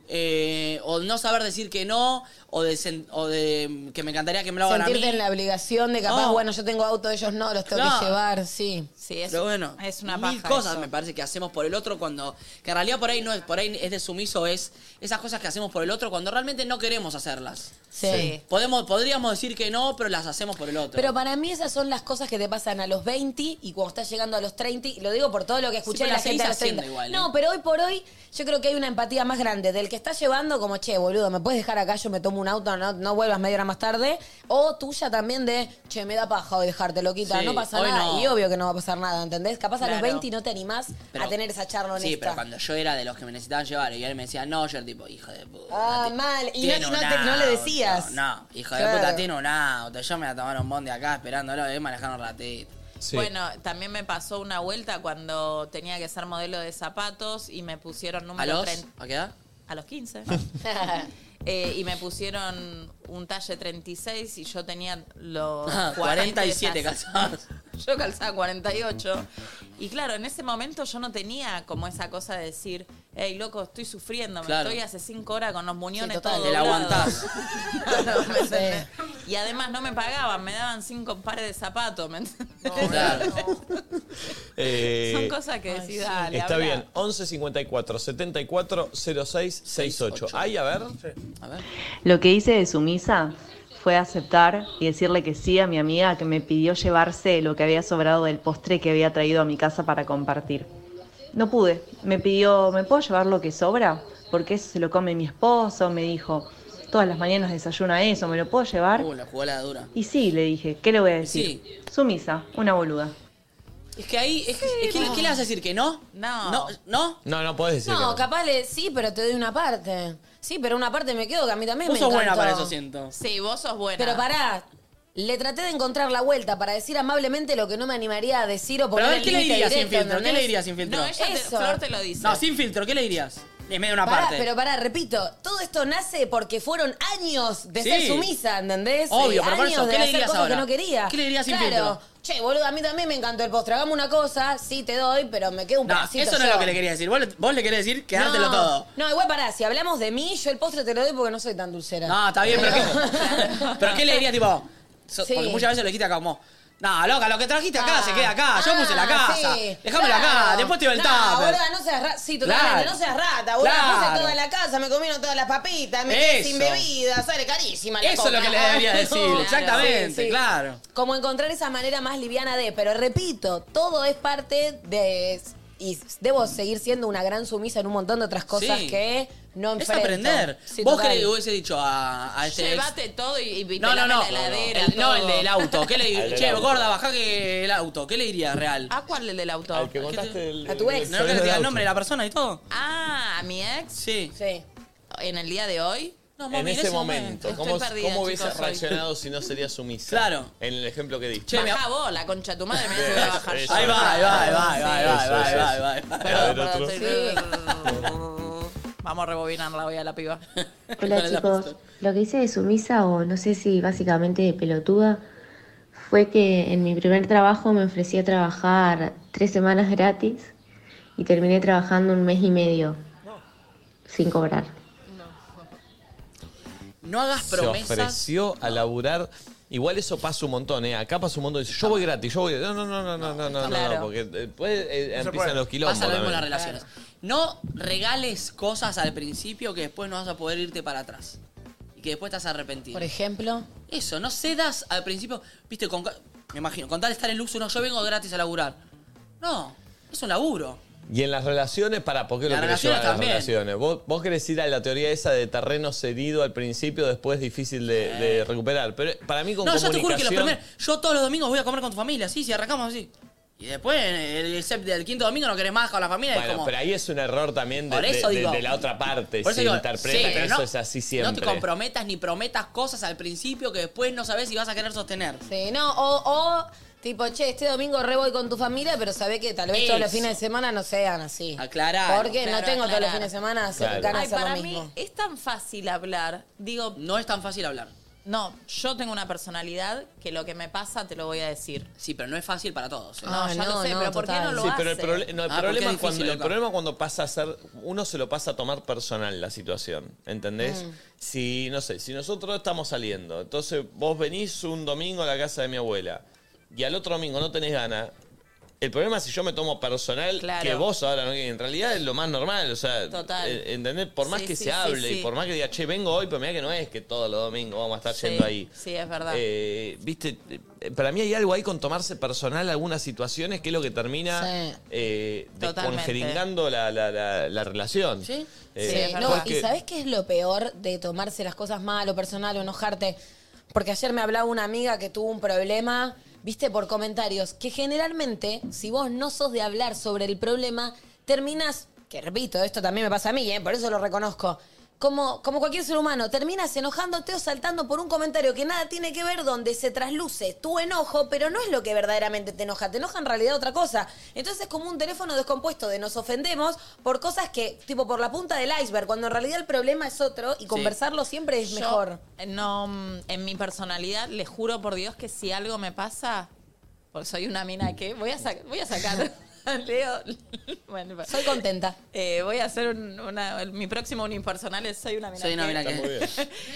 o no saber decir que no, o de que me encantaría que me lo hagan a mí. Sentirte en la obligación de capaz, bueno, yo tengo auto, ellos no, los tengo Claro. que llevar, sí. Sí, es, Pero bueno, es una mil paja cosas eso. me parece que hacemos por el otro cuando... Que en realidad por ahí no es, por ahí es de sumiso, es esas cosas que hacemos por el otro cuando realmente no queremos hacerlas. Sí. Podríamos decir que no, pero las hacemos por el otro. Pero para mí esas son las cosas que te pasan a los 20 y cuando estás llegando a los 30, y lo digo por todo lo que escuché Sí, de pero la la gente a los seguís 30. haciendo igual, ¿eh? No, pero hoy por hoy yo creo que hay una empatía más grande del que está llevando como, che, boludo, ¿me puedes dejar acá? Yo me tomo un auto, no vuelvas media hora más tarde. O tuya también de, che, me da paja hoy dejarte loquita, Sí, no pasa hoy nada. no. Y obvio que no va a pasar nada, ¿entendés? Capaz a los Claro. 20 no te animás Pero- a tener esa charla honesta. Sí, pero cuando yo era de los que me necesitaban llevar y él me decía, no, yo era tipo, hijo de puta. Ah, mal. Y tiene no un le auto. decías. No, hijo de Claro. puta, tiene un auto. Yo me voy a tomar un bondi acá esperándolo y manejando un ratito. Sí. Bueno, también me pasó una vuelta cuando tenía que ser modelo de zapatos y me pusieron ¿A número los? 30. ¿A qué edad? A los 15. Y me pusieron un talle 36 y yo tenía los 47 calzados. calzados. Yo calzaba 48. Y claro, en ese momento yo no tenía como esa cosa de decir, hey, loco, estoy sufriendo, Claro. me estoy hace 5 horas con los muñones Sí, total. todos Te la doblados". aguantás. Claro, ¿me entendés? Y además no me pagaban, me daban 5 pares de zapatos. ¿me entendés? Claro. Son cosas que decís, dale, Está habla. bien. 11 54 74 06 68. Ahí, a ver. A ver. Lo que hice de sumisa fue aceptar y decirle que sí a mi amiga que me pidió llevarse lo que había sobrado del postre que había traído a mi casa para compartir. No pude. Me pidió, ¿me puedo llevar lo que sobra? Porque eso se lo come mi esposo, me dijo. Todas las mañanas desayuna eso, ¿me lo puedo llevar? La jugó la dura. Y sí, le dije, ¿qué le voy a decir? Sumisa, una boluda. Es que ahí, ¿qué le vas a decir? ¿Que no? No. ¿No? No podés decir que No, no. capaz sí, pero te doy una parte. Sí, pero una parte me quedo que a mí también Vos me sos buena encantó. para eso, siento. Sí, vos sos buena. Pero pará, le traté de encontrar la vuelta para decir amablemente lo que no me animaría a decir o Pero poner a ver, el ¿qué le límite dirías sin directo, filtro? ¿Qué le ¿entendés? dirías sin filtro? No, ella Eso. Flor te lo dice. No, sin filtro, ¿qué le dirías? En medio de una Pará, parte. pero pará, repito, todo esto nace porque fueron años de Sí. ser sumisa, ¿entendés? Obvio, pero por años eso, de ¿qué le hacer dirías cosas ahora? que no quería. ¿Qué le dirías sin claro. filtro? Che, boludo, a mí también me encantó el postre. Hagamos una cosa, sí te doy, pero me quedo un No, pedacito eso no es yo. lo que le quería decir. Vos le querés decir quedártelo no, todo. No, igual pará, si hablamos de mí, yo el postre te lo doy porque no soy tan dulcera. No, está bien, pero ¿qué le dirías, tipo? Sí. Porque muchas veces lo dijiste acá como, No, loca, lo que trajiste acá se queda acá. Yo puse la casa. Sí, Déjamelo acá, después te doy el No, tupper. boluda, no seas rata. Sí, totalmente, Claro. no seas rata, boluda. Claro. Puse toda en la casa, me comieron todas las papitas, me quedé sin Eso. bebida, sale carísima la Eso es lo que le debería decir, Claro. exactamente, Sí, sí. claro. Como encontrar esa manera más liviana de, pero repito, todo es parte de... Y debo seguir siendo una gran sumisa en un montón de otras cosas Sí. que no Es enfrento. aprender. Sí, Vos total. que le hubiese dicho a este ex... Llévate todo y No, la no. heladera. No, el todo. del auto. ¿Qué le Al diría? del Che, auto. gorda, bajá que el auto. ¿Qué le diría real? ¿A cuál el del auto? Al que contaste A tu ex. ¿No que te diga el nombre de la persona y todo? Ah, ¿a mi ex? Sí. Sí. ¿En el día de hoy? No, En mami, ese momento, Estoy ¿cómo perdida, hubiese chicos, hoy. reaccionado si no sería sumisa? Claro. En el ejemplo que diste. Che, Baja vos, la concha de tu madre, me voy a bajar yo. Ahí va. A ver, otro. Vamos a rebobinarla hoy a la piba. Hola chicos, lo que hice de sumisa o no sé si básicamente de pelotuda fue que en mi primer trabajo me ofrecí a trabajar 3 semanas gratis y terminé trabajando 1 mes y medio sin cobrar. No hagas Se promesas. ofreció a laburar. Igual eso pasa un montón, ¿eh? Acá pasa un montón. Dice, yo voy gratis, yo voy. No, Claro. porque después empiezan puede. los quilombos. Pasa lo mismo en las también. relaciones. No regales cosas al principio que después no vas a poder irte para atrás. Y que después te vas a arrepentir. Por ejemplo. Eso, no cedas al principio. Viste, me imagino, con tal de estar en luxo, no, yo vengo gratis a laburar. No, es un laburo. Y en las relaciones, ¿por qué lo Las querés llevar a las también. relaciones? ¿Vos querés ir a la teoría esa de terreno cedido al principio, después difícil de recuperar. Pero para mí con No, yo te juro que comunicación... yo todos los domingos voy a comer con tu familia, sí, si arrancamos así. Y después, el quinto domingo no querés más con la familia. Bueno, es como, pero ahí es un error también Por eso digo. de la otra parte. Por eso Se digo, interpreta sí, que pero eso no- es así siempre. no te comprometas ni prometas cosas al principio que después no sabes si vas a querer sostener. Sí, no, o tipo, che, este domingo re voy con tu familia, pero sabés que tal vez todos los Eso. fines de semana no sean así. Aclarar. Porque no tengo todos los fines de semana Claro. ganas Ay, de hacer para lo mí mismo. es tan fácil hablar. Digo, No es tan fácil hablar. no, yo tengo una personalidad que lo que me pasa te lo voy a decir. Sí, pero no es fácil para todos. ¿eh? No, ya lo sé, pero ¿por qué no lo Sí, hace? pero el porque problema es es cuando, difícil, el loca. problema cuando pasa a ser, uno se lo pasa a tomar personal la situación, ¿entendés? Si, no sé, si nosotros estamos saliendo, entonces vos venís un domingo a la casa de mi abuela y al otro domingo no tenés ganas, el problema es si yo me tomo personal Claro. que vos ahora, ¿no? Que en realidad es lo más normal, o sea, Total. ¿entendés? Por más Sí, que sí, se sí, hable sí. y por más que diga, che, vengo hoy, pero mira que no es que todos los domingos vamos a estar Sí, yendo ahí. sí, es verdad. Viste, para mí hay algo ahí con tomarse personal algunas situaciones que es lo que termina Sí. Totalmente. descongeringando la relación. ¿Sí? Sí, no, porque- y ¿sabés qué es lo peor de tomarse las cosas mal o personal o enojarte? Porque ayer me hablaba una amiga que tuvo un problema, viste, por comentarios, que generalmente, si vos no sos de hablar sobre el problema, terminas, que repito, esto también me pasa a mí, por eso lo reconozco, como cualquier ser humano, terminas enojándote o saltando por un comentario que nada tiene que ver, donde se trasluce tu enojo, pero no es lo que verdaderamente te enoja en realidad otra cosa. Entonces es como un teléfono descompuesto de nos ofendemos por cosas que, tipo por la punta del iceberg, cuando en realidad el problema es otro y conversarlo siempre es Yo, mejor. No, en mi personalidad, le juro por Dios que si algo me pasa, porque soy una mina que voy a sacar. Leo, bueno, Soy contenta. voy a hacer mi próximo unipersonal es soy una mina Soy una mina Está muy bien.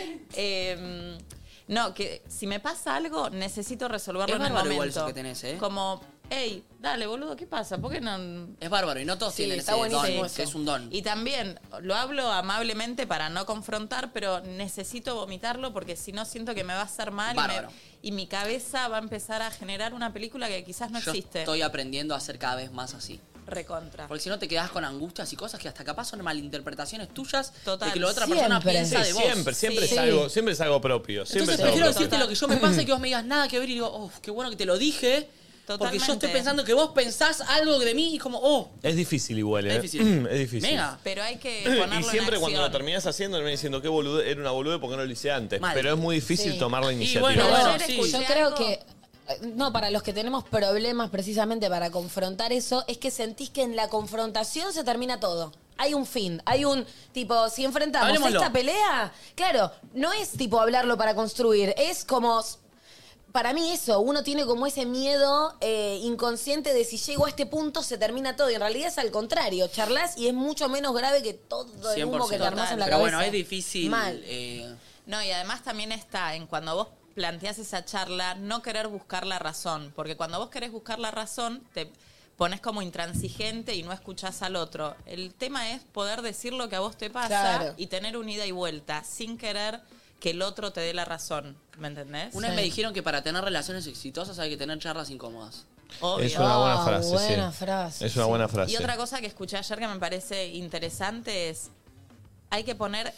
no, que si me pasa algo, necesito resolverlo Es en el bárbaro igual momento. eso que tenés, ¿eh? Como, hey, dale, boludo, ¿qué pasa? ¿Por qué no...? Es bárbaro y no todos Sí, tienen está ese buenísimo don, eso. que es un don. Y también lo hablo amablemente para no confrontar, pero necesito vomitarlo porque si no siento que me va a hacer mal Bárbaro. y mi cabeza va a empezar a generar una película que quizás no Yo existe. estoy aprendiendo a ser cada vez más así. Recontra. Porque si no te quedás con angustias y cosas que hasta capaz son malinterpretaciones tuyas Total. de que la otra Siempre. persona piensa Sí, de vos. siempre Sí. es algo propio. Siempre Entonces es algo prefiero propio. decirte lo que yo me pasa y que vos me digas nada que ver y digo, oh, qué bueno que te lo dije. Porque yo Totalmente. estoy pensando que vos pensás algo de mí y como, oh, Es difícil igual, ¿eh? es difícil. Es difícil. Mega. Pero hay que Y ponerlo siempre en cuando lo acción. terminás haciendo, terminás diciendo que era una bolude porque no lo hice antes. Mal. Pero es muy difícil Sí. tomar la Y iniciativa. bueno, Pero bueno, sí. yo creo que, no, para los que tenemos problemas precisamente para confrontar eso, es que sentís que en la confrontación se termina todo. Hay un fin, hay un tipo, si enfrentamos Hablemoslo. esta pelea, claro, no es tipo hablarlo para construir, es como, para mí eso, uno tiene como ese miedo inconsciente de si llego a este punto se termina todo, y en realidad es al contrario, charlas y es mucho menos grave que todo el humo que te armás en la Pero cabeza. bueno, es difícil. Mal. No, y además también está en cuando vos planteás esa charla, no querer buscar la razón. Porque cuando vos querés buscar la razón, te pones como intransigente y no escuchás al otro. El tema es poder decir lo que a vos te pasa Claro. y tener un ida y vuelta, sin querer que el otro te dé la razón. ¿Me entendés? Una vez me dijeron que para tener relaciones exitosas hay que tener charlas incómodas. Obvio. Es una buena frase, buena sí. frase, Es una buena frase. Y otra cosa que escuché ayer que me parece interesante es, hay que poner,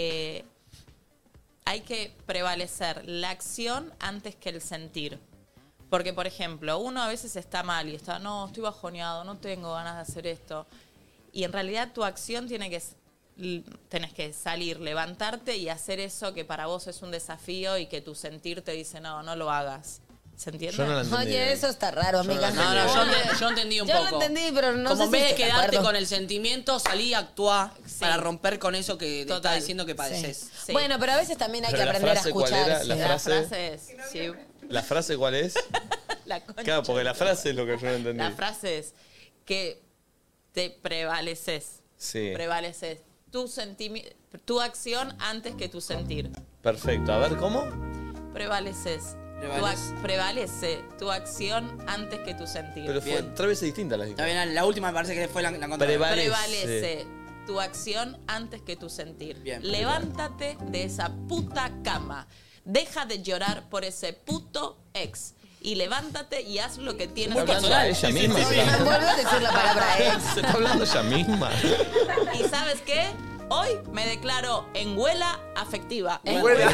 hay que prevalecer la acción antes que el sentir. Porque, por ejemplo, uno a veces está mal y está, no, estoy bajoneado, no tengo ganas de hacer esto. Y en realidad tu acción tenés que salir, levantarte y hacer eso que para vos es un desafío y que tu sentir te dice, no, no lo hagas. ¿Se entiende? Yo no la entendí. Oye, eso está raro, amiga. Yo entendí un Yo poco. lo entendí, pero no Como sé en vez si de estoy de quedarte acuerdo. con el sentimiento, salí y actuá para romper con eso que te está diciendo que padeces. Sí. Bueno, pero a veces también hay que Pero la aprender a frase, ¿cuál escuchar. era? La frase- es, sí, ¿La frase cuál es? la concha. Claro, porque la frase es lo que yo no entendí. La frase es que te prevaleces. Sí. Prevaleces tu acción antes que tu sentir. Perfecto. A ver, ¿cómo? Prevaleces. Prevalece. Prevalece tu acción antes que tu sentir. Pero fue Bien. 3 veces distinta la Está bien, la última me parece que fue la contraria. Prevalece tu acción antes que tu sentir. Bien. Levántate de esa puta cama. Deja de llorar por ese puto ex. Y levántate y haz lo que tienes ¿Está que hablando a ella misma? Vuelve a decir la palabra ex. Se está hablando ella misma. ¿Y sabes qué? Hoy me declaro en huela afectiva. De vuelta.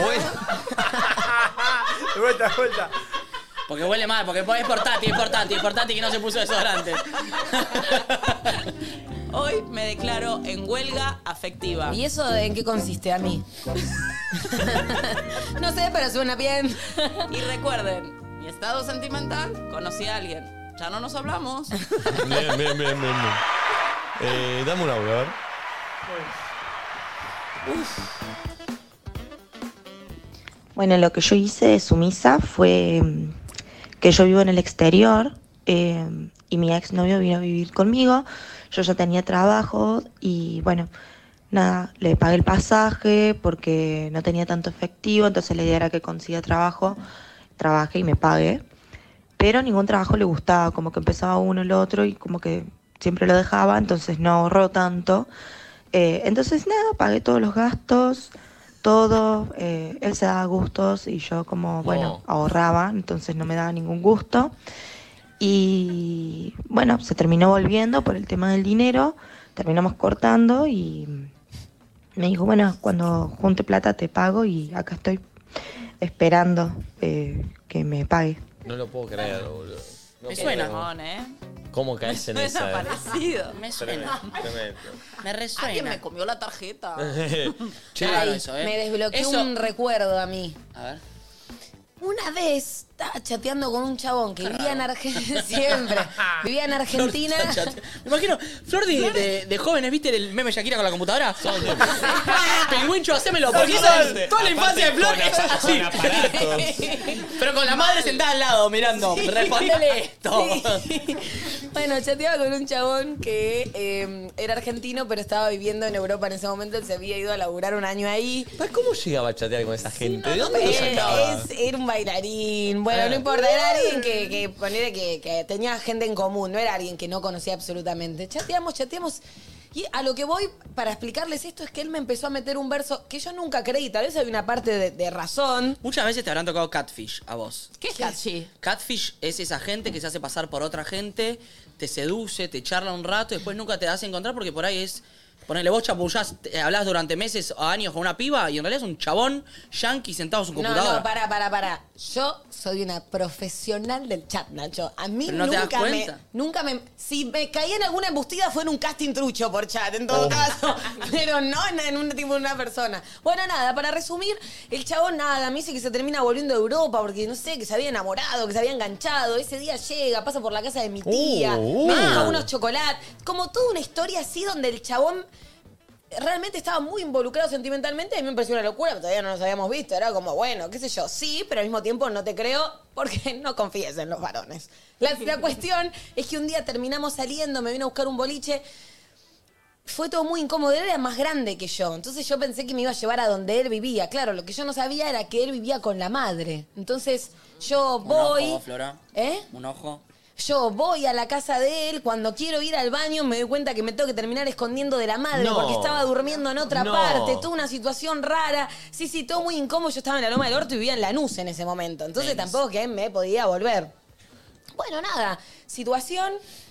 Porque huele mal, porque es portátil que no se puso desodorante. Hoy me declaro en huelga afectiva. ¿Y eso en qué consiste a mí? No sé, pero suena bien. Y recuerden, mi estado sentimental, conocí a alguien. Ya no nos hablamos. Bien. Dame un audio, a ver. Bueno, lo que yo hice de sumisa fue que yo vivo en el exterior y mi exnovio vino a vivir conmigo. Yo ya tenía trabajo y bueno, nada, le pagué el pasaje porque no tenía tanto efectivo, entonces la idea era que consiga trabajo, trabaje y me pague. Pero ningún trabajo le gustaba, como que empezaba uno el otro y como que siempre lo dejaba, entonces no ahorró tanto. Entonces nada, pagué todos los gastos, todo, él se daba gustos y yo como, bueno, ahorraba, entonces no me daba ningún gusto. Y bueno, se terminó volviendo por el tema del dinero, terminamos cortando y me dijo, bueno, cuando junte plata te pago y acá estoy esperando que me pague. No lo puedo creer, boludo. No Me puedo suena. creer. ¿Cómo caes en esa? parecido. Me suena. Tremendo. Me resuena. Alguien me comió la tarjeta. Che, Ay, eso, me desbloqueó Eso- un recuerdo a mí. A ver. Una vez estaba chateando con un chabón que vivía en Argentina. Siempre. Vivía en Argentina. Me imagino, Flor de jóvenes, ¿viste el meme Shakira con la computadora? Pingüincho, hacémelo, porque esa es toda la infancia de Flor es así. Pero con la madre sentada al lado, mirando. Respondele esto. Sí. Bueno, chateaba con un chabón que era argentino, pero estaba viviendo en Europa en ese momento. Él se había ido a laburar un año ahí. ¿Cómo llegaba a chatear con esa gente? ¿De dónde lo sacaba? Era un bailarín. Bueno, no importa. Era alguien que ponele que tenía gente en común. No era alguien que no conocía absolutamente. Chateamos. Y a lo que voy para explicarles esto es que él me empezó a meter un verso que yo nunca creí. Tal vez hay una parte de razón. Muchas veces te habrán tocado catfish a vos. ¿Qué es catfish? Catfish es esa gente que se hace pasar por otra gente, te seduce, te charla un rato, y después nunca te das a encontrar porque por ahí es... Ponele, vos chapullás, hablás durante meses o años con una piba y en realidad es un chabón yankee sentado en su computadora. No, para. Yo soy una profesional del chat, Nacho. A mí ¿Pero no te das cuenta? nunca me... Si me caí en alguna embustida fue en un casting trucho por chat, en todo caso. Pero no en un tipo de una persona. Bueno, nada, para resumir, el chabón nada, me dice que se termina volviendo a Europa porque, no sé, que se había enamorado, que se había enganchado. Ese día llega, pasa por la casa de mi tía, me deja unos chocolates. Como toda una historia así donde el chabón... realmente estaba muy involucrado sentimentalmente y a mí me pareció una locura, pero todavía no nos habíamos visto. Era como, bueno, qué sé yo, sí, pero al mismo tiempo no te creo porque no confíes en los varones. La cuestión es que un día terminamos saliendo, me vino a buscar un boliche fue todo muy incómodo. Él era más grande que yo. Entonces yo pensé que me iba a llevar a donde él vivía. Claro, lo que yo no sabía era que él vivía con la madre. Entonces yo voy... Un ojo, Flora. ¿Eh? Un ojo. Yo voy a la casa de él, cuando quiero ir al baño me doy cuenta que me tengo que terminar escondiendo de la madre No. porque estaba durmiendo en otra No. parte, toda una situación rara. Sí, todo muy incómodo. Yo estaba en la Loma del Orto y vivía en Lanús en ese momento. Entonces tampoco que me podía volver. Bueno, nada, situación.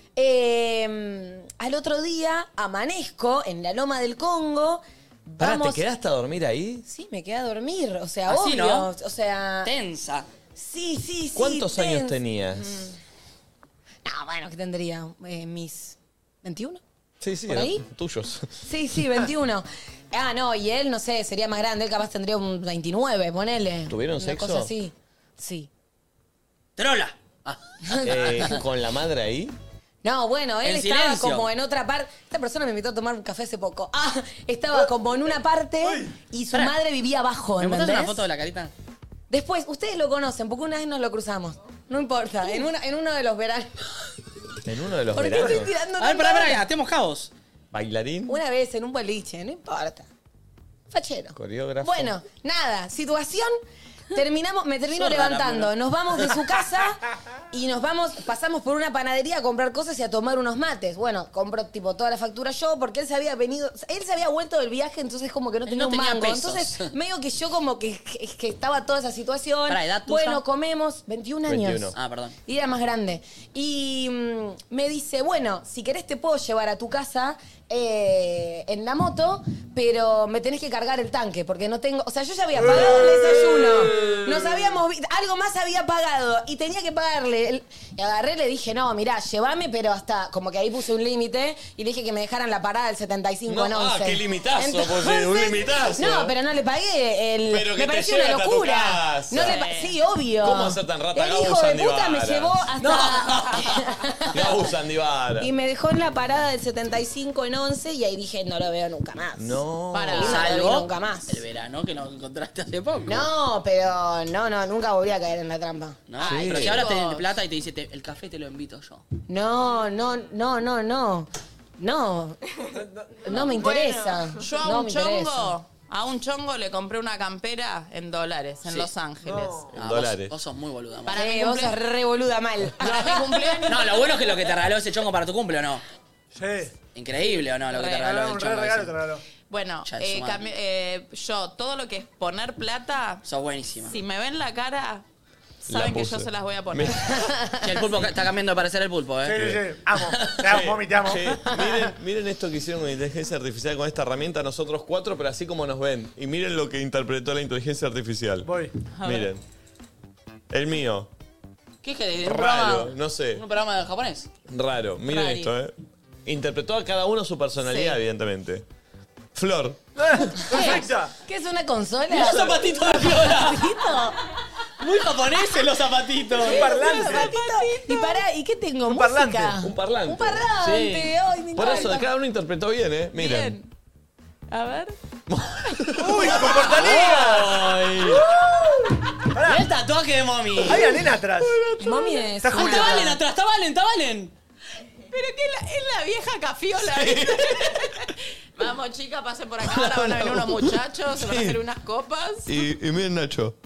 Al otro día amanezco en la Loma del Congo. Pará, Vamos... ¿te quedaste a dormir ahí? Sí, me quedé a dormir, o sea, Así, obvio. ¿no? O sea... Tensa. Sí. ¿Cuántos años tensa. tenías? No, bueno, ¿qué tendría? ¿Mis 21? Sí, ¿Por ahí? tuyos. Sí, 21. Ah, no, y él, no sé, sería más grande. Él capaz tendría un 29, ponele. ¿Tuvieron Una sexo? cosa así. Sí. ¡Trola! ¿Con la madre ahí? No, bueno, él En estaba silencio. como en otra parte. Esta persona me invitó a tomar un café hace poco. Estaba como en una parte y su Pará. madre vivía abajo, ¿Me mostrás ¿entendés? una foto de la carita? Después, ustedes lo conocen, porque una vez nos lo cruzamos. No importa, en uno de los veranos. ¿En uno de los ¿Por qué veranos? estoy tirando A ver, tanta pará, onda? atemos caos. ¿Bailarín? Una vez en un boliche, no importa. Fachero. ¿Coreógrafo? Bueno, nada, situación. Me termino Sos rara, levantando. pero- Nos vamos de su casa y pasamos por una panadería a comprar cosas y a tomar unos mates. Bueno, compro tipo toda la factura yo porque él se había vuelto del viaje, entonces como que no Él tenía no un tenía mango. pesos. Entonces, medio que yo como que estaba toda esa situación. Pará, ¿edad tuya? Bueno, comemos, 21 años. 21. Ah, perdón. Y era más grande. Y me dice, bueno, si querés te puedo llevar a tu casa en la moto, pero me tenés que cargar el tanque, porque no tengo... O sea, yo ya había pagado el desayuno. Nos habíamos visto, algo más había pagado y tenía que pagarle. Y agarré y le dije, no, mirá, llévame, pero hasta... Como que ahí puse un límite y le dije que me dejaran la parada del 75 en 11. qué limitazo, pues, un limitazo. No, pero no le pagué el... Pero que me te pareció lleve una hasta tu locura. casa. No sí, obvio. ¿Cómo ser tan rata? El Gabo hijo de puta me Sandivaras. llevó hasta... Gabo Sandivaras. Y me dejó en la parada del 75 en 11 y ahí dije, no lo veo nunca más. No. Para, no lo vi Salvo nunca más. el verano que nos encontraste hace poco. No, pero no, nunca volví a caer en la trampa. No, Ay, pero si ahora chicos. te plata y te dice, el café te lo invito yo. No. No me interesa. Yo a no un me chongo, interesa. a un chongo le compré una campera en dólares en Sí. Los Ángeles. En dólares. Vos sos muy boluda. amor. Para mi Vos sos cumpleaños. re boluda mal. Para mi cumpleaños. No, lo bueno es que lo que te regaló ese chongo para tu cumple, ¿o no? Sí. Increíble, ¿o no? Lo que te regaló el Un re chongo. regalo ese. te regaló. Bueno, Ya es su madre. yo todo lo que es poner plata, Sos buenísima. si me ven la cara, saben que yo puse. se las voy a poner. Che, el pulpo está cambiando de parecer el pulpo, Sí, ¿eh? sí. Amo. Te amo, mami, te amo. Che, miren esto que hicieron con inteligencia artificial con esta herramienta nosotros cuatro, pero así como nos ven. Y miren lo que interpretó la inteligencia artificial. Voy. A ver. Miren. El mío. ¿Qué es que de un Raro, programa? no sé. ¿Un programa de japonés? Raro. Miren Rari. esto, Interpretó a cada uno su personalidad, Sí. evidentemente. Flor. Perfecta. ¿Qué es una consola? Mirá los zapatitos de Flora. ¿Zapatito? Muy japoneses los zapatitos. Un parlante. Y pará, ¿y qué tengo? Un ¿Música? parlante. Un parlante. Un parlante. Sí. Ay, me Por eso, encanta. cada uno interpretó bien, Miren. Bien. A ver. ¡Uy, comportaliga! Ay. Mirá el tatuaje de mommy. Hay una nena atrás. Mami es... Está Ah, está Julia. Valen atrás, está Valen. Pero que es la vieja cafiola. ¿viste? Vamos, chica, pasen por acá. Ahora van a venir unos muchachos, se van a hacer unas copas. Y miren Nacho.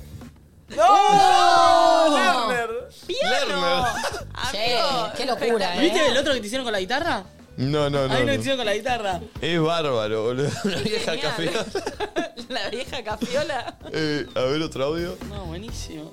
¡No! ¡Lerner! ¡Piano! Che, Amigo, qué locura, ¿Viste el otro que te hicieron con la guitarra? No. Ahí no te hicieron con la guitarra. Es bárbaro, boludo. Una vieja Genial. café. La vieja cafiola. A ver otro audio. No, buenísimo.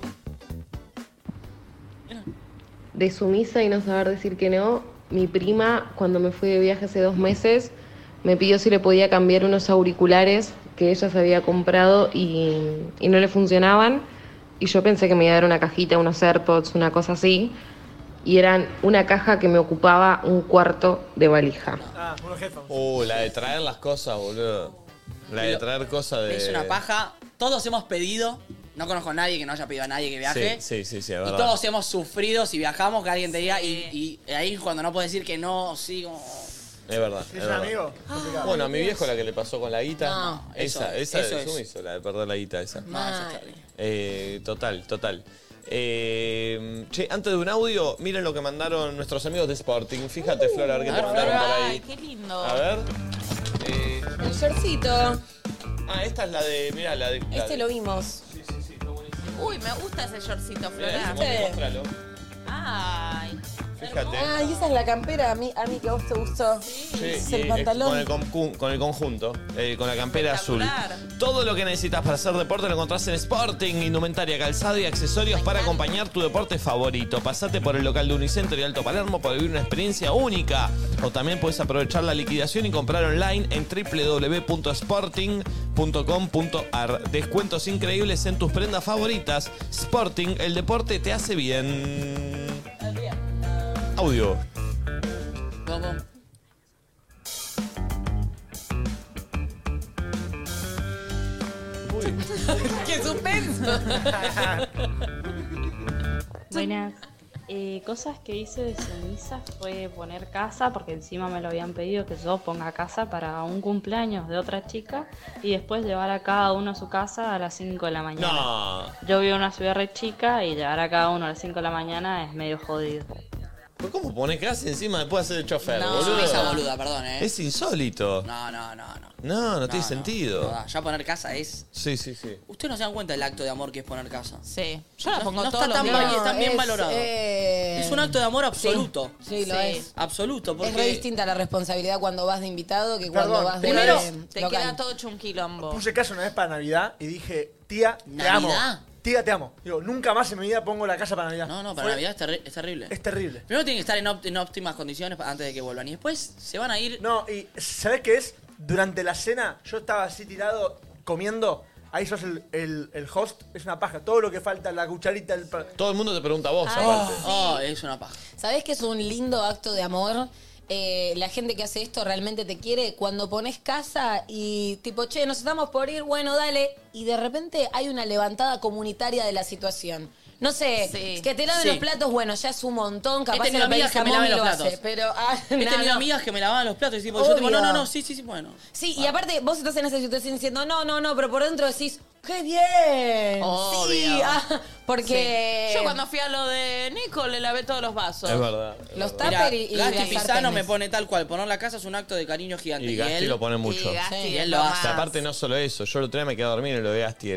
De sumisa y no saber decir que no, mi prima, cuando me fui de viaje hace 2 meses, me pidió si le podía cambiar unos auriculares que ella se había comprado y no le funcionaban. Y yo pensé que me iba a dar una cajita, unos AirPods, una cosa así. Y eran una caja que me ocupaba 1/4 de valija. Ah, unos headphones. La de traer las cosas, boludo. La de traer cosas de... Es una paja. Todos hemos pedido. No conozco a nadie que no haya pedido a nadie que viaje. Sí, es Y verdad. todos hemos sufrido si viajamos que alguien te diga. Y ahí es cuando no puedes decir que no, sí, como. Es verdad. Si es es un verdad. amigo, complicado. Bueno, a mi viejo la que le pasó con la guita. No. Esa Eso es es. sumiso, la de perder la guita esa. Mal. Total. Che, antes de un audio, miren lo que mandaron nuestros amigos de Sporting. Fíjate, Flor, a ver qué te mandaron por Ay, ahí. qué lindo. A ver. El shortcito. Ah, esta es la de. Mirá, la de. Este lo vimos. Sí, está buenísimo. Uy, me gusta ese shortcito, Mirá, Flora. mostralo. Ay. Fíjate. Ah, y esa es la campera a mí que a vos te gustó. Sí, Es y el pantalón. con el conjunto, con la campera azul. Espectacular. Todo lo que necesitas para hacer deporte lo encontrás en Sporting, indumentaria, calzado y accesorios para acompañar tu deporte favorito. Pasate por el local de Unicenter y Alto Palermo para vivir una experiencia única. O también puedes aprovechar la liquidación y comprar online en www.sporting.com.ar. Descuentos increíbles en tus prendas favoritas. Sporting, el deporte te hace bien. Audio. Vamos. ¡Qué suspenso! Buenas. Cosas que hice de ceniza fue poner casa, porque encima me lo habían pedido que yo ponga casa para un cumpleaños de otra chica y después llevar a cada uno a su casa a las 5 de la mañana. No. Yo vivo en una ciudad re chica y llevar a cada uno a las 5 de la mañana es medio jodido. ¿Pero cómo pone casa encima después de hacer el chofer, No, boludo? esa boluda, perdón, Es insólito. No. No tiene sentido. No, ya poner casa es... Sí. Ustedes no se dan cuenta del acto de amor que es poner casa. Sí. Yo la pongo no todos está los tan, días. está bien es, valorado. Es un acto de amor absoluto. Sí, lo es. Absoluto. Porque Es re distinta la responsabilidad cuando vas de invitado que cuando Perdón, vas de Primero, de te local. queda todo hecho un quilombo. Puse casa una vez para Navidad y dije, tía, te amo. ¿Navidad? Tía, te amo. Digo, nunca más en mi vida pongo la casa para Navidad. No, para Fue- Navidad es terrible. Es terrible. Primero tienen que estar en óptimas condiciones antes de que vuelvan. Y después se van a ir... No, y ¿sabés qué es? Durante la cena, yo estaba así tirado, comiendo. Ahí sos el host, es una paja. Todo lo que falta, la cucharita, el... Todo el mundo te pregunta a vos, aparte. Oh, es una paja. ¿Sabés que es un lindo acto de amor? La gente que hace esto realmente te quiere cuando pones casa y tipo, che, nos estamos por ir, bueno, dale. Y de repente hay una levantada comunitaria de la situación. No sé, Sí. que te laven Sí. los platos, bueno, ya es un montón. Capaz tenido se lo pedís amigas que a me Momi laven y los lo platos. hace, pero... He tenido amigas que me lavaban los platos y tipo, yo tipo, Obvio. no, sí, bueno. Sí, y aparte vos estás en esa situación diciendo, no, pero por dentro decís, ¡qué bien! Obvio. Sí, porque... Sí. Yo cuando fui a lo de Nico le lavé todos los vasos. Es verdad. Los Mira, tupper y Gasti las Pisano sartenes. me pone tal cual. Poner la casa es un acto de cariño gigante. Y Gasti él lo pone mucho. Y Gasti Sí, es él lo lo más. hace. O sea, aparte no solo eso, yo el otro día me quedé a dormir en lo de Gasti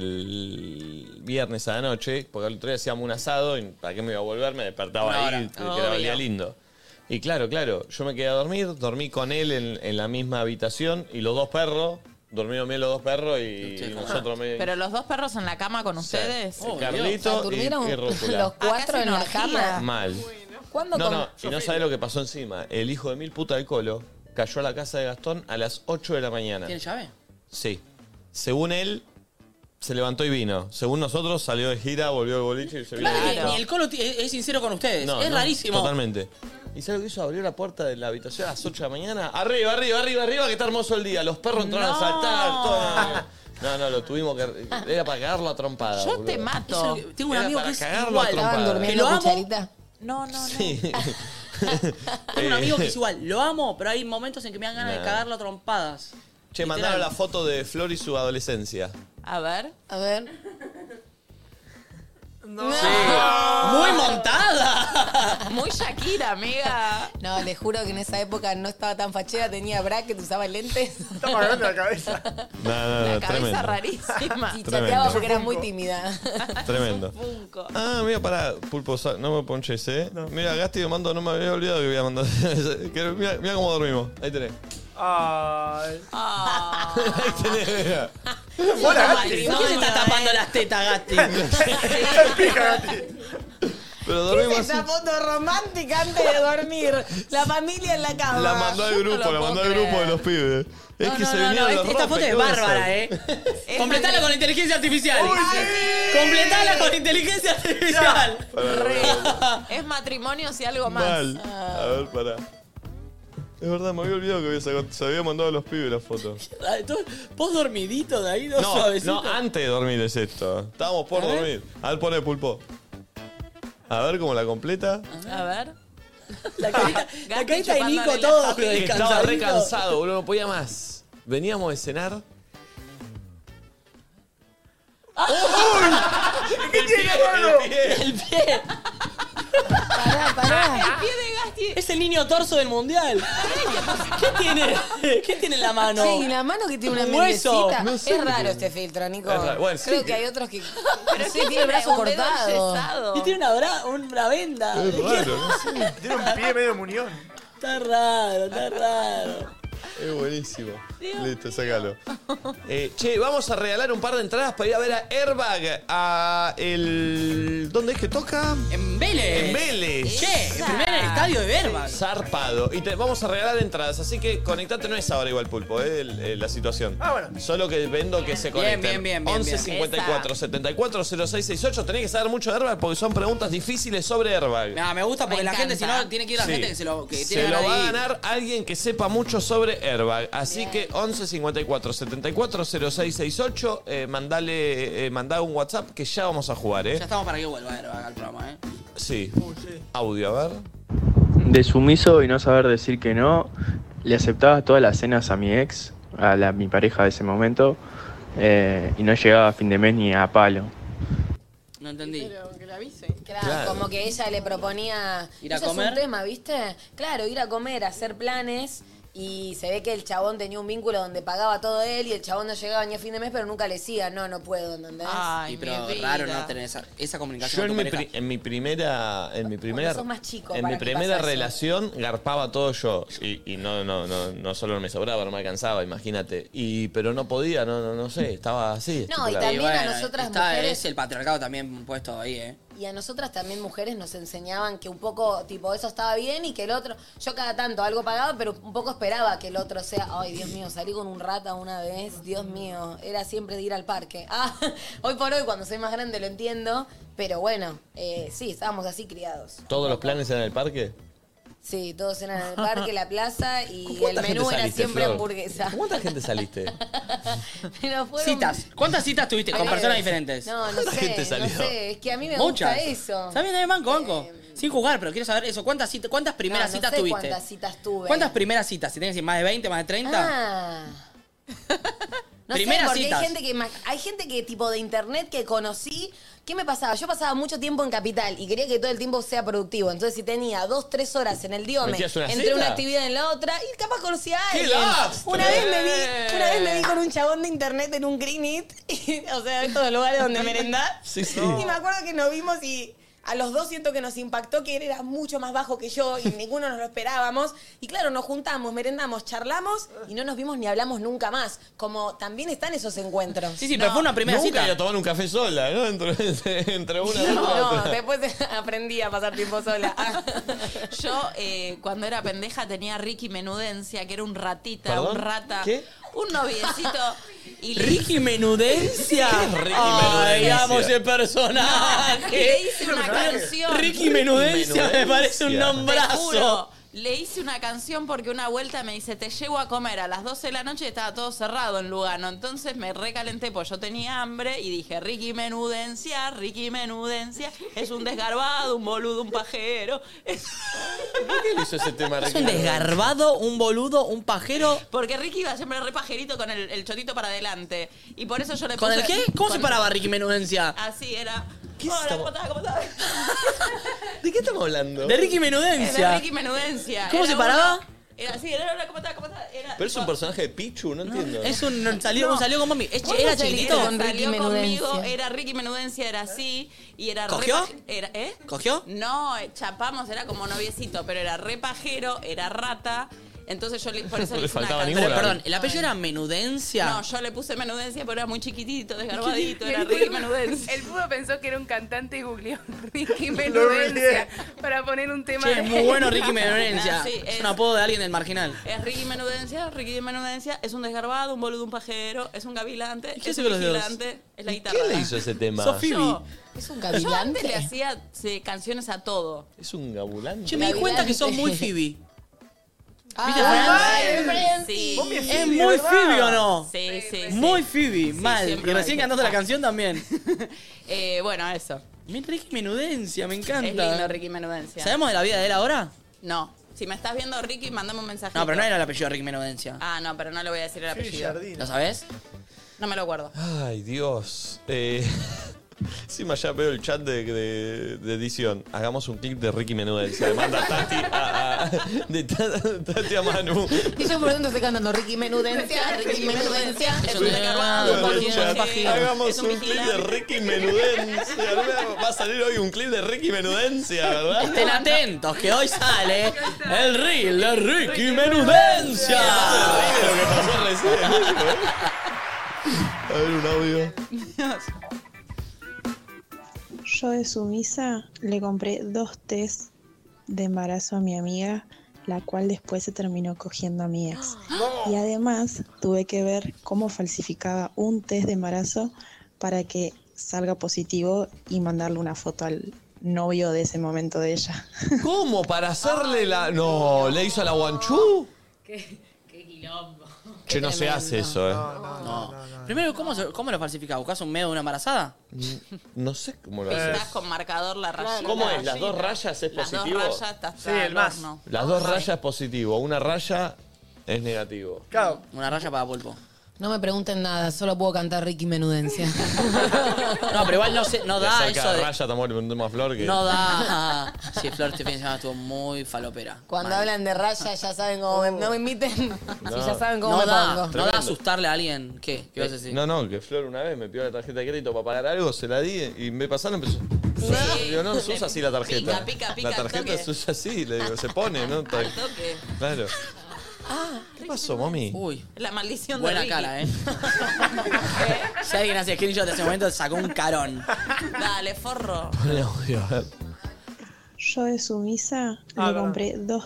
el viernes a la noche, porque el otro día hacíamos un asado y para qué me iba a volver, me despertaba Una ahí, hora. y quedaba el día Obvio. lindo. Y claro, yo me quedé a dormir, dormí con él en la misma habitación y los dos perros, dormieron bien los dos perros y nosotros me... Pero los dos perros en la cama con ustedes. Sí, Carlito ¿Durmieron y Rótula. los cuatro Acá en es la una cama? orgía. Mal. ¿Cuándo No, y no sabés lo que pasó encima. El hijo de mil puta del Colo cayó a la casa de Gastón a las 8 de la mañana. ¿Tiene llave? Sí. Según él, se levantó y vino. Según nosotros, salió de gira, volvió al boliche y se vino. Claro, ni el Colo es sincero con ustedes. No, es no, rarísimo. Totalmente. ¿Y sabes lo que hizo? Abrió la puerta de la habitación a las 8 de la mañana. Arriba, que está hermoso el día. Los perros entraron a saltar. Todo. No, lo tuvimos que... Era para cagarlo a trompada. Yo boludo. te mato. Tengo un Era amigo para que es cagarlo a igual. trompada. ¿Estaban Que durmiendo lo amo. cucharita? No. Sí. Tengo un amigo que es igual. Lo amo, pero hay momentos en que me dan ganas de Nah. cagarlo a trompadas. Che, Literal. mandaron la foto de Flor y su adolescencia. A ver. A ver. ¡Muy montada! Muy Shakira, amiga. No, les juro que en esa época no estaba tan fachera, tenía bracket, usaba lentes. Está más grande la cabeza. No, La cabeza tremendo. rarísima. Y Tremendo. chateaba porque era muy tímida. Tremendo. Funko. Ah, mira, pará, Pulpo, no me ponches, ¿eh? Mira, Gasti me mandó, no me había olvidado que voy a mandar. Mira cómo dormimos. Ahí tenés. Ay. Ah. Ahí tenés, mira. Hola, Gasti. ¿Por qué se está tapando las tetas, Gasti? Pero ¿Qué dormimos es esa así. foto romántica antes de dormir? La familia en la cama. La mandó al grupo, la mandó al grupo de los pibes. Es que se vinieron los Esta foto rompes, es ¿qué voy a bárbara, hacer? Completala con inteligencia artificial. Completala con inteligencia artificial. Es matrimonio si algo más. Mal. A ver, pará. Es verdad, me había olvidado que se había mandado a los pibes la foto. Vos dormidito de ahí, dos No, suavecitos. no, antes de dormir es esto. Estábamos por dormir. A ver, pone Pulpo. A ver cómo la completa. A ver. La carita de chupándole Nico la todo papilla. Estaba re descansadito. cansado, boludo, no podía más. Veníamos de cenar. ¿Qué tiene, hermano? El pie. El pie. Pará. El pie de Gasti Es el niño torso del mundial. ¿Qué tiene? ¿Qué tiene en la mano? Sí, la mano que tiene una Un hueso. mendecita. No sé Es qué raro tiene. este filtro, Nico. Es raro. Bueno, Creo sí. que hay otros que. Pero Sí, ¿qué tiene el brazo un dedo cortado. enyesado? Y tiene una venda. Es raro, no sé. Tiene un pie medio muñón. Está raro, está raro. Es buenísimo. Listo, sácalo. Che, vamos a regalar un par de entradas para ir a ver a Airbag a el... ¿Dónde es que toca? En Vélez. En Vélez. Che, el primer estadio de Airbag. Zarpado. Y vamos a regalar entradas, así que conectate, no es ahora igual, Pulpo, la situación. Ah, bueno. Solo que vendo que se conecten. bien. 11 54 74 06 68. Tenés que saber mucho de Airbag porque son preguntas difíciles sobre Airbag. Nah, me gusta porque Me la gente, si encanta. no, tiene que ir la Sí. gente que se lo Se tiene lo ganas va de a ir. ganar alguien que sepa mucho sobre Airbag. Así que 11 54 74 06 68. Mandá un WhatsApp que ya vamos a jugar, Ya estamos para que vuelva Airbag al programa, Sí. Audio, a ver. De sumiso y no saber decir que no, le aceptaba todas las cenas a mi ex, mi pareja de ese momento, y no llegaba a fin de mes ni a palo. No entendí. Pero que le avise. Claro, como que ella le proponía. ¿Ir a Eso comer? Es un tema, ¿viste? Claro, ir a comer, hacer planes. Y se ve que el chabón tenía un vínculo donde pagaba todo él y el chabón no llegaba ni a fin de mes, pero nunca le decía, no puedo, ¿entendés? Ay, Y pero mi raro vida. no tener esa Yo comunicación en con tu mi, pareja. en mi primera sos más chico en para mi que primera pase eso. relación garpaba todo yo y no solo no me sobraba, no me alcanzaba, imagínate. Pero no podía, no sé, estaba así. No, y estipulado. también a bueno, nosotras está, mujeres- es el patriarcado también puesto ahí, Y a nosotras también mujeres nos enseñaban que un poco, tipo, eso estaba bien y que el otro, yo cada tanto algo pagaba, pero un poco esperaba que el otro sea, ay, Dios mío, salí con un rata una vez, Dios mío, era siempre de ir al parque. Hoy por hoy, cuando soy más grande, lo entiendo, pero bueno, sí, estábamos así criados. ¿Todos los planes eran en el parque? Sí, todos eran en el parque, la plaza y el ¿Cuánta gente menú era saliste, siempre Flor? hamburguesa. ¿Con cuánta gente saliste? Pero fueron- Citas. ¿Cuántas citas tuviste con Ay, personas diferentes? No ¿Cuánta gente sé, salió? no sé, es que a mí me Muchas. gusta eso. Está bien, banco. Sin jugar, pero quiero saber eso. ¿Cuántas primeras No, no citas sé tuviste? cuántas citas tuve. ¿Cuántas primeras citas? Si tenés que decir más de 20, más de 30. Ah. No Primeras sé, porque citas. hay gente que tipo de internet que conocí. ¿Qué me pasaba? Yo pasaba mucho tiempo en Capital y quería que todo el tiempo sea productivo. Entonces, si tenía 2-3 horas en el Diome, ¿Metías una entre cita? una actividad en la otra, y capaz conocía a ¡Qué alguien. lastre! Una vez me vi con un chabón de internet en un Green Eat, o sea, estos lugares donde merendás. Sí, sí. Y me acuerdo que nos vimos y a los dos siento que nos impactó que él era mucho más bajo que yo y ninguno nos lo esperábamos. Y claro, nos juntamos, merendamos, charlamos y no nos vimos ni hablamos nunca más. Como también están esos encuentros. Sí, pero fue una primera Nunca cita. iba a tomar un café sola, ¿no? Entre una y No, otra. después aprendí a pasar tiempo sola. Yo, cuando era pendeja, tenía Ricky Menudencia, que era un ratita, ¿Perdón? un rata. ¿Qué? Un noviecito. Y le- Ricky Menudencia. ¿Qué es Ricky Ay, Menudencia? amo ese personaje. le hice una canción. Ricky Menudencia me parece un Te nombrazo. juro, le hice una canción porque una vuelta me dice, te llevo a comer a las 12 de la noche y estaba todo cerrado en Lugano. Entonces me recalenté, pues yo tenía hambre y dije, Ricky Menudencia, es un desgarbado, un boludo, un pajero. ¿Por qué le hizo ese tema a Es Ricky un Menudencia? desgarbado, un boludo, un pajero. Porque Ricky iba siempre re pajerito con el chotito para adelante. Y por eso yo le ¿Con puse... el qué? ¿Cómo se con- paraba Ricky Menudencia? Así era. ¿Qué Hola, estamos- ¿cómo estás? ¿Cómo estás? ¿De qué estamos hablando? De Ricky Es de Menudencia. Ricky Menudencia. ¿Cómo Era se paraba? uno- Era así, era hola, ¿cómo estás? ¿Cómo estás? Era, Pero es un personaje de Pichu, no entiendo. Es un salió con mami. ¿Cuándo Era saliste chiquitito. con Ricky Salió conmigo, Menudencia? era Ricky Menudencia, era así. Y era ¿Cogió? Era, ¿eh? ¿Cogió? No, chapamos, era como noviecito, pero era re pajero, era rata. Entonces yo por eso No le le hice una faltaba canción. Pero perdón, ¿el apellido era Menudencia? No, yo le puse Menudencia, pero era muy chiquitito, desgarbadito, era Ricky Menudencia. El pudo pensó que era un cantante y googleó Ricky Menudencia para poner un tema. Che, es muy bueno Ricky Menudencia. Ah, sí, es es- un apodo de alguien del marginal. Es Ricky Menudencia, es un desgarbado, un boludo, un pajero, es un gavilante, ¿Y qué es hace un con los dedos? vigilante, es la guitarra. ¿Qué le hizo ese tema? Sofi. Yo, ¿Es un yo antes gavilante? le hacía canciones a todo. Es un gabulante. Che, me di cuenta que sos muy Phoebe. ¿Viste Ay, Friends? Sí. Vos me ¿Es Phoebe, muy ¿verdad? Phoebe o no? Sí, sí, sí. Muy Phoebe, mal. Y siempre recién me cantando la dije. canción también. Bueno, eso. Mira, Ricky Menudencia, me Es lindo encanta. Ricky Menudencia. ¿Sabemos de la vida de él ahora? No. Si me estás viendo, Ricky, mandame un mensaje. No, pero no era el apellido de Ricky Menudencia. Ah, no, pero no le voy a decir el Sí, apellido. Jardín. ¿Lo sabés? No me lo acuerdo. Ay, Dios. Encima ya veo el chat de edición. Hagamos un clip de Ricky Menudencia. Le manda Tati Tati a Manu. Y yo por lo tanto estoy cantando Ricky Menudencia. Hagamos un clip de Ricky Menudencia. Va a salir hoy un clip de Ricky Menudencia, ¿verdad? Estén atentos, que hoy sale el reel de Ricky Menudencia. Lo que pasó recién. A ver, un audio. Yo de sumisa le compré 2 test de embarazo a mi amiga, la cual después se terminó cogiendo a mi ex. Y además tuve que ver cómo falsificaba un test de embarazo para que salga positivo y mandarle una foto al novio de ese momento de ella. ¿Cómo? ¿Para hacerle la...? No, ¿le hizo a la guanchú? Qué quilombo. Che, no se hace eso, No. Primero, ¿cómo lo falsificás? ¿Buscás un medio de una embarazada? No sé cómo lo Pintás haces. con marcador la rayita. ¿Cómo es? ¿Las 2 rayas es Las positivo? 2 rayas estás Sí, el más. horno. Las 2 rayas es positivo, una raya es negativo. Claro. Una raya para pulpo. No me pregunten nada, solo puedo cantar Ricky Menudencia. No, pero igual no De da cerca eso de de... raya, estamos le preguntemos a Flor que... No da... Sí, Flor este fin de semana estuvo muy falopera. Cuando hablan de raya ya saben cómo me... No me inviten. No. Si ya saben cómo No me da, pongo. no da asustarle a alguien. ¿Qué? ¿Qué vas a decir? No, que Flor una vez me pidió la tarjeta de crédito para pagar algo, se la di y en vez de pasarla empezó... Digo, no se usa así la tarjeta. Pica, la tarjeta toque. se usa así, le digo, se pone, ¿no? Toque. Claro. ¿Qué pasó, mami? Uy. La maldición Buena de Ricky. cara, Si alguien hacía screenshot de ese momento, sacó un carón. Dale, forro. Ponle audio, a ver. Yo de sumisa le compré 2.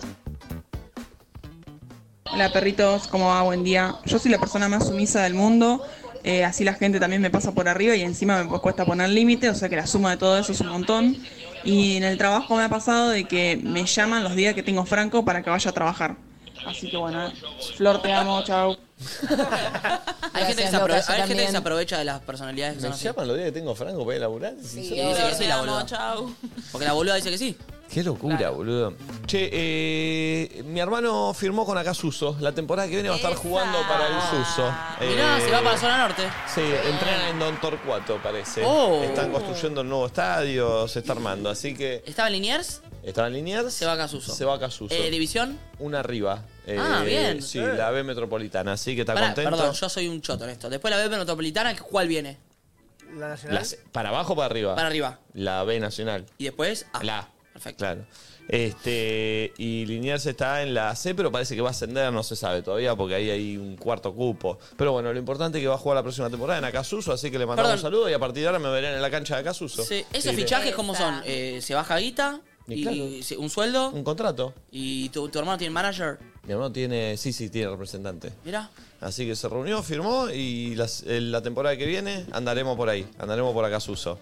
Hola perritos, ¿cómo va? Buen día. Yo soy la persona más sumisa del mundo, así la gente también me pasa por arriba y encima me cuesta poner límite, o sea que la suma de todo eso es un montón. Y en el trabajo me ha pasado de que me llaman los días que tengo franco para que vaya a trabajar. Así que bueno, Flor, te amo, chao. Hay gente que se aprovecha de las personalidades que ¿Me son así. llaman los días que tengo franco para ir a laburar? Sí, dice que sí, la boluda. Chau. Porque la boluda dice que sí. Qué locura, boludo. Che, mi hermano firmó con Acasuso. La temporada que viene va a estar jugando para el Suso. Mirá, se va para la zona norte. Sí, entrena en Don Torcuato, parece. Oh. Están construyendo un nuevo estadio, se está armando, así que... ¿Estaba en Liniers? Estaba en Liniers. Se va a Acasuso. Se va a Acasuso. ¿División? Una arriba. Bien. Sí, la B Metropolitana, así que está Pará, contento. Perdón, yo soy un choto en esto. Después la B Metropolitana, ¿cuál viene? La nacional. ¿Para abajo o para arriba? Para arriba. La B Nacional. Y después A. La A. Perfecto. Claro. Y Liniers está en la C, pero parece que va a ascender, no se sabe todavía, porque ahí hay un cuarto cupo. Pero bueno, lo importante es que va a jugar la próxima temporada en Acasuso, así que le mandamos un saludo y a partir de ahora me verán en la cancha de Acasuso. Sí. ¿Esos fichajes cómo son? ¿Se baja guita? Y claro. ¿Un sueldo? Un contrato. ¿Y tu hermano tiene manager? Mi hermano tiene, sí, tiene representante. Mirá. Así que se reunió, firmó y la temporada que viene andaremos por ahí, andaremos por Acasuso.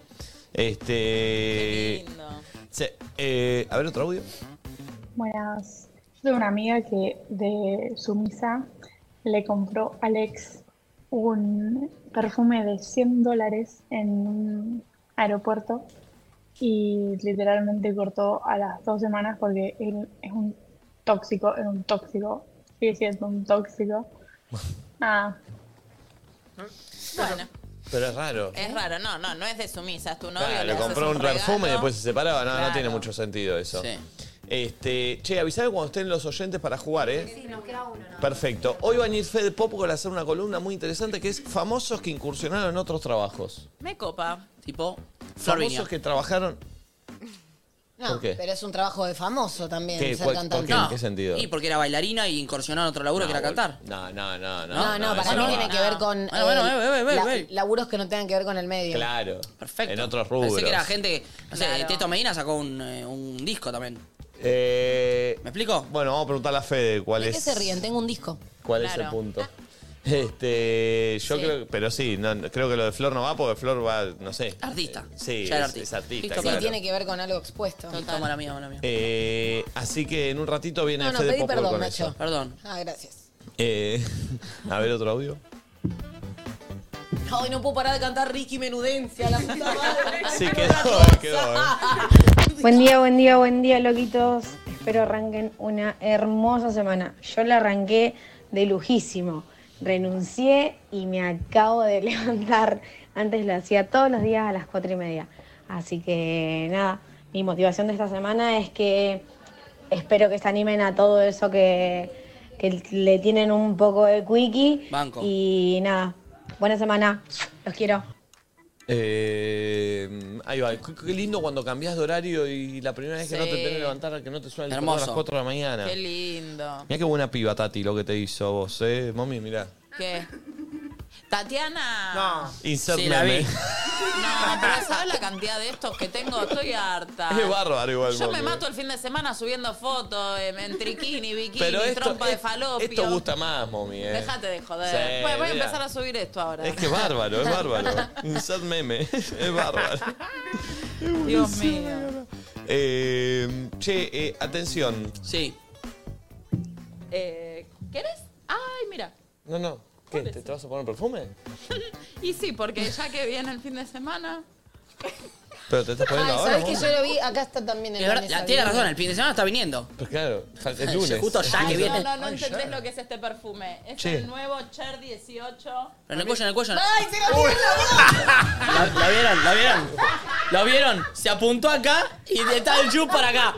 Qué lindo. Sí, a ver, otro audio. Buenas. Yo tengo una amiga que de sumisa le compró al ex un perfume de $100 en un aeropuerto y literalmente cortó a las 2 semanas porque él es un tóxico, sigue siendo un tóxico. Bueno, Pero es raro. es raro. No es de sumisa. Es tu novio. Claro, le le haces compró un perfume y regalo. después se separaba. No Claro. tiene mucho sentido eso. Sí. Che, avisame cuando estén los oyentes para jugar, ¿eh? Sí, nos queda uno, ¿no? Perfecto. Hoy va a venir Fede Popol a hacer una columna muy interesante que es famosos que incursionaron en otros trabajos. Me copa. Tipo, Florvinia. Famosos que trabajaron... No, ¿Por qué? pero es un trabajo de famoso también, ¿Qué? ser ¿Por cantante. qué? ¿En qué sentido? Y porque era bailarina y incursionó en otro laburo que era cantar. No. No, para eso mí tiene que ver con laburos que no tengan que ver con el medio. Claro. Perfecto. En otros rubros. Pensé que era gente que... No sé, Claro. Teto Medina sacó un disco también. ¿Me explico? Bueno, vamos a preguntarle a Fede cuál ¿De es... qué se ríen? Tengo un disco. ¿Cuál es el Claro. punto? Yo creo, pero sí, creo que lo de Flor no va porque Flor va, no sé. Artista. Sí, Ya era es artista. artista, Sí, claro. tiene que ver con algo expuesto. Listo, mala mía. Así que en un ratito viene No, Fede pedí Popol perdón, con Nacho. eso. Perdón. Ah, gracias. A ver otro audio. Ay, no puedo parar de cantar Ricky Menudencia, la puta madre. Sí, quedó. Buen día, loquitos. Espero arranquen una hermosa semana. Yo la arranqué de lujísimo. Renuncié y me acabo de levantar Antes lo hacía todos los días a las 4:30. Así que nada, mi motivación de esta semana es que espero que se animen a todo eso que le tienen un poco de quickie. Banco. Y nada, buena semana. Los quiero. Ahí va. Qué lindo cuando cambias de horario y la primera vez que no te tenés que levantar, que no te suena el teléfono a las 4 de la mañana. Qué lindo. Mirá qué buena piba, Tati, lo que te hizo vos, mami, mirá. ¿Qué? Tatiana. No. Insert Sí, la meme. vi. No, pero ¿sabes la cantidad de estos que tengo? Estoy harta. Es bárbaro igual, Yo mami. me mato el fin de semana subiendo fotos en triquini, bikini, Pero trompa de falopio. Esto gusta más, mami, Déjate de joder. Sí, Bueno, voy a mira. empezar a subir esto ahora. Es que es bárbaro, es bárbaro. Insert meme, es bárbaro. Dios mío. Atención. Sí. ¿Querés? Ay, mira. No. ¿Qué? ¿Te vas a poner perfume? Y sí, porque ya que viene el fin de semana. Pero te estás poniendo Ay, ahora. ¿sabes que mami? yo lo vi? Acá está también el Es verdad, tiene razón, el fin de semana está viniendo. Pues claro, es lunes. Justo ya que viene. No entendés lo que es este perfume. Es Che. el nuevo Cher 18. En el cuello. ¡Ay, se lo tiene ¿La vieron? ¿Lo vieron? Se apuntó acá y está el chup para acá.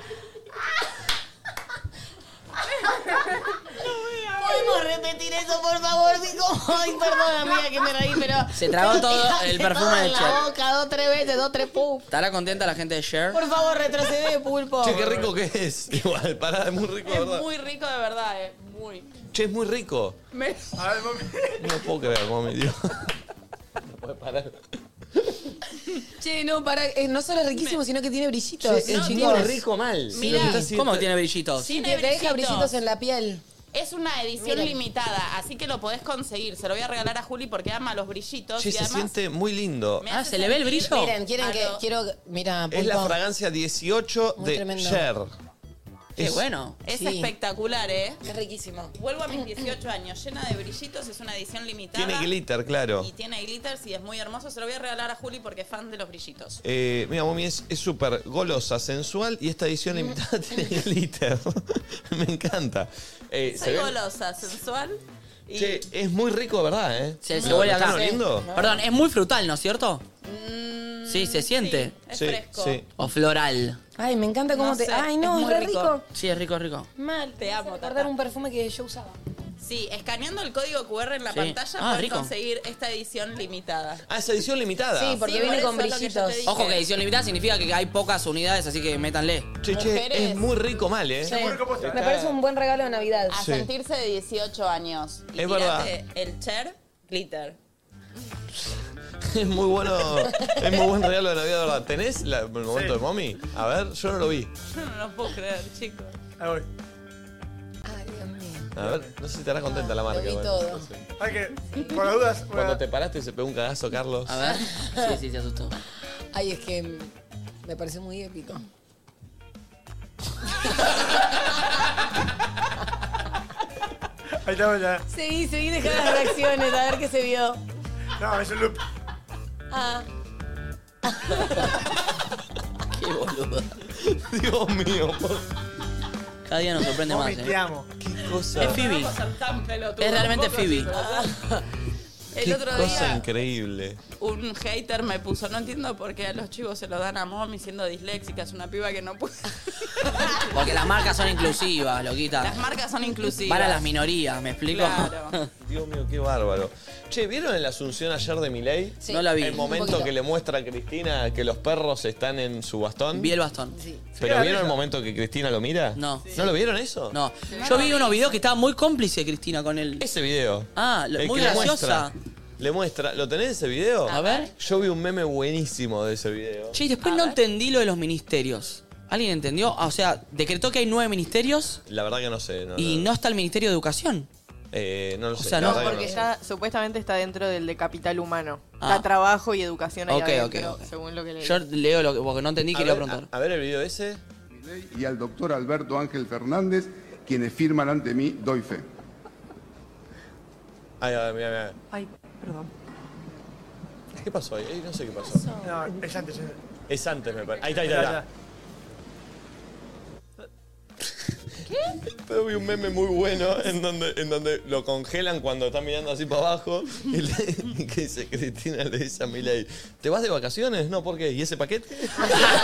¿Podemos repetir eso, por favor? Ay, perdón, amiga, que me reí, pero... Se tragó todo el perfume todo de en la Cher. boca, 2, 3 veces, 2, 3 puf. ¿Estará contenta la gente de Cher? Por favor, retrocede, pulpo. Che, qué rico que es. Igual, pará, es muy rico, de verdad. Es muy rico de verdad, muy. Che, es muy rico. A ver, mami. No puedo creer, mami, Dios. No puede parar. Che, no, no solo es riquísimo, sino que tiene brillitos. Che, es chicos. muy rico mal. Mirá. ¿Cómo que tiene brillitos? Sí, Tiene te deja brillitos en la piel. Es una edición Miren. limitada, así que lo podés conseguir. Se lo voy a regalar a Juli porque ama los brillitos. Che, y se además siente muy lindo. me hace ¿se le ve el sentir- brillo? Miren, quieren que... Aló. Quiero... Mira, Es la pulpo. fragancia 18 Muy de tremendo. Cher. Qué bueno. Es Sí. espectacular, ¿eh? Es riquísimo. Vuelvo a mis 18 años, llena de brillitos, es una edición limitada. Tiene glitter, claro. Y tiene glitters y es muy hermoso. Se lo voy a regalar a Juli porque es fan de los brillitos. Mira, mami, es súper golosa, sensual y esta edición limitada tiene glitter. Me encanta. Se Soy ve- golosa, sensual. Y Che, es muy rico, de verdad, ¿eh? Se ¿Lo huele están acá. oliendo? Perdón, es muy frutal, ¿no es cierto? Sí, se siente. es Sí, fresco. sí. O floral. Ay, me encanta cómo No te... sé, Ay, no, es muy re rico. Sí, es rico, es rico. Mal, Te amo, Tata. Tata. Guardar un perfume que yo usaba. Sí, escaneando el código QR en la Sí. pantalla Ah, puedes rico. conseguir esta edición limitada. Ah, es edición limitada. Sí, porque Sí, viene por con eso es lo que yo brillitos. te dije. Ojo que edición limitada significa que hay pocas unidades, así que métanle. Che, Mujeres. es muy rico mal, ¿eh? Sí. Muy rico posta. Me parece un buen regalo de Navidad. A Sí. sentirse de 18 años. Y Es verdad. tirate el Cher glitter. Es muy bueno. Es muy buen regalo de Navidad, de verdad. ¿Tenés el momento de mommy? A ver, yo no lo vi. Yo no lo puedo creer, chicos. Ahí voy. Ay, Dios mío. A ver, no sé si estará contenta la marca. vi igual. todo. No sé. Hay que, por las dudas, Cuando te paraste se pegó un cagazo, Carlos. A ver. Sí, se asustó. Ay, es que me parece muy épico. ahí está, ya. Seguí dejando las reacciones, a ver qué se vio. No, es un loop. Ah, Qué boludo. Dios mío, por Cada día nos sorprende más, Mami, te amo. qué cosa. Es Phoebe. Vamos a ser tan pelotudos. Es realmente Un poco Phoebe. así. El Qué otro cosa día increíble. un hater me puso, no entiendo por qué a los chicos se lo dan a mommy siendo disléxica, es una piba que no puede. Porque las marcas son inclusivas, loquita. Las marcas son inclusivas. Para las minorías, ¿me explico? Claro. Dios mío, qué bárbaro. Che, ¿vieron en la asunción ayer de Milei? sí. No la vi. El Un momento poquito. que le muestra a Cristina que los perros están en su bastón. Vi el bastón. ¿Pero vieron el momento que Cristina lo mira? No. ¿No lo vieron eso? No. Yo vi unos videos que estaba muy cómplice Cristina con él. Ese video. Ah, El muy que le graciosa. Le muestra. ¿Lo tenés ese video? A ver. Yo vi un meme buenísimo de ese video. Che, y después no entendí lo de los ministerios. ¿Alguien entendió? Ah, o sea, decretó que hay 9 ministerios La verdad que no sé. y no está el Ministerio de Educación. No lo sé. sea, la no, verdad que Porque sé. ya supuestamente está dentro del de capital humano. Ah. Da trabajo y educación ahí Ok, adentro, ok. según lo que leí. Yo leo lo que porque no entendí, A quería ver, preguntar. a ver el video ese. Y al doctor Alberto Ángel Fernández, quienes firman ante mí, doy fe. Ahí va, mira. Ay, perdón. ¿Qué pasó ahí? No sé qué pasó. No, es antes. Es antes, me parece. Ahí está. Pero vi un meme muy bueno en donde lo congelan cuando está mirando así para abajo y que dice, Cristina le dice a Milei, ¿te vas de vacaciones? No, ¿por qué? ¿Y ese paquete? Tipo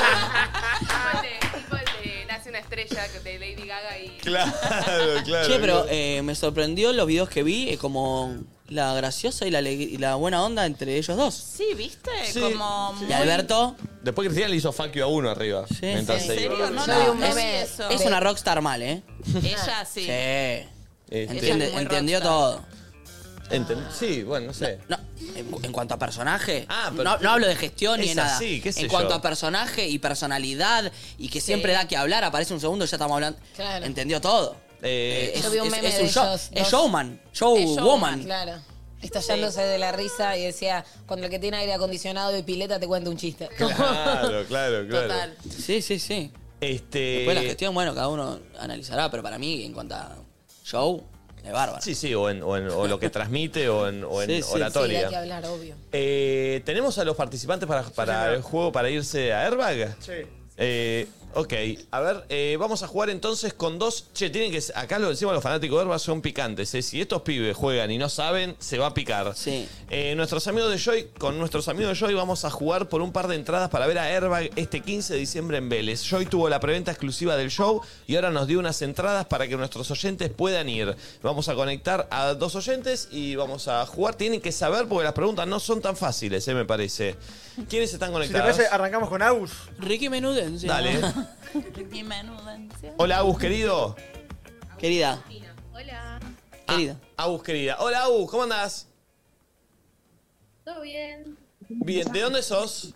el de Nace una estrella de Lady Gaga y... Claro. Che, pero me sorprendió los videos que vi, como la graciosa y la buena onda entre ellos dos. Sí, ¿viste? Sí, Como... sí. Y Alberto... Después Cristina le hizo fuck you a uno arriba. Mientras ¿En se iba. serio? No, No, vi un meme es una rockstar mal, ¿eh? Ella sí. Sí. Ella es muy Entendió rockstar. todo. Sí, bueno, no sé. No, en cuanto a personaje, pero no hablo de gestión ni de es nada. así, qué sé en cuanto yo. a personaje y personalidad y que siempre da que hablar, aparece un segundo y ya estamos hablando. Claro. Entendió todo. Yo vi un meme de un show, ellos es dos. showman, showwoman. Claro. Estallándose de la risa y decía, cuando el que tiene aire acondicionado y pileta te cuenta un chiste. Claro. Total. Sí. Después la gestión, bueno, cada uno analizará, pero para mí, en cuanto a show, es bárbaro. Sí, o lo que transmite o en Sí, oratoria. Sí, hay que hablar, obvio. ¿Tenemos a los participantes para el juego para irse a Airbag? Sí. Ok, a ver, vamos a jugar entonces con dos. Che, tienen que. Acá lo decimos los fanáticos de Airbag son picantes, ¿eh? Si estos pibes juegan y no saben, se va a picar. Sí. Con nuestros amigos de Joy vamos a jugar por un par de entradas para ver a Airbag este 15 de diciembre en Vélez. Joy tuvo la preventa exclusiva del show y ahora nos dio unas entradas para que nuestros oyentes puedan ir. Vamos a conectar a 2 oyentes y vamos a jugar. Tienen que saber porque las preguntas no son tan fáciles, me parece. ¿Quiénes están Si te conectados? parece, arrancamos con Agus. Ricky Menudencia. Dale. Ricky Menudencia. Hola, Agus, querido. Querida. Hola. Querida. Agus, querida. Hola, Agus, ¿cómo andás? ¿Todo bien? Bien, ¿de dónde sos?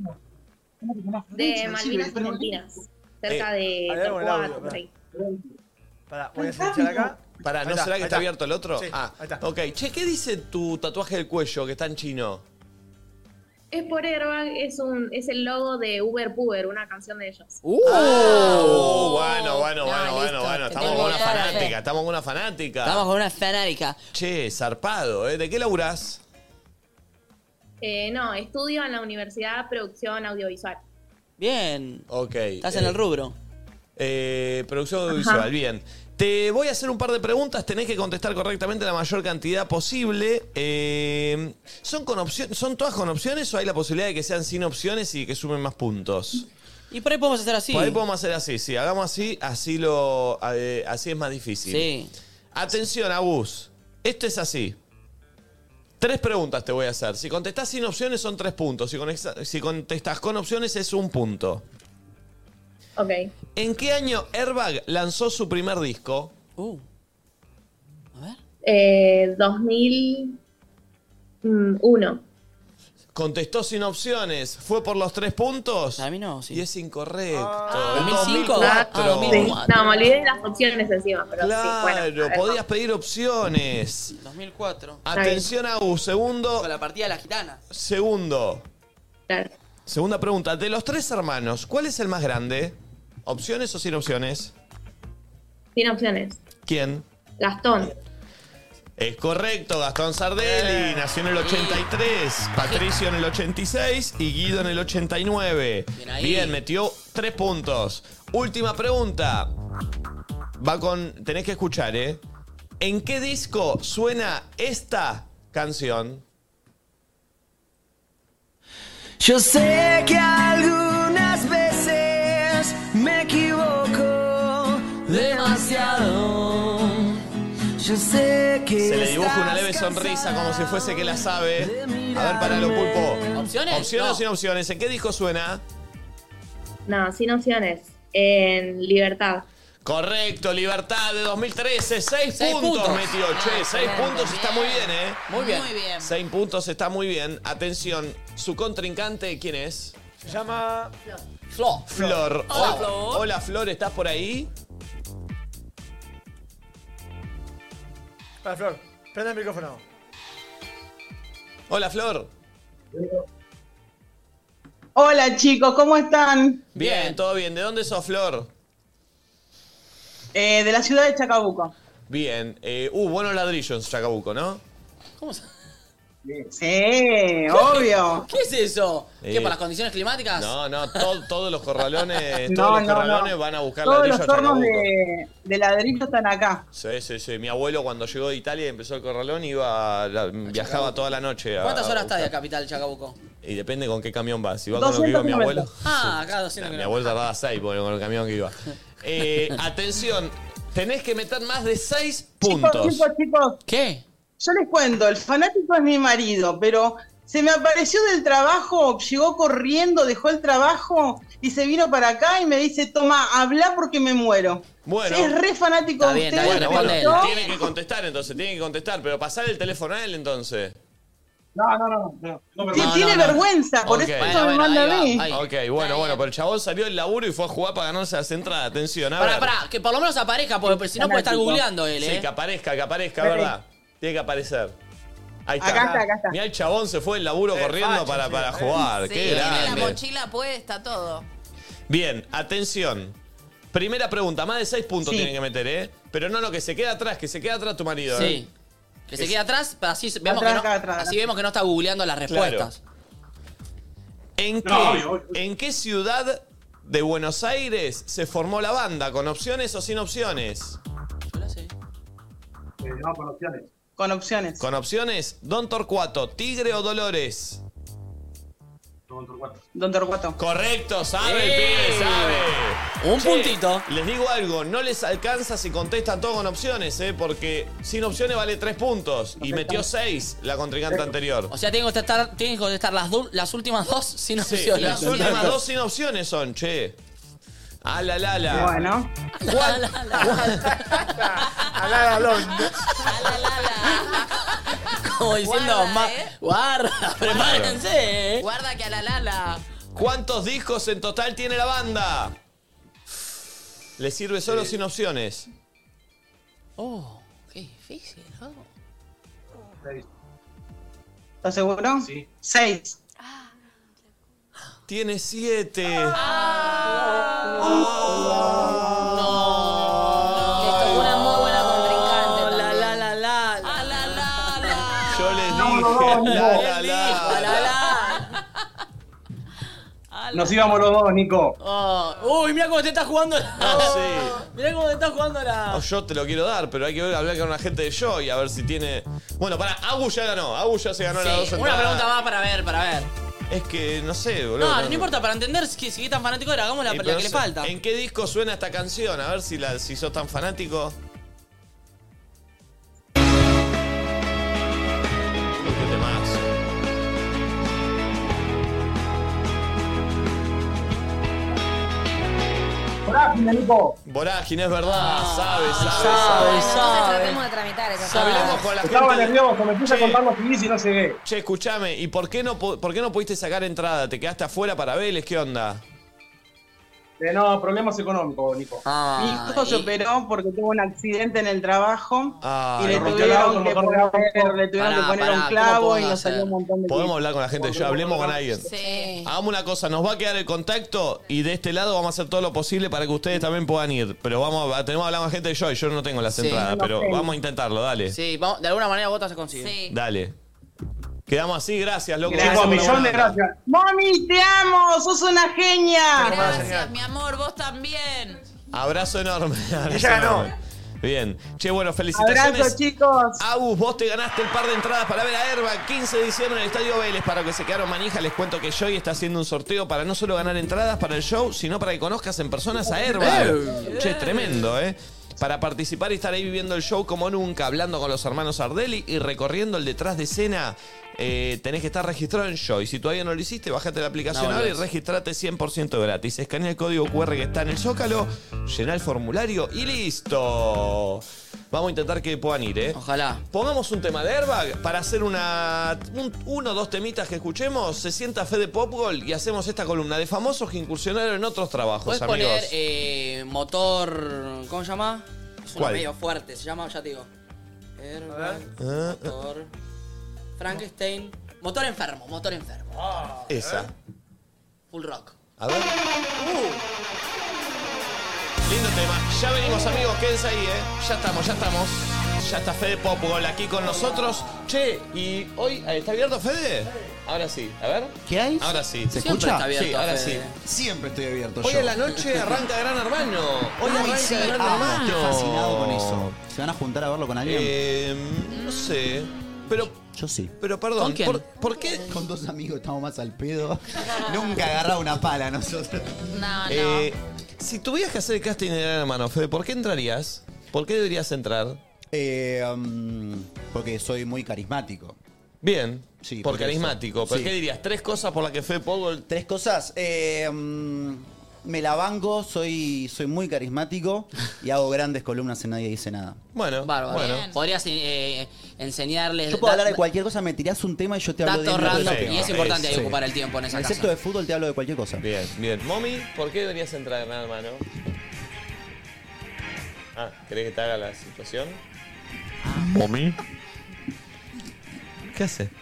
De Malvinas Argentinas. Cerca de a ver, el audio, Torcuato, por ahí. Pará, voy a silenciar acá. Pará, ¿no Ahí será que ahí está abierto el otro? Sí, Ah, ahí está. ok. Che, ¿qué dice tu tatuaje del cuello que está en chino? Es por Airbag, es el logo de Uber Puber, una canción de ellos. Bueno. Estamos con una fanática, Estamos con una fanática. Che, zarpado, ¿eh? ¿De qué laburás? No, estudio en la Universidad Producción Audiovisual. Bien. Ok. Estás en el rubro. Producción audiovisual, bien. Te voy a hacer un par de preguntas, tenés que contestar correctamente la mayor cantidad posible. ¿Son todas con opciones o hay la posibilidad de que sean sin opciones y que sumen más puntos? Y por ahí podemos hacer así. Por ahí podemos hacer así, sí. Hagamos así, así es más difícil. Sí. Atención, Agus. Esto es así. 3 preguntas te voy a hacer. Si contestás sin opciones son 3 puntos. Si contestás con opciones es 1 punto. Ok. ¿En qué año Airbag lanzó su primer disco? 2001. Contestó sin opciones. ¿Fue por los 3 puntos? A mí no, sí. Y es incorrecto. 2005. 2004. 2004. No, me olvidé de las opciones encima, pero Claro, sí, bueno. a ver, podías pedir opciones. 2004. Atención, Agus. Segundo. Con la partida de la gitana. Segundo. Claro. Segunda pregunta. De los 3 hermanos, ¿cuál es el más grande? ¿Opciones o sin opciones? Sin opciones. ¿Quién? Gastón. Es correcto, Gastón Sardelli nació en el 83, Patricio en el 86 y Guido en el 89. Bien ahí. Bien, metió 3 puntos. Última pregunta. Tenés que escuchar, ¿eh? ¿En qué disco suena esta canción? Yo sé que algunas veces me equivoco demasiado. Yo sé que Se le dibuja una leve sonrisa como si fuese que la sabe. A ver, paralo, Pulpo. ¿Opciones? ¿Opciones o No. sin opciones? ¿En qué disco suena? No, sin opciones. En Libertad. Correcto, Libertad de 2013. 6 6 puntos puntos. metió. Che, 6 puntos está muy bien, ¿eh? Muy bien. Muy bien. 6 puntos está muy bien. Atención, su contrincante, ¿quién es? Se llama... Flo. Flor. Hola, Flor. Hola, Flor, ¿estás por ahí? Para Flor, prende el micrófono. Hola, Flor. Hola chicos, ¿cómo están? Bien, todo bien. ¿De dónde sos, Flor? De la ciudad de Chacabuco. Bien. Buenos ladrillos en Chacabuco, ¿no? ¿Cómo se...? Sí, obvio. ¿Qué es eso? ¿Qué, Eh, por las condiciones climáticas? No, todos los corralones, No, todos los no, corralones no. van a buscar Todos ladrillo los a hornos Chacabuco. de ladrillo están acá. Sí. Mi abuelo cuando llegó de Italia y empezó el corralón viajaba toda la noche. ¿Cuántas horas está de buscar. la capital, Chacabuco? Y depende con qué camión vas. Si va con lo que iba mi 290. abuelo. Ah, acá 200 Mi kilómetros. abuelo tardaba 6 con el camión que iba. Atención, tenés que meter más de 6 puntos. Chicos. ¿Qué? Yo les cuento, el fanático es mi marido, pero se me apareció del trabajo, llegó corriendo, dejó el trabajo y se vino para acá y me dice, toma, habla porque me muero. Bueno. Es re fanático de ustedes. Bueno, pero yo- tiene que contestar entonces, pero pasar el teléfono a él entonces. No. Sí, tiene vergüenza, por Ok. eso me manda a mí. Ok, bueno, pero el chabón salió del laburo y fue a jugar para ganarse las entradas. Atención, a ver. Pará, que por lo menos aparezca, porque si no puede estar googleando él, Sí, que aparezca, ¿verdad? Tiene que aparecer. Ahí está. Acá está. Mirá, el chabón se fue del laburo corriendo para jugar. Sí, Qué tiene la grande. mochila puesta, todo. Bien, atención. Primera pregunta, más de 6 puntos Sí. tienen que meter, ¿eh? Pero no, que se queda atrás tu marido, ¿eh? Sí. Que se quede atrás, pero así vemos, Atrás. así vemos que no está googleando las respuestas. ¿En qué ciudad de Buenos Aires se formó la banda? ¿Con opciones o sin opciones? Yo la sé. No, con opciones. Con opciones. Con opciones, Don Torcuato, Tigre o Dolores. Don Torcuato. Correcto, sabe el pibe, sabe. Un puntito. Les digo algo, no les alcanza si contestan todo con opciones, porque sin opciones vale 3 puntos. Y metió 6 la contrincante anterior. O sea, tienen que contestar las últimas dos sin Sí, opciones. las últimas 2 sin opciones son, che. Ala. Bueno. Como diciendo, guarda, prepárense. Guarda que a la lala. ¿Cuántos discos en total tiene la banda? ¿Le sirve solo sin opciones? Oh, qué difícil, ¿no? ¿Estás seguro? Sí. 6. Tiene 7. Les tocó una muy buena contrincante. Yo les dije, Nos íbamos los dos, Nico. Uy, mira cómo te está jugando. Sí. Mira cómo te está jugando la. No, yo te lo quiero dar, pero hay que hablar con la gente de Joy a ver si tiene. Bueno, Agu ya ganó. Agu ya se ganó las 2 entradas. Una pregunta más para ver. Es que no sé, boludo. No importa, para entender si qué tan fanático era, hagamos la Pero que no le sé, falta. ¿En qué disco suena esta canción? A ver si sos tan fanático. Qué temazo. Vorágine, Nico. Vorágine, es verdad. Sabe. Entonces tratemos de tramitar esa Hablemos con la Estaba gente. nervioso, me puse a Che. contar los CDs y no llegué. Che, escúchame, ¿y por qué no pudiste sacar entrada? ¿Te quedaste afuera para Vélez? ¿Qué onda? No, problemas económicos, Nico. Ah, Mi hijo se operó porque tuvo un accidente en el trabajo Ah, y le no. tuvieron que poner un clavo y nos salió un montón de Podemos hablar con la gente de Joy, hablemos con alguien. Sí. Hagamos una cosa, nos va a quedar el contacto y de este lado vamos a hacer todo lo posible para que ustedes también puedan ir. Pero tenemos que hablar con la gente de Joy, yo no tengo las Sí. entradas, No pero tengo. vamos a intentarlo, dale. Sí, de alguna manera vos se consigue. Sí. Dale. Quedamos así, gracias, loco. Chicos, Gracias por la millón de buena onda. gracias. Mami, te amo, sos una genia. Gracias, mi amor, vos también. Abrazo enorme. abrazo Ella ganó. enorme. Bien. Che, bueno, felicitaciones. Abrazo, chicos. Agus, vos te ganaste el par de entradas para ver a Airbag 15 de diciembre en el Estadio Vélez. Para que se quedaron manija, les cuento que Joy está haciendo un sorteo para no solo ganar entradas para el show, sino para que conozcas en personas a Airbag. Che, tremendo, ¿eh? Para participar y estar ahí viviendo el show como nunca, hablando con los hermanos Ardelli y recorriendo el detrás de escena, tenés que estar registrado en Joy. Si todavía no lo hiciste, bájate la aplicación No, ahora y olvidás. registrate 100% gratis. Escanea el código QR que está en el Zócalo, llená el formulario y listo. Vamos a intentar que puedan ir, ¿eh? Ojalá. Pongamos un tema de Airbag para hacer uno o dos temitas que escuchemos. Se sienta Fede Popgol y hacemos esta columna de famosos que incursionaron en otros trabajos, ¿Puedes amigos. poner motor. ¿Cómo se llama? Es uno ¿Cuál? medio fuerte, se llama, ya te digo. Airbag, motor. Frankenstein. Motor enfermo. Esa. Full rock. A ver. Lindo tema. Ya venimos, amigos. Quédense ahí, ¿eh? Ya estamos. Ya está Fede Popgol aquí con nosotros. Che, ¿y hoy está abierto Fede? Ahora sí, a ver. ¿Qué hay? Ahora sí. ¿Se escucha? Sí, ahora sí. Siempre estoy abierto Hoy yo. en la noche arranca Gran Hermano. Hoy Ay, arranca sí. Gran Ah, Hermano. estoy fascinado con eso. ¿Se van a juntar a verlo con alguien? No sé. Pero yo sí. Pero perdón, ¿Con quién? ¿por qué? Con 2 amigos estamos más al pedo. Nunca agarraba una pala nosotros. No, Si tuvieras que hacer el casting de Gran Hermano, Fede, ¿por qué entrarías? ¿Por qué deberías entrar? Porque soy muy carismático. Bien. Sí, por porque carismático. eso. ¿Pero Sí. qué dirías? 3 cosas por las que Fede Popgol... 3 cosas. Me la banco, soy muy carismático y hago grandes columnas en Nadie Dice Nada. Bueno, Bárbaro. bueno. Podrías enseñarles. Yo puedo hablar de cualquier cosa, me tirás un tema y yo te hablo de datos minutos random, de tema. y es importante ahí Sí. ocupar el tiempo en esa Excepto casa. de fútbol te hablo de cualquier cosa. Bien, bien. Momi, ¿por qué deberías entrar en Gran Hermano? ¿Querés que te haga la situación? ¿Momi? ¿Qué hace?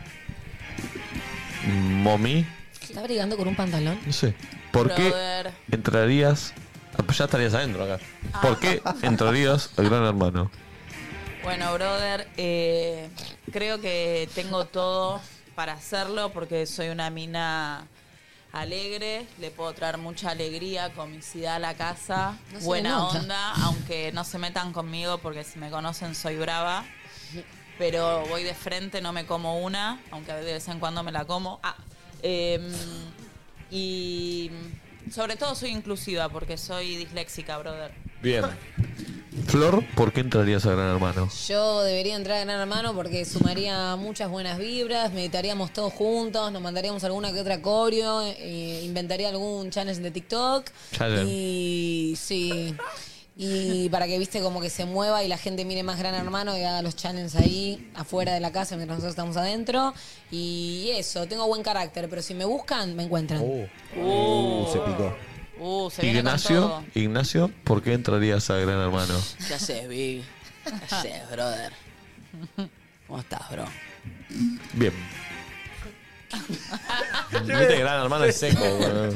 ¿Momi? ¿Está brigando con un pantalón? No sé. ¿Por qué Brother. entrarías? Pues ya estarías adentro acá. ¿Por qué entrarías al Gran Hermano? Bueno, brother, creo que tengo todo para hacerlo porque soy una mina alegre, le puedo traer mucha alegría, comicidad a la casa, No se buena nota. onda, aunque no se metan conmigo porque si me conocen soy brava, pero voy de frente, no me como una, aunque de vez en cuando me la como. Y sobre todo soy inclusiva porque soy disléxica, brother. Bien. Flor, ¿por qué entrarías a Gran Hermano? Yo debería entrar a Gran Hermano porque sumaría muchas buenas vibras, meditaríamos todos juntos, nos mandaríamos alguna que otra coreo, inventaría algún challenge de TikTok. Challenge. Y sí. Y para que, viste, como que se mueva y la gente mire más Gran Hermano y haga los challenges ahí, afuera de la casa, mientras nosotros estamos adentro. Y eso, tengo buen carácter, pero si me buscan, me encuentran. Se picó. Se viene con todo. Ignacio, ¿por qué entrarías a Gran Hermano? ¿Qué haces, Big? ¿Qué haces, brother? ¿Cómo estás, bro? Bien. Viste, Gran Hermano es seco, bueno.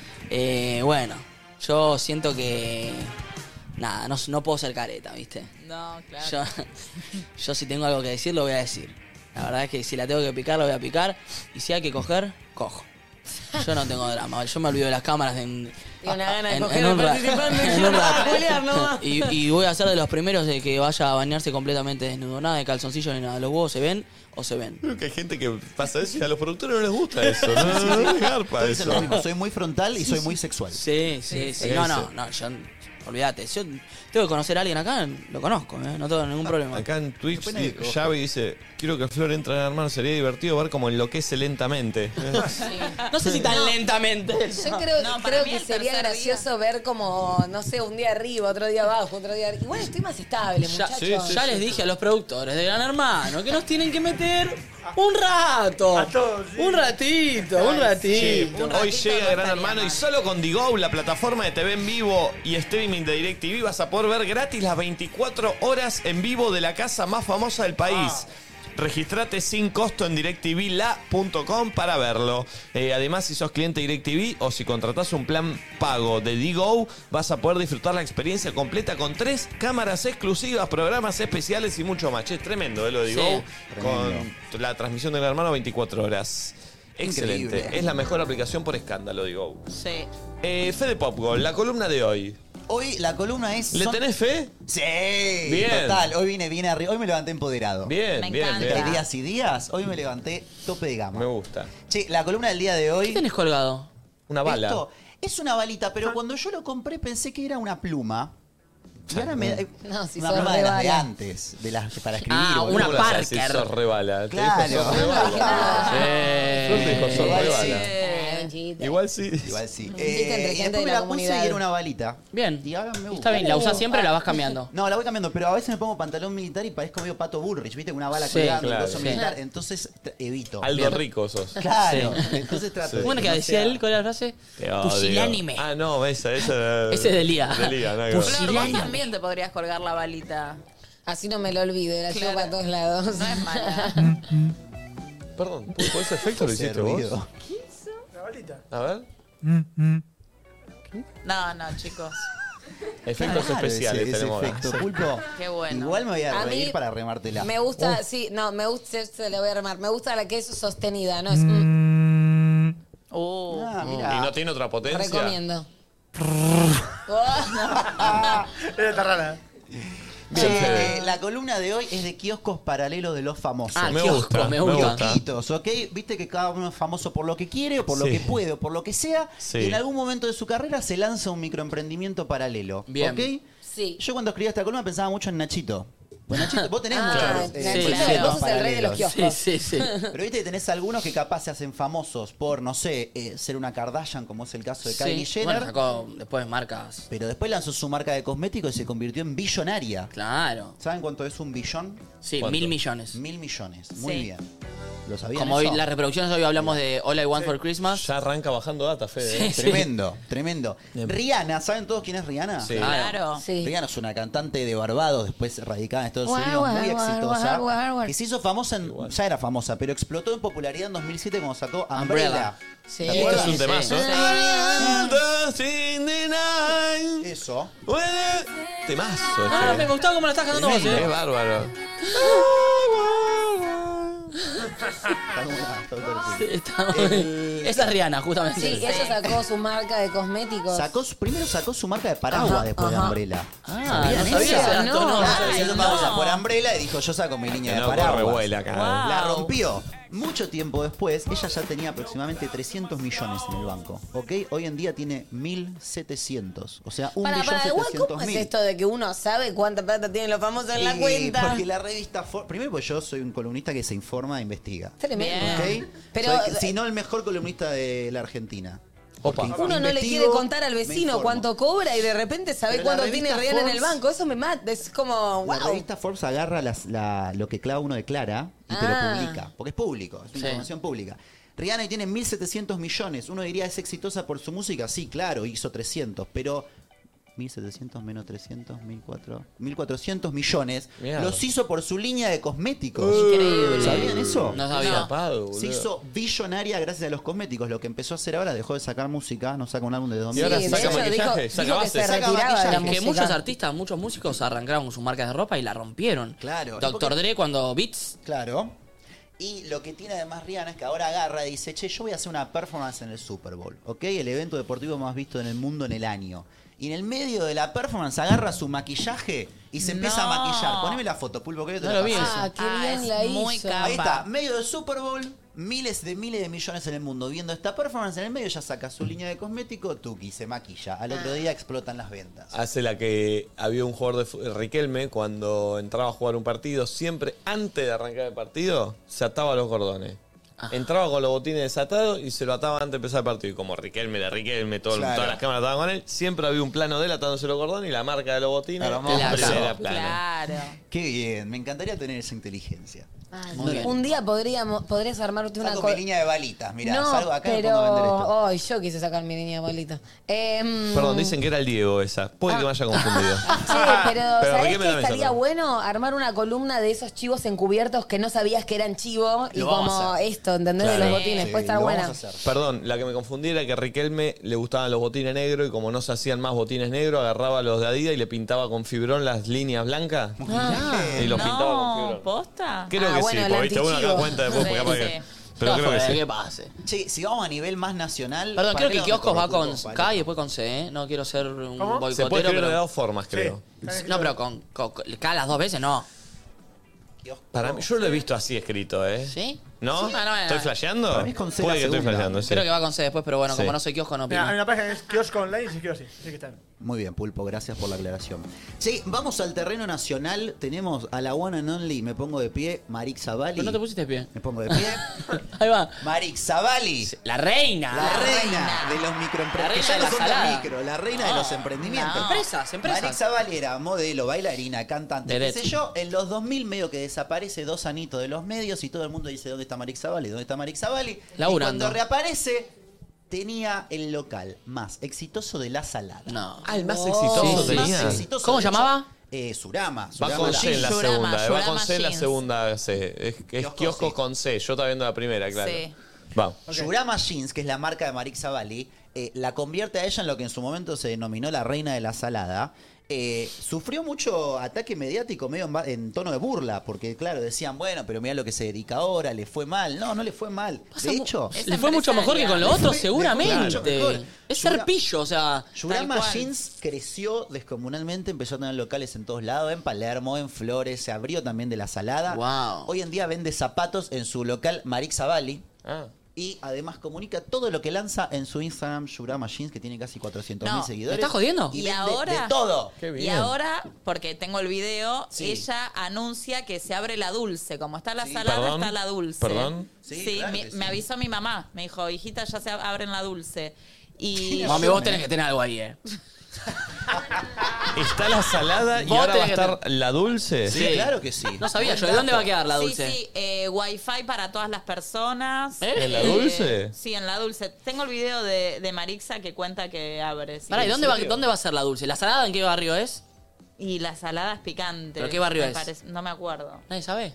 Bueno, yo siento que... Nada, no puedo ser careta, ¿viste? No, claro. Yo si tengo algo que decir, lo voy a decir. La verdad es que si la tengo que picar, la voy a picar. Y si hay que coger, cojo. Yo no tengo drama. Yo me olvido de las cámaras en Tengo una gana de en coger un al rato. participante y En yo un rato. a juliar nomás. Y voy a ser de los primeros de que vaya a bañarse completamente desnudo. Nada de calzoncillos ni nada. Los huevos se ven o se ven. Creo que hay gente que pasa eso y a los productores no les gusta eso. No les garpa Entonces, eso. lo mismo, soy muy frontal y soy muy sexual. Sí. No, yo... Olvídate, yo tengo que conocer a alguien acá, lo conozco, no tengo ningún problema. Acá en Twitch, Xavi dice: quiero que Flor entre a Gran Hermano, sería divertido ver cómo enloquece lentamente. No sé si tan lentamente. Yo creo, No, para creo mí que el sería tercer gracioso ver como, no sé, un día arriba, otro día abajo, otro día arriba. Igual estoy más estable, muchachos. Ya les dije a los productores de Gran Hermano que nos tienen que meter un rato. Un ratito. Hoy llega Gran Hermano y solo con Digo, la plataforma de TV en vivo y streaming de DirecTV, vas a poder ver gratis las 24 horas en vivo de la casa más famosa del país. Registrate sin costo en directvla.com para verlo. Además, si sos cliente de DirecTV o si contratás un plan pago de Digo, vas a poder disfrutar la experiencia completa con 3 cámaras exclusivas, programas especiales y mucho más. Che, es tremendo, lo de Digo, Sí. con la transmisión de Gran Hermano 24 horas. Excelente. Increíble. Es la mejor aplicación por escándalo, Digo. Sí. Fede Popgol, la columna de hoy. Hoy la columna es... ¿Le tenés fe? Sí, Bien. total. Hoy vine arriba. Hoy me levanté empoderado. Bien, Me bien, encanta. bien. De días y días, hoy me levanté tope de gama. Me gusta. Che, la columna del día de hoy... ¿Qué tenés colgado? Una bala. Esto es una balita, pero cuando yo lo compré pensé que era una pluma. Y ahora me... No, si una sos pluma de las de rebala. antes, de las para escribir. Ah, boludo. una ¿Cómo lo Parker. sabes si sos rebala? Te Claro. dijo sos rebala. Flor te dijo sos Igual rebala. sí. Igual sí. Igual sí. chiste entre Y gente después de me la la puse y comunidad. era una balita. Bien. Y ahora me gusta. Está bien, ¿la usás siempre o la vas cambiando? No, la voy cambiando, pero a veces me pongo pantalón militar y parezco medio Pato Bullrich, ¿viste? Con una bala Sí, colgando, claro, un coso sí. militar. Entonces evito. Aldo Rico sos. Claro. Entonces trato de Bueno, que no decía sea- él, ¿cuál era la frase? Te odio. Pusilánime. Ah, no, esa. Ese es de Lía. De Lía, nada que ver. Flor, vos también te podrías colgar la balita. Así no me lo olvido, la llevo para todos lados. No es mala. Perdón, ¿por ese efecto lo hiciste vos? ruido. A ver. No, chicos. Efectos Claro, especiales ese tenemos ahora. efecto, Pulpo. Qué bueno. Igual me voy a A reír mí para remártela. Me gusta, me gusta, se le voy a remar. Me gusta la que es sostenida, ¿no? Es ¿Y no tiene otra potencia? recomiendo. Está rara. Bien, la columna de hoy es de kioscos paralelos de los famosos. Ah, me kioscos, gusta, me gusta. Kiosquitos, ¿ok? Viste que cada uno es famoso por lo que quiere o por lo Sí. que puede o por lo que sea. Sí. Y en algún momento de su carrera se lanza un microemprendimiento paralelo. Bien. ¿Ok? Sí. Yo cuando escribí esta columna pensaba mucho en Nachito. Pues Nachito, vos tenés Ah, muchos claro. proyectos Vos sos el rey de los paralelos. kioscos. Sí. Pero viste que tenés algunos que capaz se hacen famosos por, no sé, ser una Kardashian, como es el caso de Kylie Jenner. Bueno, sacó después marcas. Pero después lanzó su marca de cosméticos y se convirtió en billonaria. Claro. ¿Saben cuánto es un billón? Sí, ¿Cuánto? 1.000 millones. 1.000 millones. Muy Sí. bien. ¿Lo sabían Como eso? hoy las reproducciones, hoy hablamos de All I Want for Christmas. Ya arranca bajando data, Fede. Sí, Tremendo, tremendo. Rihanna, ¿saben todos quién es Rihanna? Sí. Claro. Sí. Rihanna es una cantante de Barbados, después radicada en Estados Guau, Unidos, guau, muy guau, exitosa. guau, guau, guau. Que se hizo famosa, ya era famosa, pero explotó en popularidad en 2007 cuando sacó Umbrella. Sí. ¿Te acuerdas? Este es un temazo. Eso. Temazo Ah, me este. gustaba cómo lo estás cantando vos, Es bárbaro. Esa es Rihanna, justamente. Sí, ella sacó su marca de cosméticos. Primero sacó su marca de paraguas Ajá, después ajá. de Umbrella. Ah, ¿Sabían no eso? sabía ese dato, no. Se hizo famosa por Umbrella y dijo, yo saco mi línea Que de no corre paraguas. vuela acá. La rompió. Mucho tiempo después, ella ya tenía aproximadamente 300 millones en el banco. ¿Ok? Hoy en día tiene 1.700. O sea, Para, igual, ¿cómo es 1.700.000. esto de que uno sabe cuánta plata tienen los famosos en la cuenta? Porque la revista... Primero, pues yo soy un columnista que se informa e investiga. Tremendo. ¿Ok? Pero- Soy, si no, el mejor columnista de la Argentina. Opa. Porque Uno no le investigo, quiere contar al me vecino informo. cuánto cobra y de repente sabe Pero la cuánto tiene revista Rihanna en el Forbes- banco. Eso me mata. Es como, La wow. revista Forbes agarra lo que cada uno declara y te lo Ah. publica. Porque es público, es Sí. información pública. Rihanna hoy tiene 1.700 millones. Uno diría, ¿es exitosa por su música? Sí, claro, hizo 300. Pero 1.700 menos 300, 1.400 millones. Mirá. Los hizo por su línea de cosméticos. Increíble. ¿Sabían eso? No sabía. Zapado, boludo. Se hizo billonaria gracias a los cosméticos. Lo que empezó a hacer ahora, dejó de sacar música, no saca un álbum de Y 2000. ahora Sí, de saca hecho, maquillaje, dijo saca que base. se Saca retiraba de la maquillaje. Que música. muchos artistas, muchos músicos arrancaron con su marca de ropa y la rompieron. Claro. Dr. Dre cuando Beats. Claro. Y lo que tiene además Rihanna es que ahora agarra y dice, che, yo voy a hacer una performance en el Super Bowl, ¿ok? El evento deportivo más visto en el mundo en el año. Y en el medio de la performance agarra su maquillaje y se empieza a No. maquillar. Poneme la foto, Pulpo, que yo te No la lo vi paso. eso. Ah, qué bien es la muy hizo. capa. Ahí está, medio del Super Bowl, miles de millones en el mundo viendo esta performance. En el medio ya saca su línea de cosmético, tuki, se maquilla. Al otro día explotan las ventas. Hace la que había un jugador de Riquelme cuando entraba a jugar un partido, siempre antes de arrancar el partido, se ataba los cordones. Entraba con los botines desatados y se lo ataba antes de empezar el partido. Y como Riquelme, Claro. todas las cámaras estaban con él, siempre había un plano de él atándose los cordones y la marca de los botines. Hermoso. Primera plano. Claro. Qué bien, me encantaría tener esa inteligencia. Ay, Muy bien. un día podrías armarte una Saco cosa. mi línea de balitas, mirá, No, salgo acá y me pero pongo a vender esto. ay, yo quise sacar mi línea de bolita. Perdón, dicen que era el Diego esa. Puede que me haya confundido. Che, pero Pero ¿sabés Riquelme qué también estaría saca. bueno? Armar una columna de esos chivos encubiertos que no sabías que eran chivo y Lo vamos como a hacer. esto, ¿entendés? De Claro. los botines. Sí, Puede estar lo buena. vamos a hacer. Perdón, la que me confundí era que a Riquelme le gustaban los botines negros y como no se hacían más botines negros, agarraba los de Adidas y le pintaba con fibrón las líneas blancas y los pintaba con No, fibrón. ¿posta? Creo que bueno, sí, el porque viste, uno acá antichivo. cuenta después, porque Sí, capaz sí. que... Pero creo que sí. ¿Qué pase? Che, si vamos a nivel más nacional. Perdón, creo que ¿para qué Kioscos va dónde corre con Pulpo? K y después con C, ¿eh? No quiero ser un ¿Cómo? Se puede boicotero, escribir de pero... dos formas, creo. No, pero con K las dos veces no. Para mí, yo lo he visto así escrito, ¿eh? ¿Sí? ¿No? Sí, no, ¿Estoy flasheando? Para mí es con C Puede la que estoy segunda. flasheando, sí. Creo que va con C después, pero bueno, Sí. como no soy kiosco, no Mira, hay opino. una página que es kiosco online y se escribe así. Sí que están. Muy bien, Pulpo, gracias por la aclaración. Sí, vamos al terreno nacional. Tenemos a la one and only, me pongo de pie, Marix Zavalli. Pero no te pusiste de pie. Me pongo de pie. Ahí va. Marix Zavalli. La reina. La reina de los La microemprendimientos. reina Ya de no la son de salada. micro, la reina de los emprendimientos. No. Empresas. Marix Zavalli era modelo, bailarina, cantante, qué Vedette. sé yo. En los 2000 medio que desaparece 2 anitos de los medios y todo el mundo dice, ¿dónde está Marix Zavalli? ¿Dónde está Marix Zavalli? Y Laburando. cuando reaparece, tenía el local más exitoso de La Salada. No. Ah, el más exitoso Sí, sí, tenía. sí. Exitoso, ¿Cómo de hecho, llamaba? Surama. Va Surama con C en la Yurama, segunda, va con Yurama C en la Jeans. segunda C. Es Kiosco, kioscos sí. con C, yo estaba viendo la primera, claro. Sí. Vamos. Yurama Jeans, que es la marca de Marix Zavalli, la convierte a ella en lo que en su momento se denominó la reina de la salada. Sufrió mucho ataque mediático medio en tono de burla, porque claro, decían, bueno, pero mira lo que se dedica ahora, le fue mal. No, no le fue mal. De hecho, le fue mucho mejor que con lo otro, seguramente. Claro, es ser pillo, o sea. Shurama Jeans creció descomunalmente, empezó a tener locales en todos lados, en Palermo, en Flores, se abrió también de la salada. Wow. Hoy en día vende zapatos en su local Marixa Valley. Y además comunica todo lo que lanza en su Instagram, Shurama Jeans, que tiene casi 400.000 seguidores. ¿Me estás jodiendo? Y Y vende ahora, de todo. y ahora, porque tengo el video, ella anuncia que se abre la dulce. Como está la salada, Perdón, está la dulce. perdón. Sí, claro que me avisó mi mamá. Me dijo, hijita, ya se abren la dulce. Y Mami, vos tenés que tener algo ahí, Está la salada y Vos ahora va a tenés que estar la dulce. Sí, claro que sí. No sabía yo. ¿De dónde va a quedar la dulce? Sí, Wi-Fi para todas las personas. ¿En la dulce? Sí, en la dulce. Tengo el video de Marixa que cuenta que abre. Sí. Pará, ¿y dónde va a ser la dulce? ¿La salada en qué barrio es? Y la salada es picante. ¿Pero qué barrio me es? parece. No me acuerdo. ¿Nadie sabe?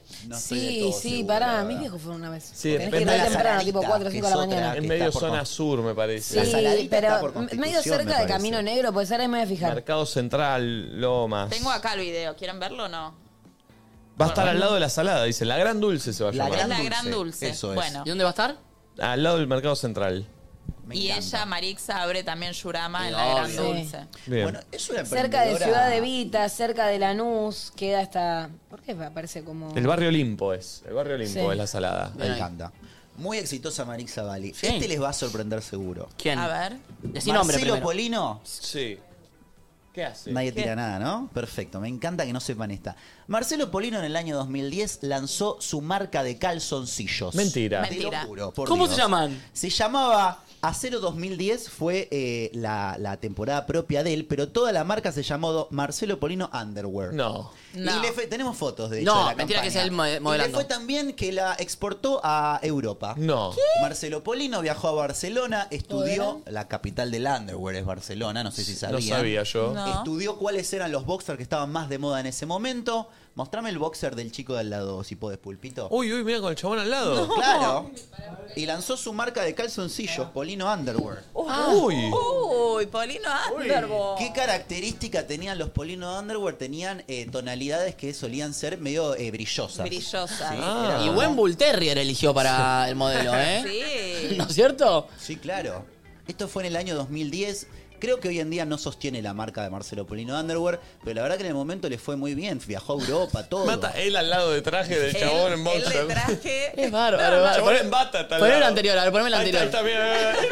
Sí, pará, mis viejos fueron una vez. Sí, Tenés que ir muy temprano, tipo 4 o 5 de la mañana. En medio zona sur, me parece. Sí, pero medio cerca de Camino Negro, puede ser, ahí me voy a fijar. Mercado Central, Lomas. Tengo acá el video. ¿Quieren verlo o no? Va a estar al lado de la salada, dice. La Gran Dulce se va a llamar. Es la Gran Dulce. Eso es. Bueno. ¿Y dónde va a estar? Al lado del Mercado Central. Y ella, Marixa, abre también Shurama en la Obvio. Gran Dulce. Bien. Bueno, es una Cerca de emprendedora- Ciudad de Vita, cerca de Lanús, queda hasta... ¿Por qué aparece como...? El barrio Olimpo es. El barrio Olimpo Sí. es la salada. Me encanta. Muy exitosa Marixa Valley. Sí. Este les va a sorprender seguro. ¿Quién? A ver. Decí nombre Marcelo primero. Polino. Sí. ¿Qué hace? Nadie ¿Qué? tira nada, ¿no? Perfecto, me encanta que no sepan esta. Marcelo Polino en el año 2010 lanzó su marca de calzoncillos. Mentira. Te lo juro, por ¿Cómo Dios. se llaman? Se llamaba Acero 2010, fue la temporada propia de él, pero toda la marca se llamó Marcelo Polino Underwear. No. No. Y le fue, tenemos fotos de hecho No, de la mentira que sea campaña. él Y modelando. le fue también que la exportó a Europa. No. Marcelo Polino viajó a Barcelona, estudió, la capital del underwear es Barcelona, no sé si sabían. No sabía yo. No. Estudió cuáles eran los boxers que estaban más de moda en ese momento. Mostrame el boxer del chico de al lado, si podés, Pulpito. Uy, mira con el chabón al lado. Claro. Y lanzó su marca de calzoncillos, Polino Underwear. Uy. Uy, Polino Underwood. ¿Qué característica tenían los Polino Underwear? Tenían tonalidades que solían ser medio brillosas. Brillosas. Sí, Ah. Y buen Bull Terrier eligió para el modelo, ¿eh? Sí. ¿No es cierto? Sí, claro. Esto fue en el año 2010. Creo que hoy en día no sostiene la marca de Marcelo Polino Underwear, pero la verdad que en el momento le fue muy bien. Viajó a Europa, todo. Mata él al lado de traje del chabón en Él boxer. de traje. Es bárbaro, El bárbaro. chabón en bata está al Poné el lado. anterior, a ver, poneme el Ahí anterior. está bien.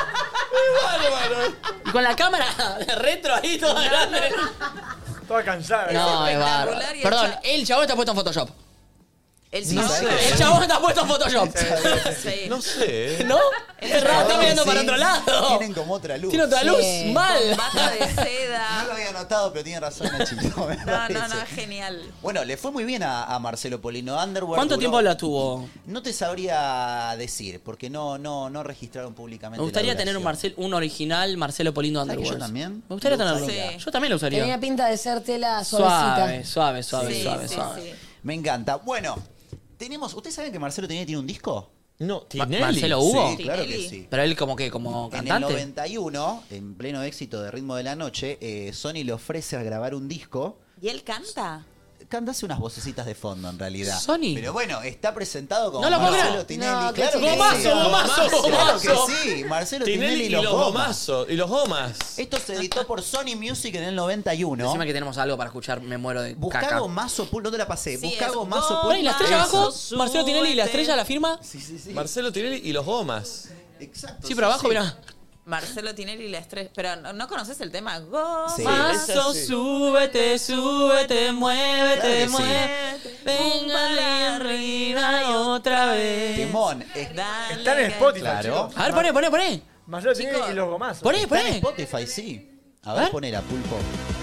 Es bárbaro. Y con la cámara de retro ahí toda grande. Toda cansada. No, es bárbaro. espectacular y Perdón, ella- el chabón está puesto en Photoshop. Él sí. No sé. El chabón está puesto en Photoshop. Sí. No sé. ¿No? Es raro, está mirando para otro lado. Tienen como otra luz. Tiene otra luz. Sí. Mal. Bata de No seda. lo había notado, pero tiene razón Nachito. me No, parece. no, es genial. Bueno, le fue muy bien a Marcelo Polino Underwear. ¿Cuánto Duró- tiempo la tuvo? No te sabría decir, porque no registraron públicamente. Me gustaría la tener duración. un original Marcelo Polino ¿Sabes que Underwear. yo también? Me gustaría Lo tenerlo. usaría. Yo también lo usaría. Tenía pinta de ser tela suavecita. Suave, suave, Sí, suave, sí, suave. sí. Me encanta. Bueno, tenemos. ¿Ustedes saben que Marcelo Tinelli tiene un disco? No, Tinelli. ¿Marcelo Hugo? Sí, claro que Tinelli. sí. Pero él como que, como En el cantante. 91, en pleno éxito de Ritmo de la Noche, Sony le ofrece a grabar un disco. ¿Y él canta? Canta hace unas vocecitas de fondo, en realidad. ¿Sony? Pero bueno, está presentado como No lo puedo Marcelo creer. Tinelli. No, qué claro que Gomazo, sí. gomazo, Claro que gomazo. sí. Marcelo Tinelli, Tinelli y los gomazos. Y los gomas. Esto se editó por Sony Music en el 91. Decime que tenemos algo para escuchar, me muero de Buscá caca. Gomazo Pulpo, no te la pasé. Sí, Buscá es Gomazo Pulpo. Poné la estrella abajo, Eso. Marcelo Tinelli y la estrella, la firma. Sí, sí, sí. Marcelo Tinelli y los gomas. Exacto. Sí, pero abajo, mirá. Marcelo Tinelli y la estrella. Pero ¿no conoces el tema? Go. Sí. Paso, sí. súbete, súbete, muévete, Claro que sí. muévete. Véngale arriba y otra vez. Timón. Dale, Está en Spotify, Claro. chicos. A ver, poné. Marcelo Tinelli y los gomazos. Poné, Está en poné. Spotify, sí. A ver, ¿Eh? ponela, Pulpo.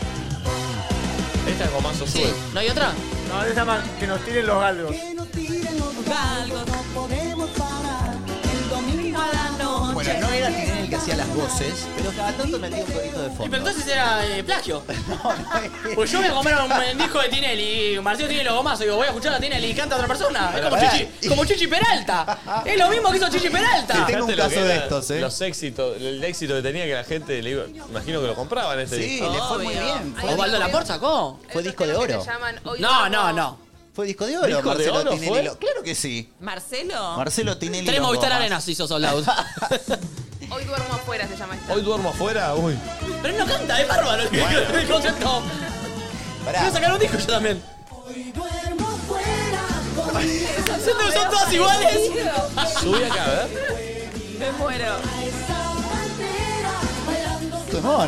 Esta es gomazo Sí, sube. ¿no hay otra? No, se llama Que nos tiren los galgos. Galgo. Bueno, Bueno, no era Tinelli el que hacía las voces, pero cada tanto metía un corito de fondo. Pero entonces era plagio. Pues yo voy a comer un disco de Tinelli y Marcelo tiene los gomazos y digo, voy a escuchar a Tinelli y canta otra persona. Pero Es como pará. como Chichi Peralta. Es lo mismo que hizo Chichi Peralta. Tengo un Fíjate lo caso que de eran estos, Los éxitos, el éxito que tenía que la gente, le iba, imagino que lo compraban este Sí, disco. le fue muy bien. Fue Osvaldo Laport sacó. Fue disco de oro. Se llaman Hoy No, Duermo- no. Fue disco de oro, ¿Disco de Marcelo oro Tinelli. fue? Claro que sí. ¿Marcelo? Marcelo Tinelli. Tres los Movistar gomas. Arenas hizo sold out. Hoy duermo afuera se llama esta. Hoy duermo afuera, uy. Pero no canta, es bárbaro el concepto. Pará. Quiero sacar un disco yo también. Siento que son todas iguales. Subí acá, a ver. Me muero. Temón.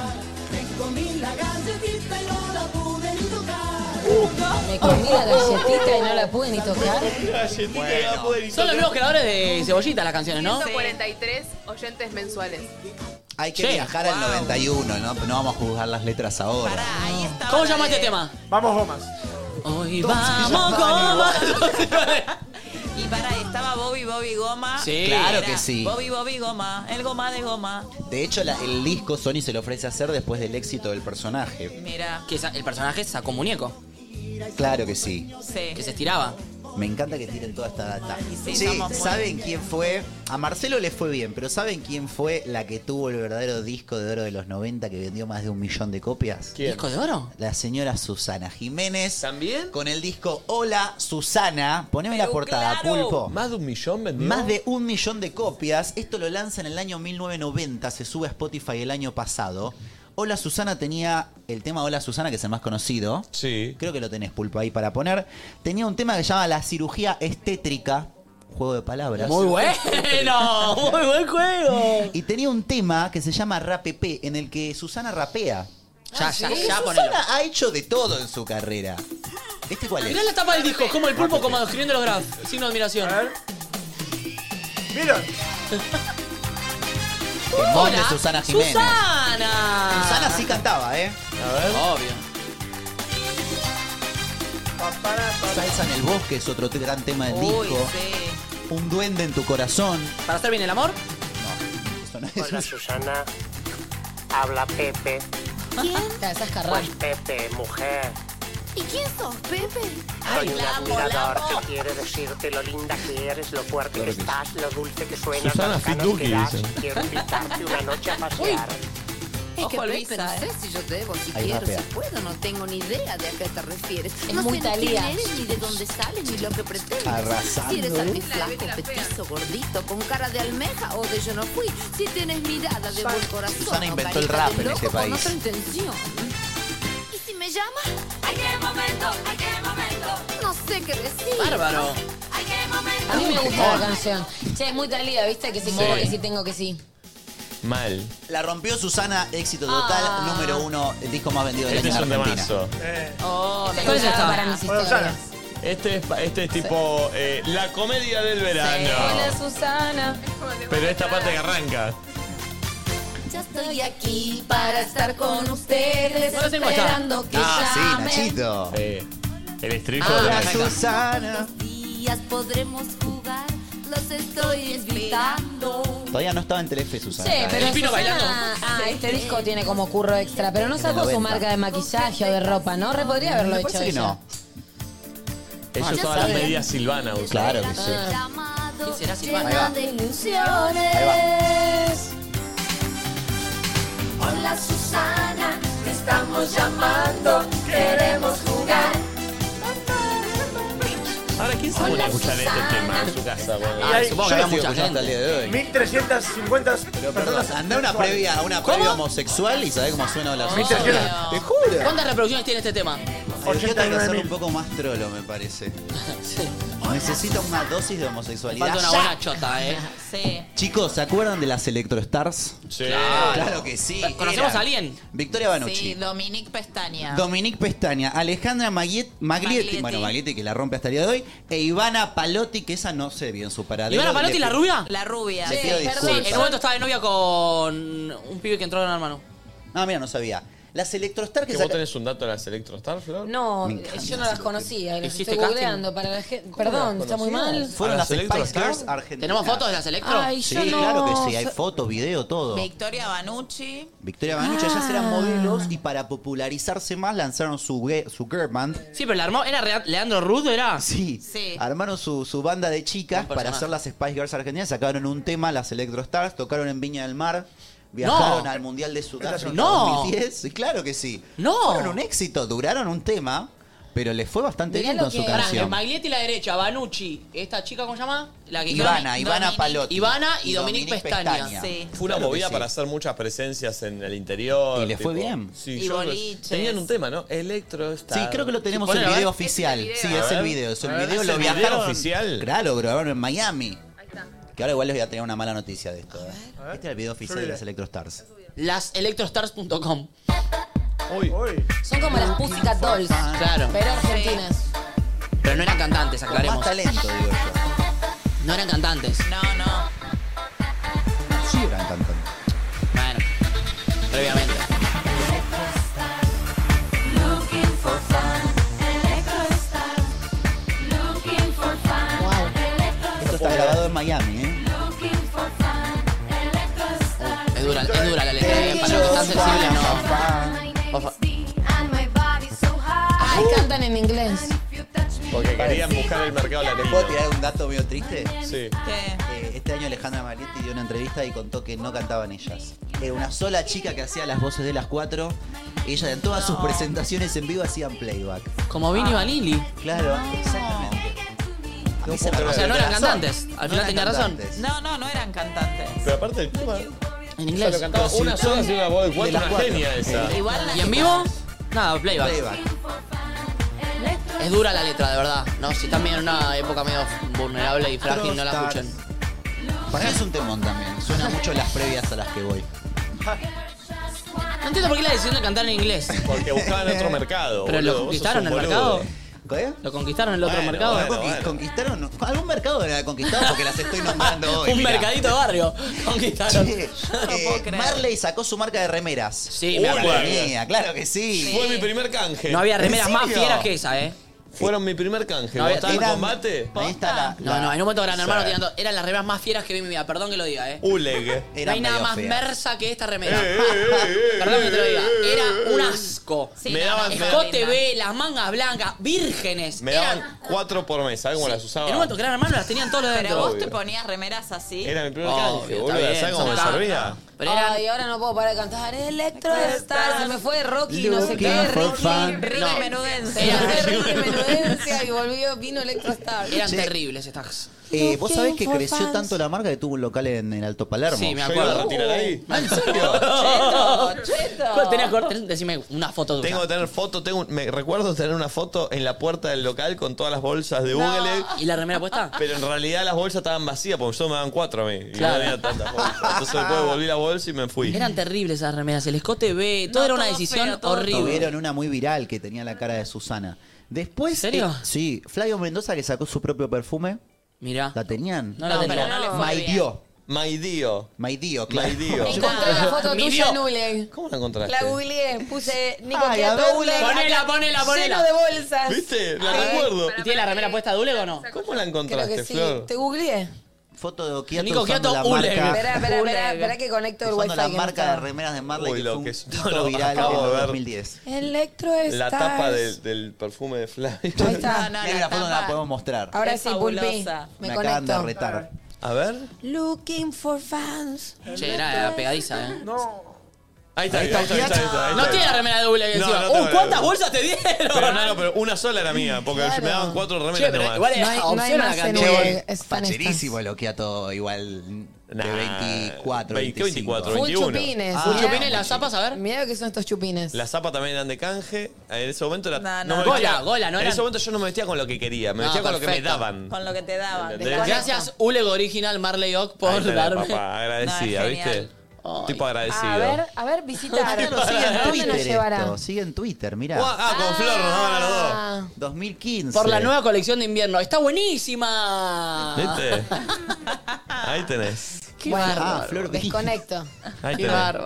Me comí la galletita y no la pude ni tocar. Son los mismos creadores de Cebollita las canciones, ¿no? 143 oyentes mensuales. Hay que Sí. viajar al 91, ¿no? No vamos a juzgar las letras ahora. Ahí está. ¿Cómo se llama este tema? Vamos, gomas. Hoy Todos vamos se llaman Goma. Y para ahí estaba Bobby Goma. Sí. Claro Era que sí. Bobby Goma, el goma de goma. De hecho, el disco Sony se lo ofrece hacer después del éxito del personaje. Mira. Que el personaje sacó un muñeco. Claro que sí. Sí. Que se estiraba. Me encanta que tiren toda esta data. sí, Sí, estamos muy- ¿saben quién fue? A Marcelo le fue bien, pero ¿saben quién fue la que tuvo el verdadero disco de oro de los 90 que vendió más de 1 millón de copias? ¿Quién? ¿Disco de oro? La señora Susana Jiménez. ¿También? Con el disco Hola Susana. Poneme la Pero portada, claro. Pulpo. ¿Más de 1 millón vendió? Más de 1 millón de copias. Esto lo lanza en el año 1990. Se sube a Spotify el año pasado. Hola Susana tenía el tema Hola Susana, que es el más conocido. Sí. Creo que lo tenés, Pulpo, ahí para poner. Tenía un tema que se llama La cirugía estétrica. Juego de palabras. Muy bueno. Muy buen juego. Y tenía un tema que se llama Rapepe, en el que Susana rapea. Ya, Porque ponelo. Susana ha hecho de todo en su carrera. ¿Este cuál es? Mirá la tapa del disco, como el pulpo como escribiendo los graphs. Signo de admiración. A ver. ¿Vieron? Temón de Susana Jiménez. ¡Susana! Susana sí cantaba, ¿eh? A ver. Obvio. Salsa en el bosque es otro gran tema del Uy, disco. sí. Un duende en tu corazón. ¿Para hacer bien el amor? Eso no es. Hola Susana, habla Pepe. Esa es Carrá. Pues Pepe, mujer. ¿Y quién sos, Pepe? Soy un la amo, admirador la amo. que quiere decirte lo linda que eres, lo fuerte Claro que que estás, lo dulce que suenas, Susana las ganas Fit que Duki, das. dicen. Quiero invitarte una noche a pasear. Es que Ojo, Pepe, Luisa, no sé si yo debo, si Ahí quiero, rapea. si puedo, no tengo ni idea de a qué te refieres. Es no muy sé ni Thalía. quién eres, ni de dónde sales, ni lo que pretendes. Arrasando. Si eres alguien flaco, petizo, gordito, con cara de almeja o de yo no fui. Si tienes mirada de buen corazón Susana o inventó el carita rap de en este loco con país. otra intención. ¿Y si me llama? ¿A qué momento? ¿A qué momento? No sé qué decir. Bárbaro. ¿A qué momento? A mí me gusta la canción. Che, es muy Thalía, ¿viste? Que si Sí. quiero, que si tengo, que sí. Mal. La rompió Susana, éxito total, Ah. número 1, el disco más vendido del Este es año un en Argentina. temazo. Oh, me ¿Cuál es encanta. esta para mis Hola, historias? Susana. Este es tipo la comedia del verano. Hola, Susana. Pero esta parte que arranca. Ya estoy aquí para estar con ustedes, No la tengo esta. esperando que Ah, sí, llamen. Nachito. El estribillo Hola, de Susana. Días podremos jugar, los estoy invitando. Todavía no estaba en Telefe, Susana. Sí, pero El Pino Susana, este disco tiene como curro extra, pero no sacó su 90. marca de maquillaje o de ropa, ¿no? Re podría haberlo Me hecho parece que ella. no. Ella ya usaba las saben. medias Silvana. usaba. Claro que sí. ¿Quién será Silvana? Ahí va. de ilusiones. Hola Susana, te estamos llamando, queremos jugar. Ahora, ¿quién se pone a escuchar este tema en su casa? Bueno, Y hay- supongo Yo que lo había sigo mucha escuchando hasta el gente. día de hoy. 1350 Pero perdón, personas. anda a una previa homosexual y sabés cómo suena la Susana. Obvio. Te juro. ¿Cuántas reproducciones tiene este tema? El tío tiene que hacerlo 89.000. un poco más trolo, me parece. Sí. Necesita una dosis de homosexualidad. Falta una ¡Ya! buena chota, Sí. Chicos, ¿se acuerdan de las Electrostars? Sí. Claro que sí. ¿Conocemos eran a alguien? Victoria Banucci. Sí, Dominique Pestaña. Dominique Pestaña, Alejandra Maglietti, bueno, Maglietti que la rompe hasta el día de hoy, e Ivana Palotti, que esa no sé bien su paradero. ¿Ivana Palotti, la rubia? La rubia. Le pido disculpas. Sí, en un momento estaba de novia con un pibe que entró en hermano. No, mira, no sabía. Las Electrostar que ¿Que vos saca... tenés un dato de las Electrostar, Flor? No, Me encanta yo no las conocía, las ¿Hiciste estoy casting? googleando para la gente. ¿Cómo Perdón, las está muy conocías? mal. Fueron ¿A las las Spice Electrostar? Girls argentinas. ¿Tenemos fotos de las Electro? Ay, Sí, yo no. claro que sí, hay fotos, video, todo. Victoria Banucci. Victoria Banucci, ellas eran modelos y para popularizarse más lanzaron su girl band. Sí, pero la armó. ¿Era Leandro Rudo? ¿Era? Sí, Sí. armaron su banda de chicas Un para personaje. hacer las Spice Girls argentinas, sacaron un tema, las Electrostars, tocaron en Viña del Mar, viajaron No. al Mundial de Sudáfrica No. 2010, y claro que sí. No. Fueron un éxito, duraron un tema, pero les fue bastante Mirá bien lo con su que- Pará, canción. Maglietti la derecha, Banucci, esta chica, ¿cómo se llama? La que Ivana Palotti. Ivana y Dominique Pestaña. Sí. Fue una Claro que movida sí. para hacer muchas presencias en el interior. Y le fue bien. Sí, Y yo boliches. tenían un tema, ¿no? Electrostar. Sí, creo que lo tenemos Sí, el ponelo, video a ver. oficial. Es el Sí, video. es A el ver. video. Es el A ver, video, ¿es lo el video viajaron. oficial? Claro, lo grabaron en Miami. Ahí está. Que ahora igual les voy a tener una mala noticia de esto. Este es el video oficial de las Electrostars. Las electrostars.com. Uy. Son como las Pussycat Dolls, Claro. pero argentinas. Pero no eran cantantes, Con aclaremos. más talento, digo yo. No eran cantantes. No, no. Sí, eran cantantes. Bueno, previamente. Esto está grabado en Miami, ¿eh? Es dura la letra. Para los que están sensibles, no. Ay, cantan en inglés. Porque querían buscar el mercado ¿Les latino. puedo tirar un dato medio triste? Sí. ¿Qué? Este año Alejandra Maglietti dio una entrevista y contó que no cantaban ellas. Era una sola chica que hacía las voces de las cuatro. Y ella en todas sus presentaciones en vivo hacían playback. Como Vini Vanilli. Claro, exactamente. A mí se me O sea, no rompió eran el corazón. cantantes. Al final eran tenía razón. cantantes. No eran cantantes. Pero aparte del tema. En inglés. Lo cantaba una sola, hacía una voz de De cuatro, las una cuatro. genia esa. Igual ¿Y en vivo? Nada, playback. Playback. Es dura la letra, de verdad. No, si están bien en una época medio vulnerable y frágil, no la escuchen. Para mí es un temón también. Suena mucho las previas a las que voy. No entiendo por qué la decisión de cantar en inglés. Porque buscaban otro mercado. Pero boludo. lo Vos conquistaron sos el un mercado. boludo. ¿Qué? Lo conquistaron el otro Bueno, mercado. bueno. ¿Conquistaron? ¿Algún mercado era conquistado? Porque las estoy nombrando hoy. Un mirá. mercadito de barrio. Conquistaron. Che, puedo creer. Marley sacó su marca de remeras. Sí, me Uy, acuerdo. Tenía, claro que sí. Fue mi primer canje. No había remeras ¿En más serio? fieras que esa, ¿eh? Fueron mi primer canje. No ¿Vos había- estabas en Eran- combate? Ahí está la. No, no, en un momento Gran Hermano Sí. tirando. Eran las remeras más fieras que vi en mi vida. Perdón que lo diga, ¿eh? Uleg. No hay nada más mersa. mersa que esta remera. Perdón que te lo diga. Era un asco. Sí, Me daban- me Escote linda. B, las mangas blancas, vírgenes. Me Eran- daban 4 por mes. ¿Sabes cómo las usaba? En un momento Gran Hermano las tenían todos los Pero dentro. vos Obvio. te ponías remeras así. Era mi primer Obvio, canje, está boludo. bien, ¿Sabes cómo me son servía? Pero eran. Ay, ahora no puedo parar de cantar Electrostar. Se me fue Rocky, no sé qué. Looking for Ricky, fun. Ricky No. Menudencia. Era- Se me fue Ricky Menudencia y vino Electrostar. Eran Sí. terribles estas. Vos sabés que Looking for creció fans. tanto la marca que tuvo un local en el Alto Palermo. Sí, me ¿Yo iba a acuerdo. retirar ahí? ¿En serio? ¿Cuál tenías que decime una foto tuya? Tengo que tener foto, me recuerdo tener una foto en la puerta del local con todas las bolsas de Google. ¿Y la remera puesta? Pero en realidad las bolsas estaban vacías porque solo me daban 4 a mí. Y Claro. no tenía tantas bolsas. Entonces después volví la bolsa y me fui. Eran terribles esas remeras. El escote B, todo No, era una todo decisión feo, todo horrible. Tuvieron una muy viral que tenía la cara de Susana. Después. ¿En serio? Sí, Flavio Mendoza que sacó su propio perfume. Mirá. ¿La tenían? No la No, tengo. pero no le fue My bien. Dio. My Dio. My Dio, claro. My Dio. Encontré la foto Mi tuya Dios. en Uleg. ¿Cómo la encontraste? La googleé, puse Nico Ay, a Quiato ver, Uleg. ponela, acá, ponela, Lleno ponela. de bolsas. ¿Viste? La recuerdo. ¿Y tiene la remera puesta de Uleg o no? ¿Cómo la Creo encontraste, que sí. Flor? Te googleé. Foto de Okiato Nico usando Quiato, la Uleg. marca. Espera que conecto el Usando wifi. la que no marca de estaba. remeras de Marley Uy, que lo fue un que es- hito no, viral acabo en de el ver. 2010. Electrostars. La tapa del perfume de Flavio. Ahí está. No, Mira, la la foto no la tapa. podemos mostrar. Ahora Es sí, Pulpi. fabulosa. Me acaban de conecto. retar. A ver. Looking for fans. Che, era pegadiza, ¿eh? Ahí está, Ahí ahí está está, ahí está, ahí está, ahí No está. tiene la remera de Uleg No, encima. no tengo la ¿Cuántas de- bolsas te dieron? Pero no, pero una sola era mía, porque Claro. me daban 4 remeras Che, pero nomás. igual No era hay- no hay opción a la más en cantidad. Uleg. Che, Están facherísimo el Okiato igual Nah, de 24, 20, 24, Full 21. chupines. Full Mirá- chupines, las zapas, a ver. Mirá lo que son estos chupines. Las zapas también eran de canje. En ese momento era. No, me Gola, vestía- gola, no En eran- ese momento yo no me vestía con lo que quería, me No, vestía con lo que me perfecto. daban. Con lo que te daban. ¿Entendés? Gracias, Uleg Original Marley Oak, por Ahí tenés, darme. papá, agradecida, No, es ¿viste? genial. Tipo agradecido. A ver, visitar. Sigue en ¿Dónde nos Twitter llevará? esto, sigue en Twitter, mirá. Con Flor nos daban a los dos. Ah, 2015. Por la nueva colección de invierno. ¡Está buenísima! ¿Viste? Ahí tenés. ¡Qué Bueno, bárbaro! Flor, desconecto. Ahí ¡Qué tenés. bárbaro!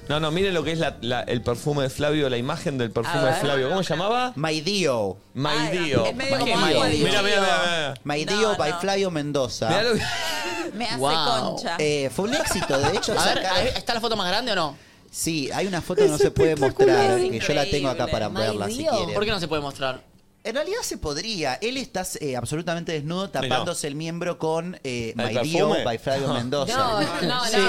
No, miren lo que es el perfume de Flavio, la imagen del perfume de Flavio. ¿Cómo se llamaba? My Dio. My Dio. Es medio como agua de Mira. My Dio by Flavio Mendoza. Mirá lo que- Me hace Wow. concha. Fue un éxito, de hecho. A ver, sacar- ¿está la foto más grande o no? Sí, hay una foto que no se puede mostrar, Es que yo la tengo acá para My verla si Dio. quieren. ¿Por qué no se puede mostrar? En realidad se podría. Él está absolutamente desnudo, tapándose el miembro con My Dio perfume? by Flavio Mendoza. No, Sí.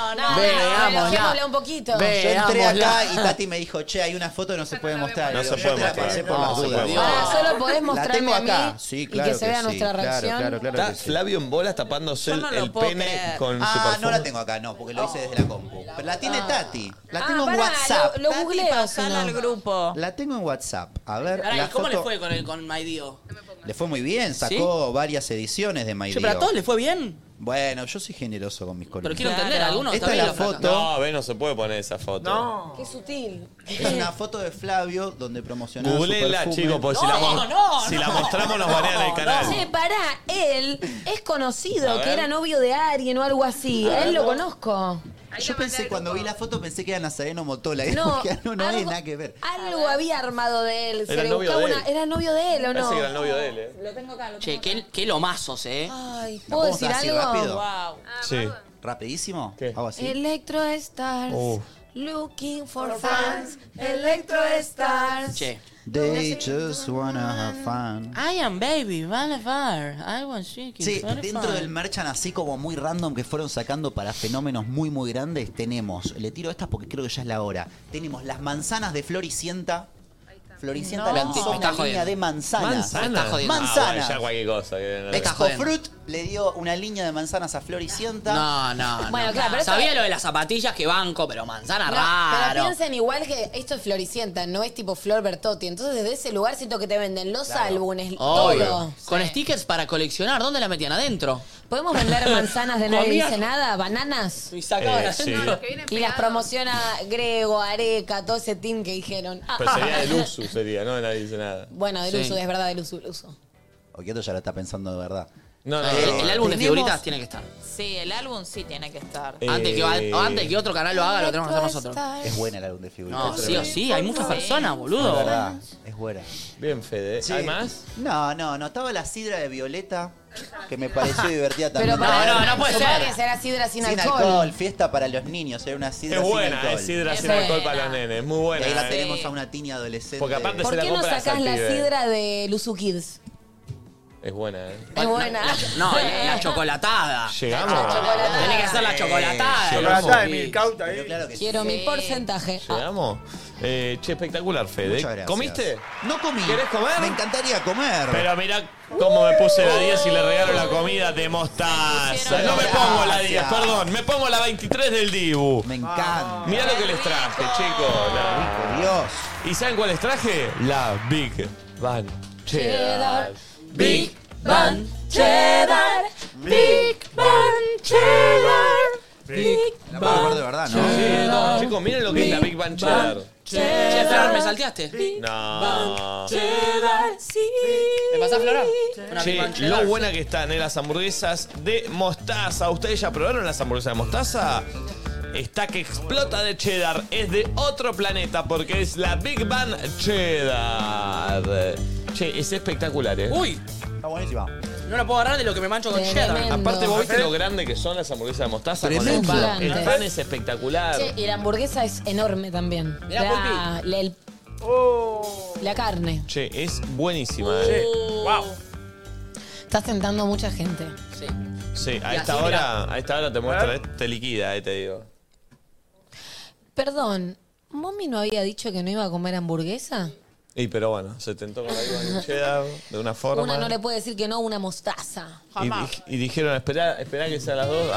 Relajémosla un poquito. Yo entré acá y Tati me dijo, che, hay una foto que no se puede mostrar. No Digo, se yo puede te la mostrar. pasé por las No se dudas. puede Ahora solo podés La mostrarme tengo a mí acá. Sí, y claro que se vea sí, nuestra reacción. Claro Está que sí. Flavio en bolas tapándose Yo no lo el puedo pene creer. con su Ah, perfume. no la tengo acá, no, porque lo hice desde la compu. Pero la tiene Tati. La tengo en pará, WhatsApp. Lo googleo, si Pasala al no. grupo. La tengo en WhatsApp. A ver, Pará, la ¿y cómo foto- le fue con My Dio? Le fue muy bien, sacó varias ediciones de My Che, Dio. pero a todos le fue bien. Bueno, yo soy generoso con mis colegas. Pero quiero entender, algunos Esta también es la lo flacan. foto. No, ve, no se puede poner esa foto. No. Qué sutil. Es una foto de Flavio donde promocionaba su Googleenla, perfume. chicos, porque si la mostramos nos banean el canal. Che, pará, él es A conocido, ver. que era novio de alguien o algo así. A él lo conozco. Yo pensé, cuando vi la foto, pensé que era Nazareno Motola. Y No, dije, no hay algo- nada que ver. Algo había armado de él. Se Era le novio buscaba de una. él. ¿Era novio de él o no? Parece que era el novio de él, Lo tengo acá, lo Che, tengo qué lomazos, Ay, ¿La ¿puedo podemos decir hacer algo? así rápido? Wow. Sí. ¿Rapidísimo? ¿Qué? Hago así. Electro Stars. Looking for fans. Electro Stars. Che. They just wanna have fun. I am baby, vale far. I want chicken. Sí, very dentro fun. del merchan así como muy random que fueron sacando para fenómenos muy muy grandes, tenemos, le tiro estas porque creo que ya es la hora, tenemos las manzanas de Floricienta. Floricienta No. lanzó Me una está línea jodiendo. de manzanas. ¿Manzanas? Me está jodiendo. Ah, Manzanas. bueno, ya cualquier cosa. Expo Fruit le dio una línea de manzanas a Floricienta. No. Bueno, claro, pero Sabía esto- lo de las zapatillas que banco, pero manzana No, raro. pero piensen igual que esto es Floricienta, no es tipo Flor Bertotti. Entonces desde ese lugar siento que te venden los álbumes, Obvio. todo. Con stickers para coleccionar, ¿dónde la metían adentro? ¿Podemos vender manzanas de nadie Comía- dice nada? ¿Bananas? Y sacaban sí. adentro. Y las promociona Grego, Areca, todo ese team que dijeron. Pero sería del uso, sería, ¿no? Nadie dice nada. Bueno, del Sí. uso, es verdad, del uso. Oquieto ya lo está pensando de verdad. No, El álbum de Tenemos- figuritas tiene que estar. Sí, el álbum sí tiene que estar. Antes que otro canal lo haga, lo tenemos que hacer nosotros. Es buena el álbum de figuritas. No, sí o sí, hay muchas personas, Es boludo. verdad, es buena. Bien, Fede. Sí. ¿Hay más? No, estaba la sidra de Violeta, que me pareció divertida también. Pero para, no puede supongo ser. que será sidra sin Sin alcohol. alcohol, fiesta para los niños, era una sidra Es sin buena, alcohol. es sidra Es sin alcohol buena. para los nenes. Muy Y buena. ahí la eh. tenemos a una tiña adolescente. Porque aparte ¿Por se la qué no compras sacás al la pibe. sidra de Luzu Kids? Es buena, Es buena. No, la chocolatada. Llegamos. Tiene que ser la chocolatada. Chocolatada de Sí. Milcauta ahí. Pero claro que sí. Quiero mi porcentaje. Llegamos. Che, espectacular, Fede. Muchas gracias. ¿Comiste? No comí. ¿Querés comer? Me encantaría comer. Pero mirá cómo me puse la 10 y le regalo la comida de mostaza. No me pongo la 10, perdón. Me pongo la 23 del Dibu. Me encanta. Mirá lo que les traje, chicos. Por Dios. ¿Y saben cuál les traje? La Big Bang Cheddar. Big Bang Cheddar. Big Bang Cheddar. Big La puedo comer de verdad, ¿no? Cheddar. Chicos, miren lo que es la Big Bang Cheddar. Che, Flor, ¿me salteaste? No. Cheddar, sí. ¿Me pasás, Flora? Una Che, Big Bang Cheddar. lo buena que están las hamburguesas de mostaza. ¿Ustedes ya probaron las hamburguesas de mostaza? Está que explota de cheddar. Es de otro planeta porque es la Big Bang Cheddar. Che, es espectacular, ¿eh? Uy, Está buenísima. no la puedo agarrar de lo que me mancho con cheddar. Tremendo. Aparte, ¿vos viste lo grande que son las hamburguesas de mostaza? Con el Tremendo. pan. El Gigantes. pan es espectacular. Che, y la hamburguesa es enorme también. Mirá, La carne. Che, es buenísima, ¿eh? Wow. Estás tentando a mucha gente. Sí. Sí, a Y esta así, hora te muestra, te liquida, te digo. Perdón, ¿Mommy no había dicho que no iba a comer hamburguesa? Y pero bueno, se tentó con la Big Bang Cheddar de una forma. Una no le puede decir que no a una mostaza. Y dijeron, espera que sea las dos.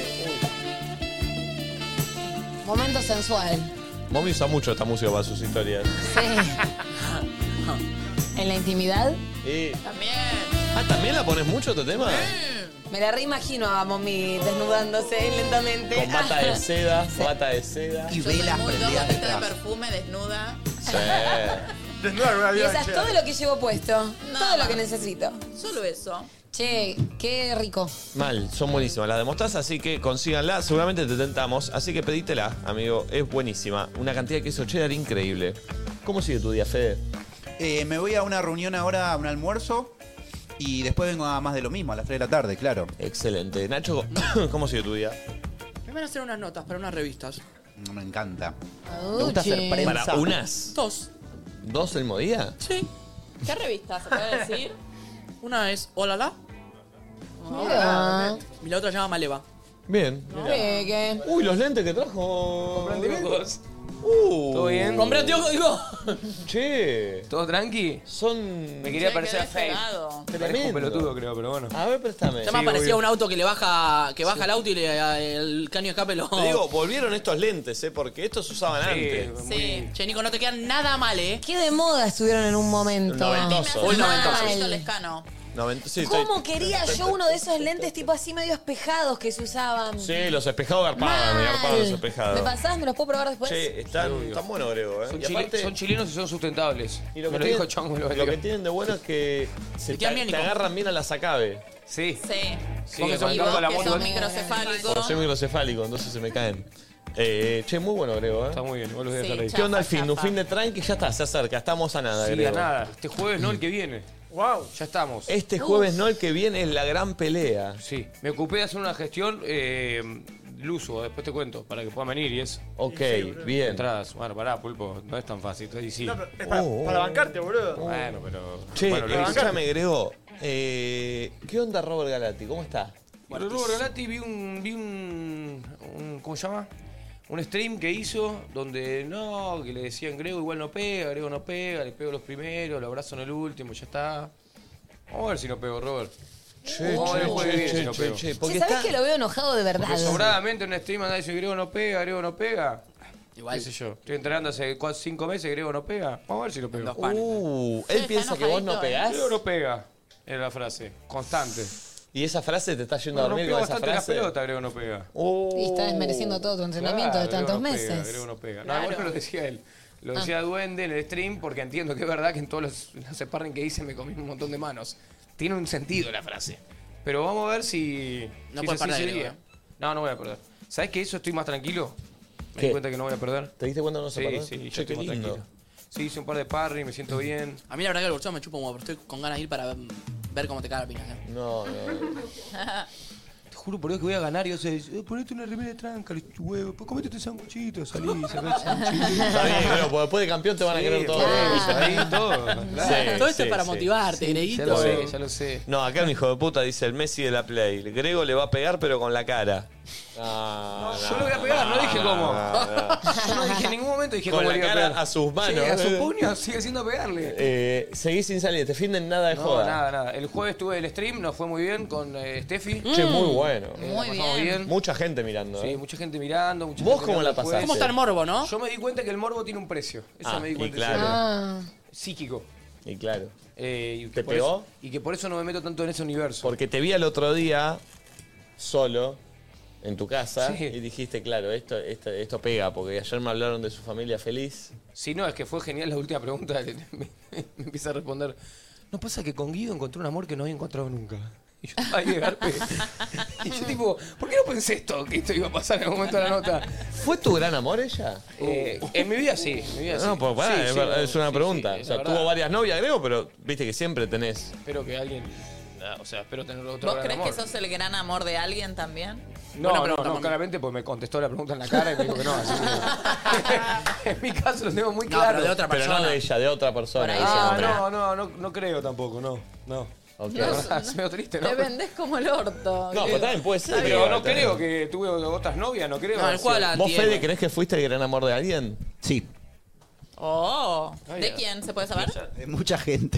Momento sensual. Mommy usa mucho esta música para sus historias. Sí. ¿En la intimidad? Y... También. Ah, ¿también la pones mucho este tema? Me la reimagino a Mommy desnudándose lentamente. Con bata de seda, bata de seda. Y Yo soy velas muy prendidas loca, de detrás. perfume, desnuda. Sí. Desnuda una Y vida esa es todo lo que llevo puesto. Nada todo lo más. que necesito. Solo eso. Che, qué rico. Mal, son buenísimas las de mostaza, así que consíganla. Seguramente te tentamos, así que pedítela, amigo. Es buenísima. Una cantidad de queso cheddar increíble. ¿Cómo sigue tu día, Fede? Me voy a una reunión ahora, a un almuerzo. Y después vengo a más de lo mismo, a las 3 de la tarde, claro. Excelente. Nacho, ¿cómo sigue tu día? Me van a hacer unas notas para unas revistas. Me encanta. ¿Te gusta hacer prensa? ¿Para unas? 2. ¿2 el mismo día? Sí. ¿Qué revista se puede decir? Una es Olala. Mira. Y la otra se llama Maleva. Bien. ¿Qué? Uy, los lentes que trajo. Compré anteojos. ¿Todo bien? Compré anteojos, digo. Che. ¿Todo tranqui? Son. Me quería parecer a quedé Faye. pegado. Parezco un pelotudo, creo, pero bueno. A ver, préstame. Ya me parecía un auto que le baja, que baja el auto y el caño de escape lo... Te digo, volvieron estos lentes, porque estos se usaban antes. Sí. Che, Nico, no te quedan nada mal, Qué de moda estuvieron en un momento. Noventoso. Full noventoso. Mal. Lescano. Sí, ¿Cómo quería yo uno de esos lentes tipo así medio espejados que se usaban? Sí, los espejados garpaban, me garpaban los espejados. ¿Me pasás? ¿Me los puedo probar después? Che, están buenos, Grego, Son, Y aparte, son chilenos y son sustentables. y lo que me lo tienen- dijo Chongo. lo que tienen de bueno es que se quedan te bien, Nico. agarran bien a la sacabe. Sí. Sí. Porque son Y tanto vos la que moto. sos microcefálico. Porque soy microcefálico, entonces se me caen. Che, muy bueno, Grego, Está muy bien, vos los voy a Sí, dejar ahí. ¿Qué onda el Chafa, fin? Un chafa. fin de tranqui, ya está, se acerca, estamos a nada, Sí, a Grego. nada. Este jueves no, el que viene. Wow. Ya estamos. Este jueves no, el que viene es la gran pelea. Sí. Me ocupé de hacer una gestión Luso, después te cuento, para que puedan venir y eso. Ok, bien. Entradas. Bueno, pará, Pulpo, no es tan fácil. Entonces, sí. No, pero es para bancarte, boludo. Bueno, pero... Che, bueno, lo hice. escúchame, Grego. ¿Qué onda Robert Galati? ¿Cómo está? Bueno, Robert Galati vi un ¿cómo se llama? Un stream que hizo donde no, que le decían Grego igual no pega, Grego no pega, le pego los primeros, lo abrazo en el último, ya está. Vamos a ver si no pego, Robert. Vamos a ver el jueves que viene si no pego. porque ¿Sabés está... que lo veo enojado de verdad? Porque sobradamente en un stream anda diciendo Grego no pega. Igual. Qué sé yo. Estoy entrenando hace 5 meses, Grego no pega. Vamos a ver si lo pego. Dos panes. él está piensa que vos no enojadito, pegás. Grego no pega. Era la frase. Constante. Y esa frase te está yendo a No, dormir rompió con esa bastante la frase. pelota, Grego no pega. Y está desmereciendo todo tu entrenamiento de Claro, tantos Grego no pega, meses. Grego no pega. No, Claro. igual no lo decía él. Lo decía Duende en el stream porque entiendo que es verdad que en todos los sparring que hice me comí un montón de manos. Tiene un sentido la frase. Pero vamos a ver si... No si puedes es así perder, ese día. Grego, No, no voy a perder. ¿Sabes que eso estoy más tranquilo? Me ¿Qué? di cuenta que no voy a perder. ¿Te diste cuenta que no se Sí, perdió? sí, Che, yo estoy qué más lindo. tranquilo. Sí, hice un par de parry, me siento bien. A mí la verdad que el bolsón me chupa un huevo, pero estoy con ganas de ir para ver cómo te caga la piña. No. Te juro por Dios que voy a ganar y yo sé, ponete una remera de tranca, los huevos, pues comete este sanguchito, salí, sacá el sanguchito. Está bien, pero porque después de campeón te van a querer todo. Ahí todo. Claro. Todo esto es para sí. motivarte, Greguito. Ya lo sé. No, acá un hijo de puta dice el Messi de la Play. Grego le va a pegar, pero con la cara. Yo lo voy a pegar, no dije cómo. Yo no dije en ningún momento dije Con cómo la le iba a cara pegar. a sus manos. Sí, a su puño sigue siendo pegarle. Seguís sin salir, te finden nada de No, joda. nada. El jueves tuve el stream, nos fue muy bien con Steffi. Che, muy bueno. Muy la pasamos bien. Mucha gente mirando. Sí, mucha gente mirando. Mucha ¿Vos gente cómo mirando la pasaste? después. ¿Cómo está el morbo, no? Yo me di cuenta que el morbo tiene un precio. Eso me di y cuenta. claro. Psíquico. Y claro. Y ¿Te que por pegó? eso- y que por eso no me meto tanto en ese universo. Porque te vi al otro día solo en tu casa Sí. y dijiste, claro, esto pega, porque ayer me hablaron de su familia feliz. Si no, es que fue genial la última pregunta. Me empieza a responder. ¿No pasa que con Guido encontré un amor que no había encontrado nunca? Y yo estaba ahí de garpe. Y yo tipo, ¿por qué no pensé esto? Que esto iba a pasar en algún momento de la nota. ¿Fue tu gran amor ella? En mi vida sí. En mi vida No, sí. pues pará, Sí, es, sí, verdad, es una sí, pregunta. sí, o sea, la tuvo verdad. varias novias, Grego, pero viste que siempre tenés. Espero que alguien... O sea, espero tener otro ¿Vos gran crees amor. que sos el gran amor de alguien también? No, Buena no, pregunta, no, mami. claramente pues me contestó la pregunta en la cara y me dijo que no. Así que en mi caso lo tengo muy No, claro. pero de otra Pero persona. no de ella, de otra persona. Por ahí dice sí. el hombre. No creo tampoco, no. Ok. La verdad, es medio triste, ¿no? Te vendés como el orto. No, pero también puede ser. Pero no También. creo que tuve otras novias, no creo. No, el cual ¿Vos, anti- Fede, crees que fuiste el gran amor de alguien? Sí, Oh, Ay, ¿de ya. quién se puede saber? de mucha gente.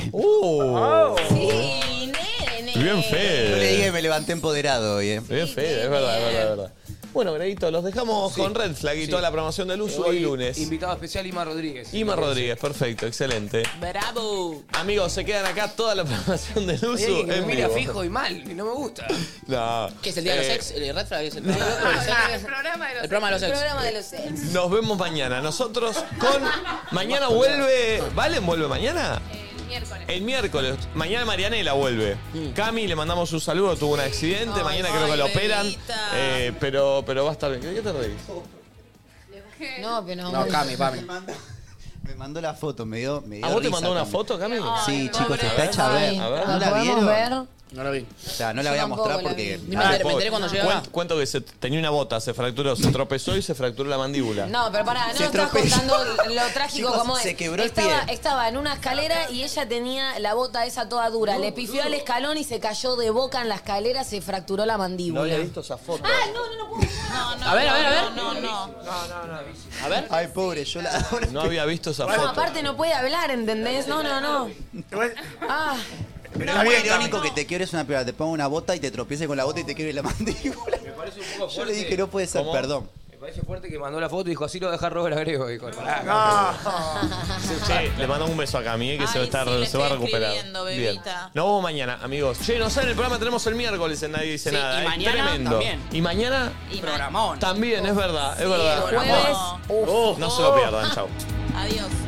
Sí, nene. Bien, Yo le Fede. dije que me levanté empoderado hoy, Bien, Fede, es verdad, es verdad. Bueno, Greguito, los dejamos con Red Flag y toda la programación del uso hoy lunes. Invitado especial Ima Rodríguez. Ima Rodríguez, perfecto, excelente. Bravo. Amigos, se quedan acá toda la programación del Hay uso. alguien que me en mira vivo. fijo y mal, y no me gusta. No. ¿Qué es el día de los Eh, ex? ¿El Red Flag es el El programa de los El programa de los El ex. programa de los ex. Nos vemos mañana. Nosotros con... Mañana vuelve... ¿Valen vuelve mañana? El miércoles. Mañana Marianela vuelve. Cami, le mandamos un saludo, tuvo un accidente. Mañana creo que lo operan. Pero va a estar bien. ¿Qué te reís? No, pero No, Cami. Me mandó la foto, me dio ¿A vos te risa, mandó una Cami. foto, Cami? Sí, chicos, está hecha a ver. A ver. ¿No la ¿Podemos vieron? ver? No la vi. O sea, no la voy a mostrar porque... Me enteré cuando llegué acá. Cuento que tenía una bota, se fracturó, se tropezó y se fracturó la mandíbula. No, pero pará, no Se estás tropezó. contando lo trágico Chicos, como es. se quebró el Estaba en una escalera y ella tenía la bota esa toda dura. Le pifió al escalón y se cayó de boca en la escalera, se fracturó la mandíbula. No había visto esa foto. A ver. No. A ver. Ay, pobre, yo la... No había visto esa No, foto. aparte no puede hablar, ¿entendés? No. Ah, Pero es muy irónico que te quiebres una piedra, te pongo una bota y te tropieces con la bota y te quiebres la mandíbula. Me parece un poco fuerte. Yo le dije, no puede ser, ¿Cómo? perdón. Me parece fuerte que mandó la foto y dijo, así lo deja Robert Agrego. Dijo, pará, Che, le mandamos un beso a Cami, que se va a estar, sí, le se va a estoy recuperar. escribiendo, Bien. bebita. Nos vemos mañana, amigos. Che, no saben, el programa tenemos el miércoles en Nadie Dice Sí, Nada. y Es mañana tremendo. también. Y mañana Programón. también, es verdad, es verdad. jueves. No se lo pierdan, chau. Adiós.